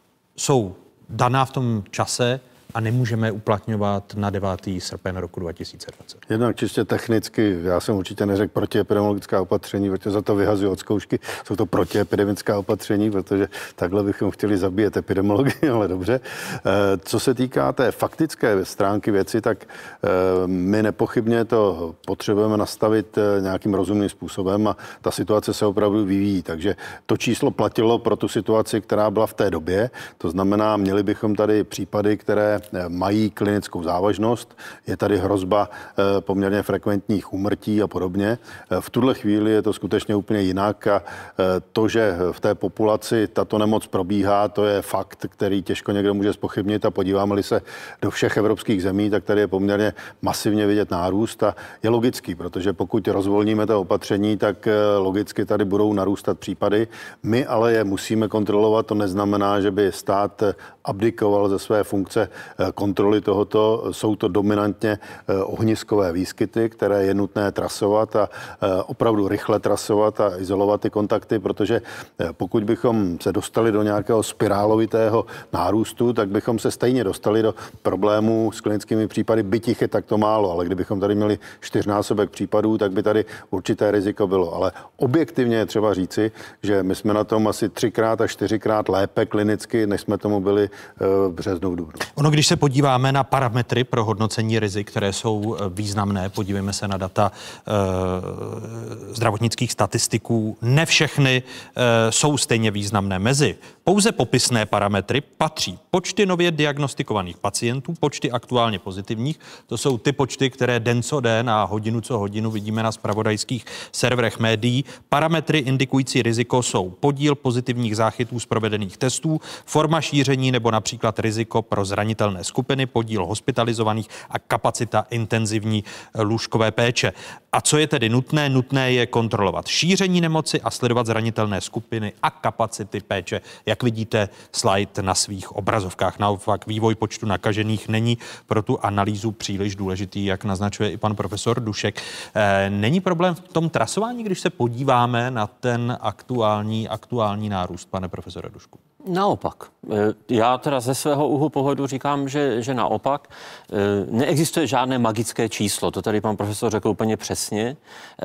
jsou daná v tom čase a nemůžeme uplatňovat na devátý srpen roku dva tisíce dvacet. Jednak čistě technicky, já jsem určitě neřekl protiepidemiologická opatření, protože za to vyhazuji od zkoušky, jsou to protiepidemická opatření, protože takhle bychom chtěli zabíjet epidemiologii, ale dobře. Co se týká té faktické stránky věci, tak my nepochybně to potřebujeme nastavit nějakým rozumným způsobem a ta situace se opravdu vyvíjí, takže to číslo platilo pro tu situaci, která byla v té době, to znamená, měli bychom tady případy, které mají klinickou závažnost, je tady hrozba poměrně frekventních úmrtí a podobně. V tuhle chvíli je to skutečně úplně jinak a to, že v té populaci tato nemoc probíhá, to je fakt, který těžko někdo může zpochybnit a podíváme-li se do všech evropských zemí, tak tady je poměrně masivně vidět nárůst a je logický, protože pokud rozvolníme to opatření, tak logicky tady budou narůstat případy. My ale je musíme kontrolovat, to neznamená, že by stát abdikoval ze své funkce kontroly tohoto. Jsou to dominantně ohniskové výskyty, které je nutné trasovat a opravdu rychle trasovat a izolovat ty kontakty, protože pokud bychom se dostali do nějakého spirálovitého nárůstu, tak bychom se stejně dostali do problémů s klinickými případy, byť jich je takto málo, ale kdybychom tady měli čtyřnásobek případů, tak by tady určité riziko bylo. Ale objektivně je třeba říci, že my jsme na tom asi třikrát a čtyřikrát lépe klinicky, než jsme tomu byli v březnu, v dubnu. Ono, když se podíváme na parametry pro hodnocení rizik, které jsou významné, podívejme se na data e, zdravotnických statistiků, ne všechny e, jsou stejně významné. Mezi pouze popisné parametry patří počty nově diagnostikovaných pacientů, počty aktuálně pozitivních, to jsou ty počty, které den co den a hodinu co hodinu vidíme na zpravodajských serverech médií. Parametry indikující riziko jsou podíl pozitivních záchytů z provedených testů, forma šíření nebo například riziko pro zranitelné skupiny, podíl hospitalizovaných a kapacita intenzivní lůžkové péče. A co je tedy nutné? Nutné je kontrolovat šíření nemoci a sledovat zranitelné skupiny a kapacity péče. Jak vidíte slide na svých obrazovkách. Naopak vývoj počtu nakažených není pro tu analýzu příliš důležitý, jak naznačuje i pan profesor Dušek. Není problém v tom trasování, když se podíváme na ten aktuální, aktuální nárůst, pane profesore Dušku? Naopak. Já teda ze svého úhlu pohledu říkám, že, že naopak neexistuje žádné magické číslo. To tady pan profesor řekl úplně přesně.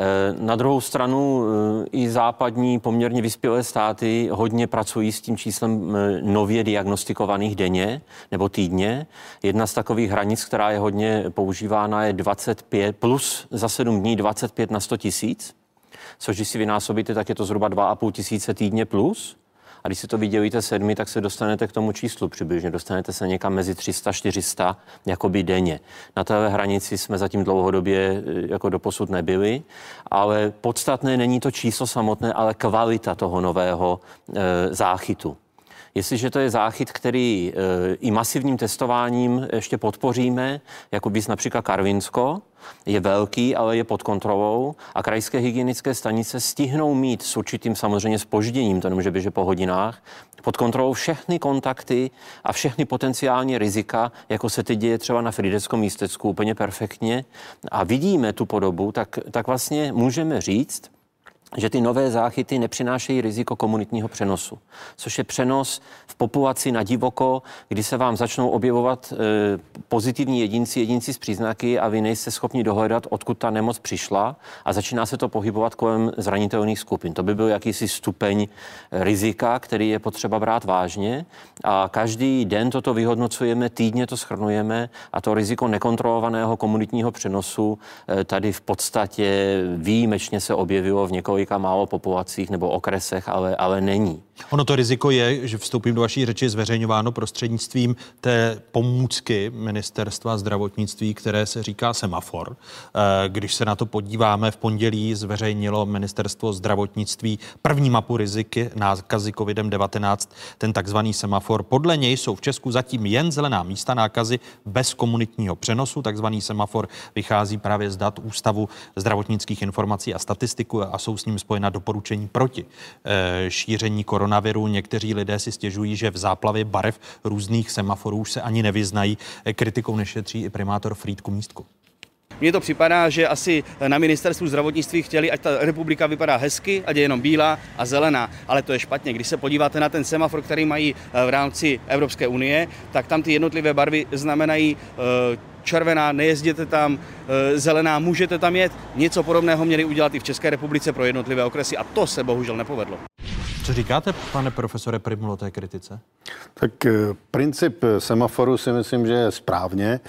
Na druhou stranu i západní poměrně vyspělé státy hodně pracují s tím číslem nově diagnostikovaných denně nebo týdně. Jedna z takových hranic, která je hodně používána, je dvacet pět plus za sedm dní dvacet pět na sto tisíc, což když si vynásobíte, tak je to zhruba dva a půl tisíce týdně plus. A když si to vydělíte sedmi, tak se dostanete k tomu číslu přibližně. Dostanete se někam mezi tři sta čtyři sta jakoby denně. Na té hranici jsme zatím dlouhodobě jako doposud nebyli, ale podstatné není to číslo samotné, ale kvalita toho nového e, záchytu. Jestliže to je záchyt, který e, i masivním testováním ještě podpoříme, jako bys například Karvinsko, je velký, ale je pod kontrolou a krajské hygienické stanice stihnou mít s určitým samozřejmě zpožděním, to nemůže být, že po hodinách, pod kontrolou všechny kontakty a všechny potenciální rizika, jako se teď děje třeba na Frýdeckom místecku úplně perfektně a vidíme tu podobu, tak, tak vlastně můžeme říct, že ty nové záchyty nepřinášejí riziko komunitního přenosu, což je přenos v populaci na divoko, kdy se vám začnou objevovat e, pozitivní jedinci, jedinci s příznaky a vy nejste schopni dohledat, odkud ta nemoc přišla a začíná se to pohybovat kolem zranitelných skupin. To by byl jakýsi stupeň rizika, který je potřeba brát vážně a každý den toto vyhodnocujeme, týdně to shrnujeme a to riziko nekontrolovaného komunitního přenosu e, tady v podstatě výjimečně se objevilo v několik málo populacích nebo okresech, ale, ale není. Ono to riziko je, že vstoupím do vaší řeči, zveřejňováno prostřednictvím té pomůcky ministerstva zdravotnictví, které se říká semafor. Když se na to podíváme, v pondělí zveřejnilo ministerstvo zdravotnictví první mapu riziky nákazy kovidem devatenáct, ten takzvaný semafor. Podle něj jsou v Česku zatím jen zelená místa nákazy bez komunitního přenosu. Takzvaný semafor vychází právě z dat Ústavu zdravotnických informací a statistiku a jsou s ním spojena doporučení proti e, šíření koronaviru. Někteří lidé si stěžují, že v záplavě barev různých semaforů už se ani nevyznají. Kritikou nešetří i primátor Frýdku Místku. Mně to připadá, že asi na ministerstvu zdravotnictví chtěli, ať ta republika vypadá hezky, ať je jenom bílá a zelená, ale to je špatně. Když se podíváte na ten semafor, který mají v rámci Evropské unie, tak tam ty jednotlivé barvy znamenají červená, nejezděte tam, zelená, můžete tam jet. Něco podobného měli udělat i v České republice pro jednotlivé okresy a to se bohužel nepovedlo. Co říkáte, pane profesore Prymulo, té kritice? Tak princip semaforu si myslím, že je správně.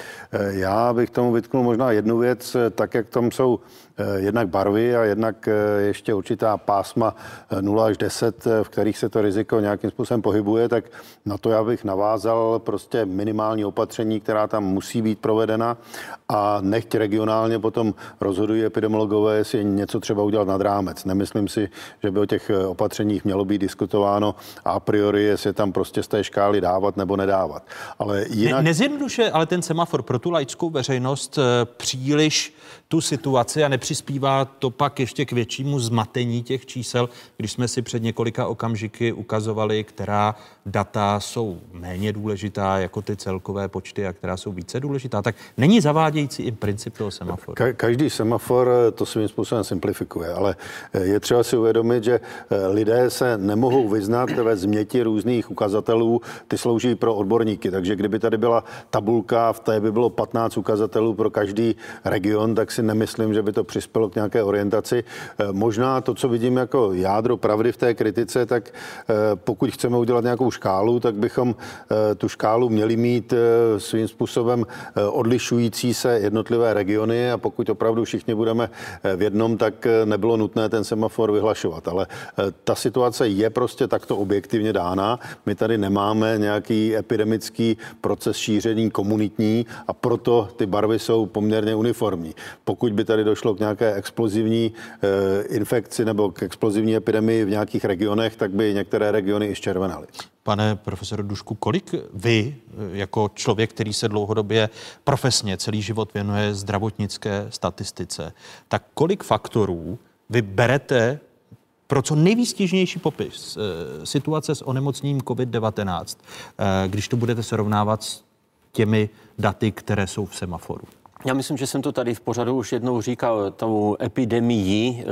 Já bych tomu vytknul možná jednu věc, tak jak tam jsou jednak barvy a jednak ještě určitá pásma nula až deset, v kterých se to riziko nějakým způsobem pohybuje, tak na to já bych navázal prostě minimální opatření, která tam musí být provedena a nechť regionálně potom rozhodují epidemiologové, jestli je něco třeba udělat nad rámec. Nemyslím si, že by o těch opatřeních mělo být diskutováno a priori, jestli tam prostě z té škály dávat nebo nedávat. Ale jinak... Ne, nezjednodušuje ale ten semafor pro tu laickou veřejnost příliš tu situaci a nepři nepřispívá to pak ještě k většímu zmatení těch čísel, když jsme si před několika okamžiky ukazovali, která data jsou méně důležitá jako ty celkové počty a která jsou více důležitá. Tak není zavádějící i princip toho semaforu? Ka- každý semafor to svým způsobem simplifikuje, ale je třeba si uvědomit, že lidé se nemohou vyznat ve změti různých ukazatelů, ty slouží pro odborníky, takže kdyby tady byla tabulka, v té by bylo patnáct ukazatelů pro každý region, tak si nemyslím, že by to přispělo k nějaké orientaci. Možná to, co vidím jako jádro pravdy v té kritice, tak pokud chceme udělat nějakou škálu, tak bychom tu škálu měli mít svým způsobem odlišující se jednotlivé regiony a pokud opravdu všichni budeme v jednom, tak nebylo nutné ten semafor vyhlašovat. Ale ta situace je prostě takto objektivně dána. My tady nemáme nějaký epidemický proces šíření komunitní a proto ty barvy jsou poměrně uniformní. Pokud by tady došlo k nějaké explozivní eh, infekci nebo k explozivní epidemii v nějakých regionech, tak by některé regiony i zčervenaly. Pane profesoru Dušku, kolik vy, jako člověk, který se dlouhodobě profesně celý život věnuje zdravotnické statistice, tak kolik faktorů vy berete pro co nejvýstižnější popis e, situace s onemocněním covid devatenáct, e, když to budete srovnávat s těmi daty, které jsou v semaforu? Já myslím, že jsem to tady v pořadu už jednou říkal, tou epidemii,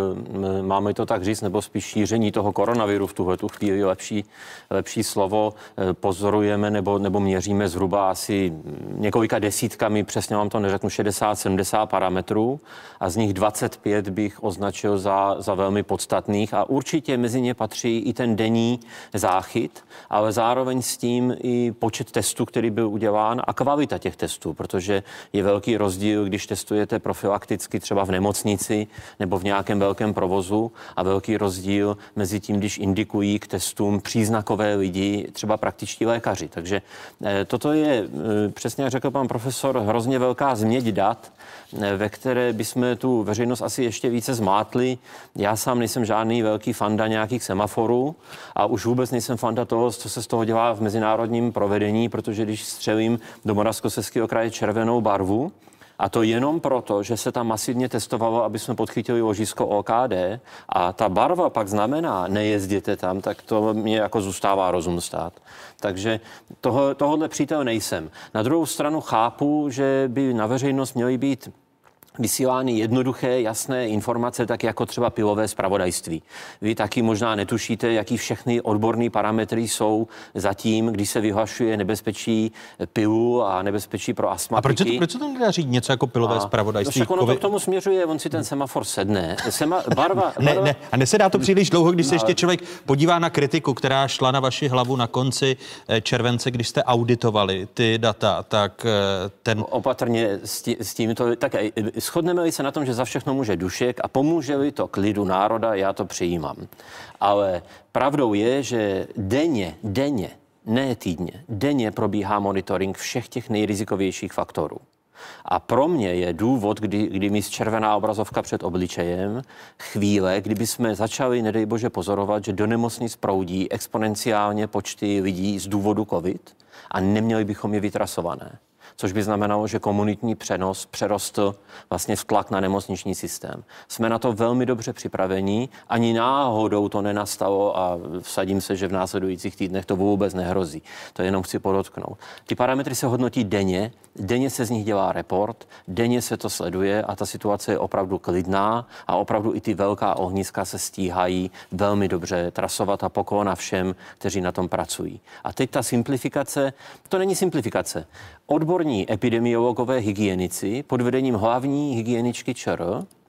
e, máme to tak říct, nebo spíš šíření toho koronaviru v tuhle tu chvíli lepší, lepší slovo, e, pozorujeme nebo, nebo měříme zhruba asi několika desítkami, přesně vám to neřeknu, šedesát sedmdesát parametrů a z nich dvacet pět bych označil za, za velmi podstatných a určitě mezi ně patří i ten denní záchyt, ale zároveň s tím i počet testů, který byl udělán a kvalita těch testů, protože je velký rozdíl, když testujete profilakticky třeba v nemocnici nebo v nějakém velkém provozu a velký rozdíl mezi tím, když indikují k testům příznakové lidi, třeba praktičtí lékaři. Takže eh, toto je, eh, přesně jak řekl pan profesor, hrozně velká změť dat, eh, ve které bychom tu veřejnost asi ještě více zmátli. Já sám nejsem žádný velký fanda nějakých semaforů a už vůbec nejsem fanda toho, co se z toho dělá v mezinárodním provedení, protože když střelím do Moravskoslezského kraje červenou barvu, a to jenom proto, že se tam masivně testovalo, aby jsme podchytili ložisko O K D a ta barva pak znamená nejezděte tam, tak to mě jako zůstává rozum stát. Takže toho, tohohle přítel nejsem. Na druhou stranu chápu, že by na veřejnost měly být vysílány jednoduché, jasné informace, tak jako třeba pilové zpravodajství. Vy taky možná netušíte, jaký všechny odborné parametry jsou zatím, když se vyhlašuje nebezpečí pilu a nebezpečí pro astmatiky. A proč se to, proč se to nedá říct něco jako pilové zpravodajství? No, ono to k tomu směřuje, on si ten semafor sedne. Sema, barva, ne, barva... ne, a nesedá to příliš dlouho, když se ještě člověk podívá na kritiku, která šla na vaši hlavu na konci července, když jste auditovali ty data, tak ten... Opatrně s, tí, s tímto... Tak, shodneme-li se na tom, že za všechno může Dušek a pomůže-li to klidu národa, já to přijímám. Ale pravdou je, že denně, denně, ne týdně, denně probíhá monitoring všech těch nejrizikovějších faktorů. A pro mě je důvod, kdy, kdy mi zčervená obrazovka před obličejem, chvíle, kdyby jsme začali, nedej bože, pozorovat, že do nemocnic proudí exponenciálně počty lidí z důvodu covid a neměli bychom je vytrasované. Což by znamenalo, že komunitní přenos přerostl vlastně v tlak na nemocniční systém. Jsme na to velmi dobře připraveni, ani náhodou to nenastalo a vsadím se, že v následujících týdnech to vůbec nehrozí. To jenom chci podotknout. Ty parametry se hodnotí denně, denně se z nich dělá report, denně se to sleduje a ta situace je opravdu klidná a opravdu i ty velká ohniska se stíhají velmi dobře trasovat a poklona všem, kteří na tom pracují. A teď ta simplifikace, to není simplifikace. Odborní epidemiologové hygienici pod vedením hlavní hygieničky ČR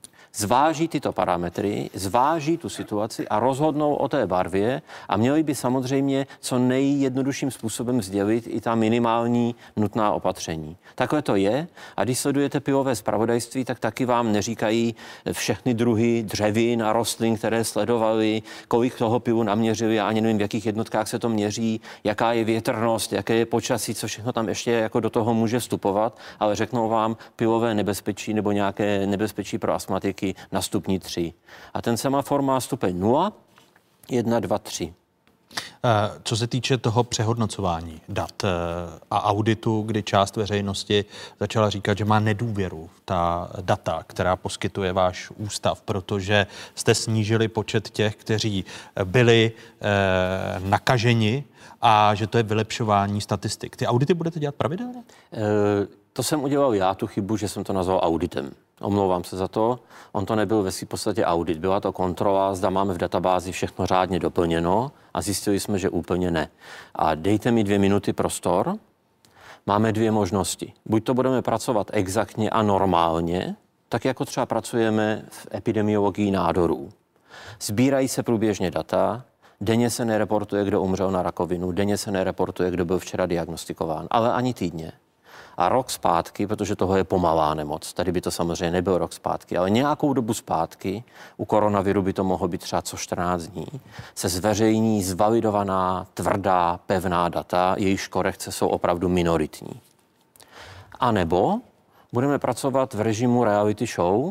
zváží tyto parametry, zváží tu situaci a rozhodnou o té barvě a měli by samozřejmě co nejjednodušším způsobem sdělit i ta minimální nutná opatření. Takhle to je a když sledujete pilové zpravodajství, tak taky vám neříkají všechny druhy dřevin a rostlin, které sledovali, kolik toho pilu naměřili, já ani nevím, v jakých jednotkách se to měří, jaká je větrnost, jaké je počasí, co všechno tam ještě jako do toho může vstupovat, ale řeknou vám pilové nebezpečí nebo nějaké nebezpečí pro astmatiky na stupni tři. A ten semafor má stupeň nula, jedna, dva, tři. Co se týče toho přehodnocování dat a auditu, kdy část veřejnosti začala říkat, že má nedůvěru v ta data, která poskytuje váš ústav, protože jste snížili počet těch, kteří byli nakaženi a že to je vylepšování statistik. Ty audity budete dělat pravidelně? To jsem udělal já, tu chybu, že jsem to nazval auditem. Omlouvám se za to. On to nebyl ve svým podstatě audit. Byla to kontrola, zda máme v databázi všechno řádně doplněno a zjistili jsme, že úplně ne. A dejte mi dvě minuty prostor. Máme dvě možnosti. Buď to budeme pracovat exaktně a normálně, tak jako třeba pracujeme v epidemiologii nádorů. Sbírají se průběžně data, denně se nereportuje, kdo umřel na rakovinu, denně se nereportuje, kdo byl včera diagnostikován, ale ani týdně. A rok zpátky, protože toho je pomalá nemoc, tady by to samozřejmě nebyl rok zpátky, ale nějakou dobu zpátky, u koronaviru by to mohlo být třeba co čtrnáct dní, se zveřejní zvalidovaná, tvrdá, pevná data, jejichž korekce jsou opravdu minoritní. A nebo budeme pracovat v režimu reality show,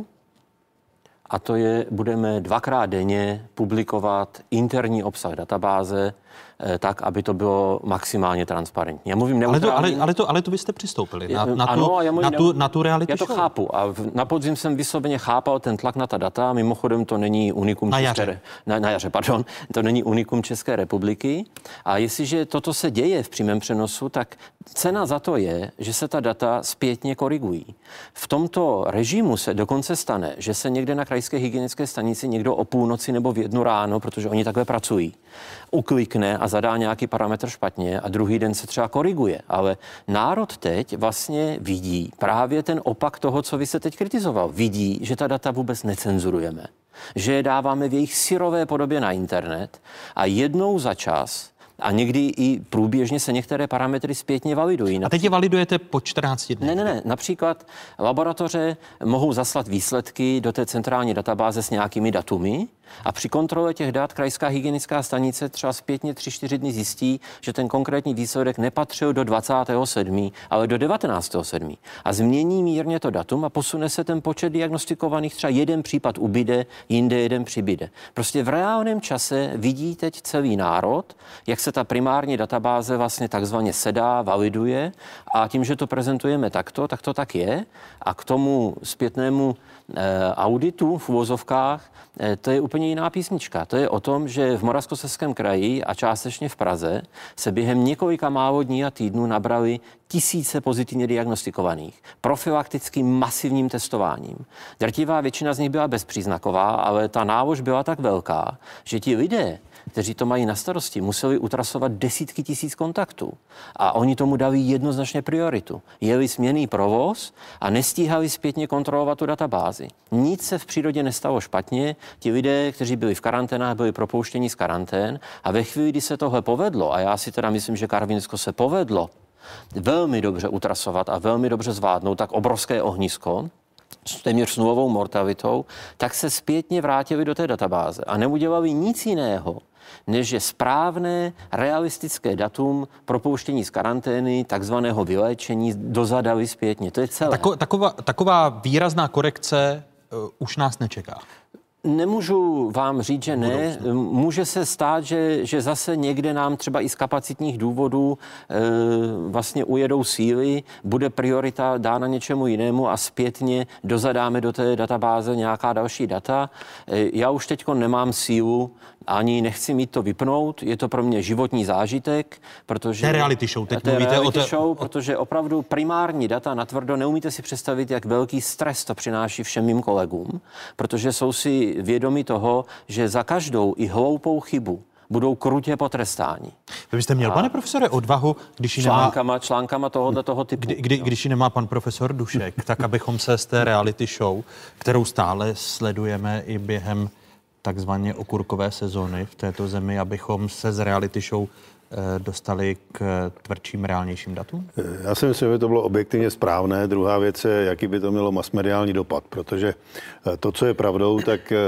a to je, budeme dvakrát denně publikovat interní obsah databáze, tak, aby to bylo maximálně transparentní. Já mluvím neutrálně. Ale to, ale, ale, to, ale to vy jste přistoupili na, na, ano, tu, já mluvím, na, tu, na tu reality Já to show. chápu. A v, na podzim jsem vysloveně chápal ten tlak na ta data. Mimochodem to není unikum na České, jaře. Na, na jaře, pardon. To není unikum České republiky. A jestliže toto se děje v přímém přenosu, tak cena za to je, že se ta data zpětně korigují. V tomto režimu se dokonce stane, že se někde na krajské hygienické stanici někdo o půlnoci nebo v jednu ráno, protože oni takhle pracují, uklikne a zadá nějaký parametr špatně a druhý den se třeba koriguje. Ale národ teď vlastně vidí právě ten opak toho, co vy se teď kritizoval. Vidí, že ta data vůbec necenzurujeme, že je dáváme v jejich syrové podobě na internet a jednou za čas a někdy i průběžně se některé parametry zpětně validují. A teď je validujete po čtrnácti dnech? Ne, ne, ne. Například laboratoře mohou zaslat výsledky do té centrální databáze s nějakými datumy a při kontrole těch dat krajská hygienická stanice třeba zpětně tři čtyři dny zjistí, že ten konkrétní výsledek nepatřil do dvacátého sedmého ale do devatenáctého sedmého A změní mírně to datum a posune se ten počet diagnostikovaných, třeba jeden případ ubyde, jinde jeden přibyde. Prostě v reálném čase vidí teď celý národ, jak se ta primární databáze vlastně takzvaně sedá, validuje a tím, že to prezentujeme takto, tak to tak je. A k tomu zpětnému eh, auditu v uvozovkách, eh, to je úplně jiná písnička. To je o tom, že v Moravskoslezském kraji a částečně v Praze se během několika málo dní a týdnů nabrali tisíce pozitivně diagnostikovaných profilaktickým masivním testováním. Drtivá většina z nich byla bezpříznaková, ale ta nálož byla tak velká, že ti lidé, kteří to mají na starosti, museli utrasovat desítky tisíc kontaktů. A oni tomu dali jednoznačně prioritu. Jeli směnný provoz a nestíhali zpětně kontrolovat tu databázi. Nic se v přírodě nestalo špatně. Ti lidé, kteří byli v karanténách, byli propouštěni z karantén a ve chvíli, kdy se tohle povedlo, a já si teda myslím, že Karvinsko se povedlo velmi dobře utrasovat a velmi dobře zvládnout tak obrovské ohnisko, s téměř s nulovou mortalitou, tak se zpětně vrátili do té databáze a neudělali nic jiného, než je správné, realistické datum propouštění z karantény, takzvaného vyléčení, dozadali zpětně. To je celé. Tako, taková, taková výrazná korekce uh, už nás nečeká. Nemůžu vám říct, že ne. Může se stát, že, že zase někde nám třeba i z kapacitních důvodů e, vlastně ujedou síly, bude priorita dána něčemu jinému a zpětně dozadáme do té databáze nějaká další data. E, já už teďko nemám sílu, ani nechci mít to vypnout, je to pro mě životní zážitek, protože... To je reality show, teď to je mluvíte reality o té... show, protože opravdu primární data natvrdo, neumíte si představit, jak velký stres to přináší všem mým kolegům, protože jsou si vědomi toho, že za každou i hloupou chybu budou krutě potrestáni. Vy byste měl, a pane profesore, odvahu, když ji článkama, nemá... článkama tohoto toho typu. Kdy, kdy, když ji nemá pan profesor Dušek, tak abychom se z té reality show, kterou stále sledujeme i během takzvaně okurkové sezóny v této zemi, abychom se z reality show dostali k tvrdším, reálnějším datům? Já si myslím, že to bylo objektivně správné. Druhá věc je, jaký by to mělo masmediální dopad, protože to, co je pravdou, tak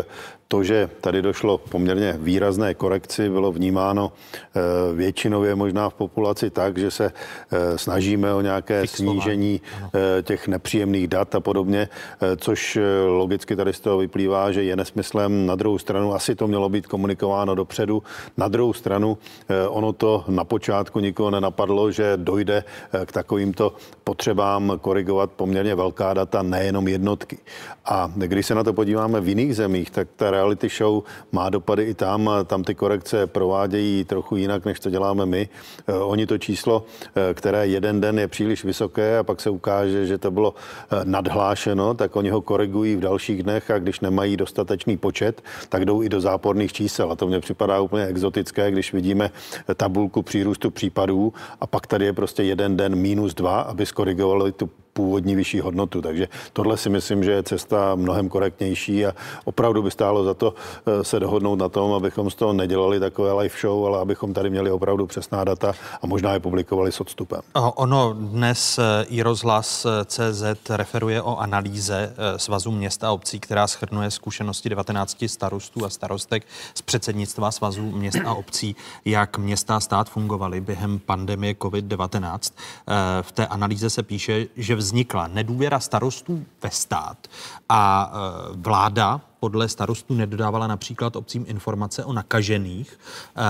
to, že tady došlo poměrně výrazné korekci, bylo vnímáno většinově možná v populaci tak, že se snažíme o nějaké Fixování. snížení ano. těch nepříjemných dat a podobně, což logicky tady z toho vyplývá, že je nesmyslem. Na druhou stranu asi to mělo být komunikováno dopředu. Na druhou stranu ono to na počátku nikoho nenapadlo, že dojde k takovýmto potřebám korigovat poměrně velká data, nejenom jednotky. A když se na to podíváme v jiných zemích, tak ta reality show má dopady i tam. Tam ty korekce provádějí trochu jinak, než to děláme my. Oni to číslo, které jeden den je příliš vysoké a pak se ukáže, že to bylo nadhlášeno, tak oni ho korigují v dalších dnech a když nemají dostatečný počet, tak jdou i do záporných čísel. A to mně připadá úplně exotické, když vidíme tabulku přírůstu případů a pak tady je prostě jeden den minus dva, aby skorigovali tu původní vyšší hodnotu. Takže tohle si myslím, že je cesta mnohem korektnější a opravdu by stálo za to se dohodnout na tom, abychom z toho nedělali takové live show, ale abychom tady měli opravdu přesná data a možná je publikovali s odstupem. Ono dnes i rozhlas tečka cé zet referuje o analýze Svazu měst a obcí, která shrnuje zkušenosti devatenácti starostů a starostek z předsednictva Svazu měst a obcí, jak města a stát fungovaly během pandemie covid devatenáct. V té analýze se píše, že vznikla nedůvěra starostů ve stát a vláda podle starostů nedodávala například obcím informace o nakažených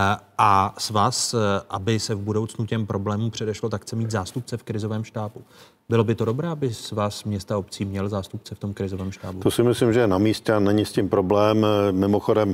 a svaz, aby se v budoucnu těm problémům předešlo, tak chce mít zástupce v krizovém štábu. Bylo by to dobré, aby svaz města a obcí měl zástupce v tom krizovém štábu? To si myslím, že je na místě a není s tím problém. Mimochodem,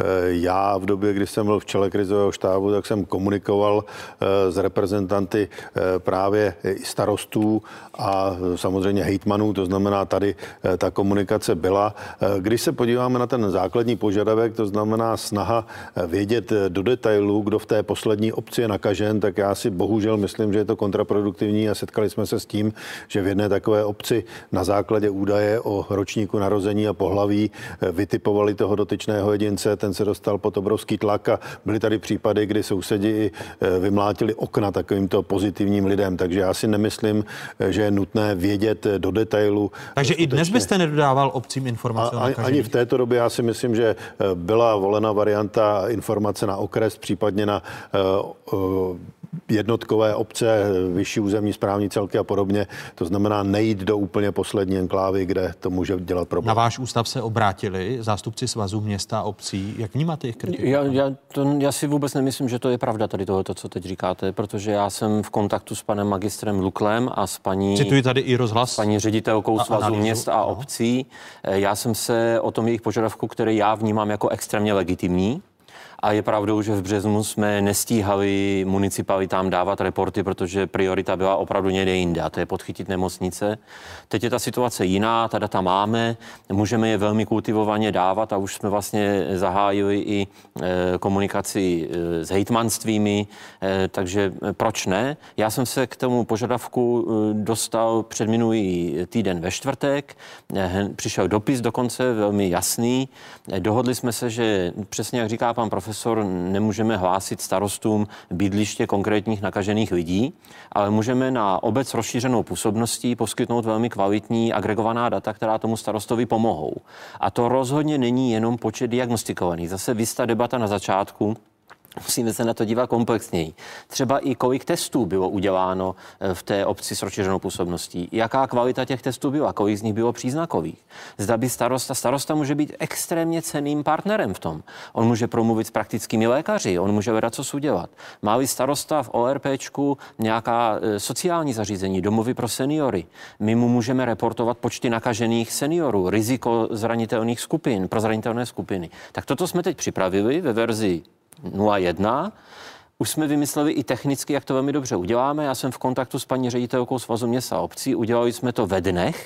já v době, kdy jsem byl v čele krizového štábu, tak jsem komunikoval s reprezentanty právě i starostů a samozřejmě hejtmanů, to znamená, tady ta komunikace byla. Když se podíváme na ten základní požadavek, to znamená snaha vědět do detailu, kdo v té poslední obci je nakažen, tak já si bohužel myslím, že je to kontraproduktivní a setkali jsme se s tím, že v jedné takové obci na základě údaje o ročníku narození a pohlaví vytipovali toho dotyčného jedince, ten se dostal pod obrovský tlak a byly tady případy, kdy sousedi vymlátili okna takovýmto pozitivním lidem, takže já si nemyslím, že je nutné vědět do detailu. Takže skutečně... i dnes byste nedodával obcím informace o nakažení? Ani v této době já si myslím, že byla volena varianta informace na okres, případně na uh, uh, jednotkové obce, vyšší územní správní celky a podobně. To znamená nejít do úplně poslední enklávy, kde to může dělat problém. Na váš ústav se obrátili zástupci Svazu města a obcí. Jak vnímáte jejich kritiku? Já, já, to, já si vůbec nemyslím, že to je pravda tady tohoto, co teď říkáte, protože já jsem v kontaktu s panem magistrem Luklem a s paní... Cituji tady i rozhlas. S paní ředitelkou a Svazu analýzu. měst a no. obcí. Já jsem se o tom jejich požadavku, který já vnímám jako extrémně legitimní, a je pravdou, že v březnu jsme nestíhali municipalitám dávat reporty, protože priorita byla opravdu někde jinde, a to je podchytit nemocnice. Teď je ta situace jiná, ta data máme, můžeme je velmi kultivovaně dávat a už jsme vlastně zahájili i e, komunikaci e, s hejtmanstvími, e, takže proč ne? Já jsem se k tomu požadavku e, dostal před minulý týden ve čtvrtek, e, přišel dopis dokonce velmi jasný, e, dohodli jsme se, že přesně jak říká pan profesor, nemůžeme hlásit starostům bydliště konkrétních nakažených lidí, ale můžeme na obec rozšířenou působností poskytnout velmi kvalitní agregovaná data, která tomu starostovi pomohou. A to rozhodně není jenom počet diagnostikovaných. Zase vysta debata na začátku, musíme se na to dívat komplexněji. Třeba i kolik testů bylo uděláno v té obci s rozšířenou působností. Jaká kvalita těch testů byla, kolik z nich bylo příznakových. Zda by starosta, starosta může být extrémně cenným partnerem v tom. On může promluvit s praktickými lékaři, on může vědět, co udělat. Má-li starosta v ORPčku nějaká sociální zařízení, domovy pro seniory, my mu můžeme reportovat počty nakažených seniorů, riziko zranitelných skupin, pro zranitelné skupiny. Tak toto jsme teď připravili ve verzi nula jedna. Už jsme vymysleli i technicky, jak to velmi dobře uděláme. Já jsem v kontaktu s paní ředitelkou Svazu měst a obcí. Udělali jsme to ve dnech.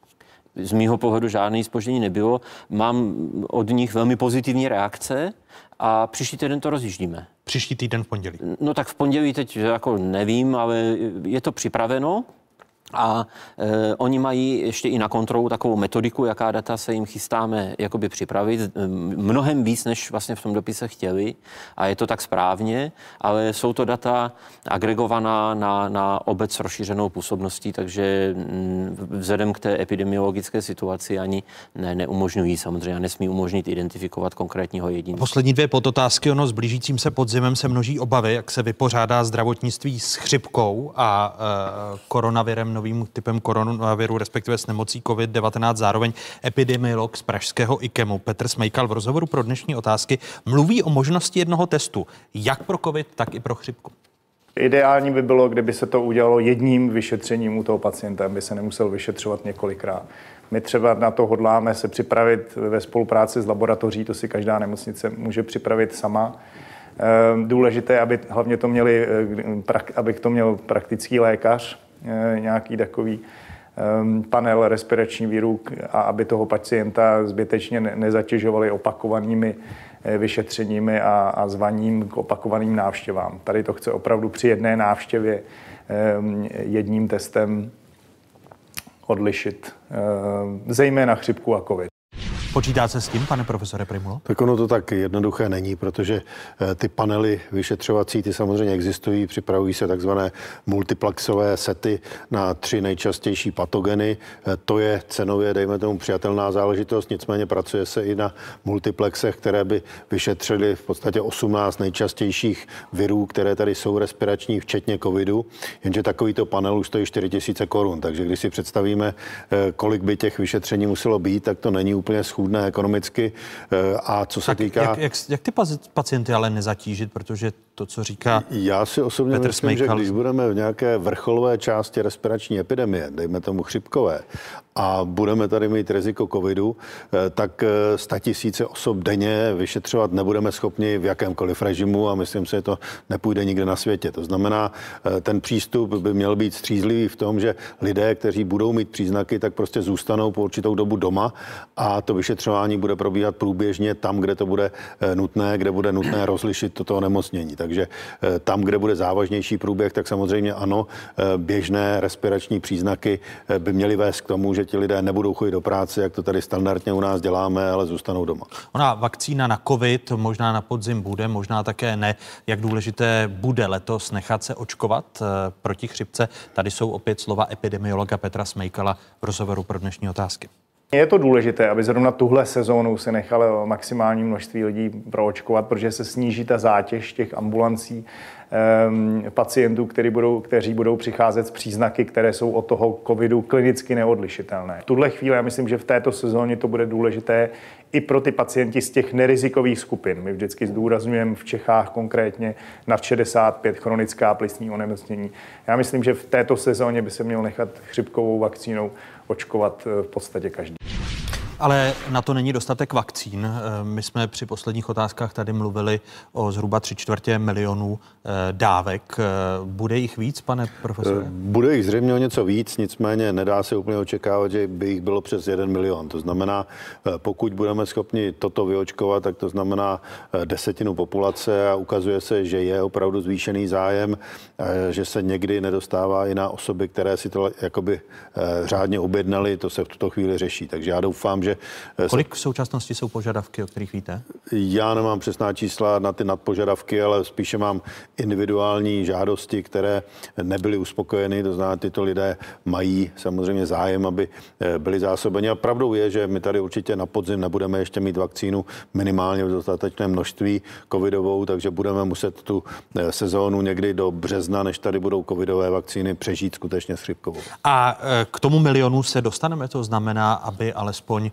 Z mýho pohledu žádné zpoždění nebylo. Mám od nich velmi pozitivní reakce a příští týden to rozjíždíme. Příští týden v pondělí? No tak v pondělí teď jako nevím, ale je to připraveno. A e, oni mají ještě i na kontrolu takovou metodiku, jaká data se jim chystáme jakoby připravit. E, mnohem víc, než vlastně v tom dopise chtěli. A je to tak správně, ale jsou to data agregovaná na, na obec s rozšířenou působností, takže m, vzhledem k té epidemiologické situaci ani ne, neumožňují samozřejmě a nesmí umožnit identifikovat konkrétního jedince. Poslední dvě podotázky. Ono s blížícím se podzimem se množí obavy, jak se vypořádá zdravotnictví s chřipkou a e, koronavirem, novým typem koronaviru, respektive s nemocí covid devatenáct. Zároveň epidemiolog z pražského IKEMu Petr Smejkal v rozhovoru pro Dnešní otázky mluví o možnosti jednoho testu, jak pro covid, tak i pro chřipku. Ideální by bylo, kdyby se to udělalo jedním vyšetřením u toho pacienta, aby se nemusel vyšetřovat několikrát. My třeba na to hodláme se připravit ve spolupráci s laboratoří, to si každá nemocnice může připravit sama. Důležité, aby hlavně to měli, aby to měl praktický lékař, nějaký takový panel respirační virů a aby toho pacienta zbytečně nezatěžovali opakovanými vyšetřeními a, a zvaním k opakovaným návštěvám. Tady to chce opravdu při jedné návštěvě jedním testem odlišit, zejména chřipku a covid. Počítá se s tím, pane profesore Prymulo? Tak ono to tak jednoduché není, protože ty panely vyšetřovací, ty samozřejmě existují, připravují se takzvané multiplexové sety na tři nejčastější patogeny. To je cenově, dejme tomu, přijatelná záležitost, nicméně pracuje se i na multiplexech, které by vyšetřily v podstatě osmnáct nejčastějších virů, které tady jsou respirační, včetně covidu, jenže takovýto panel už stojí čtyři tisíce korun, takže když si představíme, kolik by těch vyšetření muselo být, tak to není úplně schůdné ekonomicky. A co se tak týká... Jak, jak, jak ty pacienty ale nezatížit, protože to, co říká Já si osobně Petr myslím, Smejkal, že když budeme v nějaké vrcholové části respirační epidemie, dejme tomu chřipkové, a budeme tady mít riziko covidu, tak statisíce osob denně vyšetřovat nebudeme schopni v jakémkoliv režimu a myslím si, že to nepůjde nikde na světě. To znamená, ten přístup by měl být střízlivý v tom, že lidé, kteří budou mít příznaky, tak prostě zůstanou po určitou dobu doma a to vyšetřování bude probíhat průběžně tam, kde to bude nutné, kde bude nutné rozlišit toto onemocnění. Takže tam, kde bude závažnější průběh, tak samozřejmě ano, běžné respirační příznaky by měly vést k tomu, že ti lidé nebudou chodit do práce, jak to tady standardně u nás děláme, ale zůstanou doma. Ona vakcína na covid možná na podzim bude, možná také ne. Jak důležité bude letos nechat se očkovat proti chřipce? Tady jsou opět slova epidemiologa Petra Smejkala v rozhovoru pro Dnešní otázky. Je to důležité, aby zrovna tuhle sezónu se nechalo maximální množství lidí proočkovat, protože se sníží ta zátěž těch ambulancí eh, pacientů, kteří budou, kteří budou přicházet s příznaky, které jsou od toho covidu klinicky neodlišitelné. V tuhle chvíli já myslím, že v této sezóně to bude důležité i pro ty pacienti z těch nerizikových skupin. My vždycky zdůrazňujeme v Čechách konkrétně nad šedesát pět chronická plicní onemocnění. Já myslím, že v této sezóně by se měl nechat chřipkovou vakcínou očkovat v podstatě každý. Ale na to není dostatek vakcín. My jsme při posledních otázkách tady mluvili o zhruba tři čtvrtě milionů dávek. Bude jich víc, pane profesore? Bude jich zřejmě o něco víc, nicméně nedá se úplně očekávat, že by jich bylo přes jeden milion. To znamená, pokud budeme schopni toto vyočkovat, tak to znamená desetinu populace a ukazuje se, že je opravdu zvýšený zájem, že se někdy nedostává i na osoby, které si to jakoby řádně objednali, to se v tuto chvíli řeší. Takže já doufám, že... Kolik v současnosti jsou požadavky, o kterých víte? Já nemám přesná čísla na ty nadpožadavky, ale spíše mám individuální žádosti, které nebyly uspokojeny. To znamená, tyto lidé mají samozřejmě zájem, aby byli zásobeni. A pravdou je, že my tady určitě na podzim nebudeme ještě mít vakcínu minimálně v dostatečném množství covidovou, takže budeme muset tu sezónu někdy do března, než tady budou covidové vakcíny, přežít skutečně s chřipkovou. A k tomu milionu se dostaneme, to znamená, aby alespoň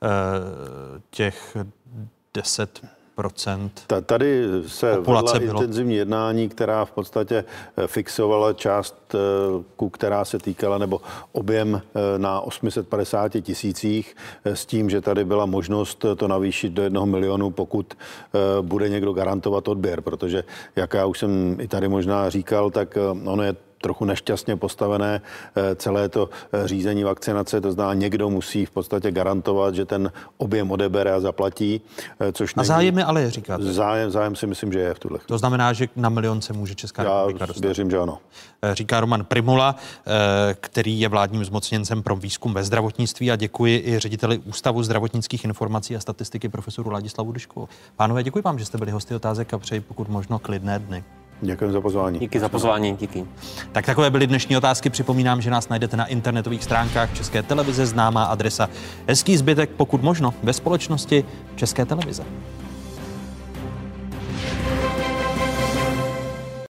těch deset procent Tady se vedla bylo. intenzivní jednání, která v podstatě fixovala částku, která se týkala, nebo objem na osm set padesát tisících, s tím, že tady byla možnost to navýšit do jednoho milionu, pokud bude někdo garantovat odběr, protože, jak já už jsem i tady možná říkal, tak ono je trochu nešťastně postavené celé to řízení vakcinace, to znamená, někdo musí v podstatě garantovat, že ten objem odebere a zaplatí, což A zájem je ale, říkáte? Zájem, zájem si myslím, že je v tuhle chvíli. To znamená, že na milion se může Česká republika dostat. Já věřím, že ano. Říká Roman Prymula, který je vládním zmocněncem pro výzkum ve zdravotnictví, a děkuji i řediteli Ústavu zdravotnických informací a statistiky profesoru Ladislavu Dyškovu. Pánové, děkuji vám, že jste byli hosty Otázek a přeji pokud možno klidné dny. Děkuji za pozvání. Díky za pozvání, díky. Tak takové byly dnešní otázky. Připomínám, že nás najdete na internetových stránkách České televize, známá adresa. Hezký zbytek, pokud možno, ve společnosti České televize.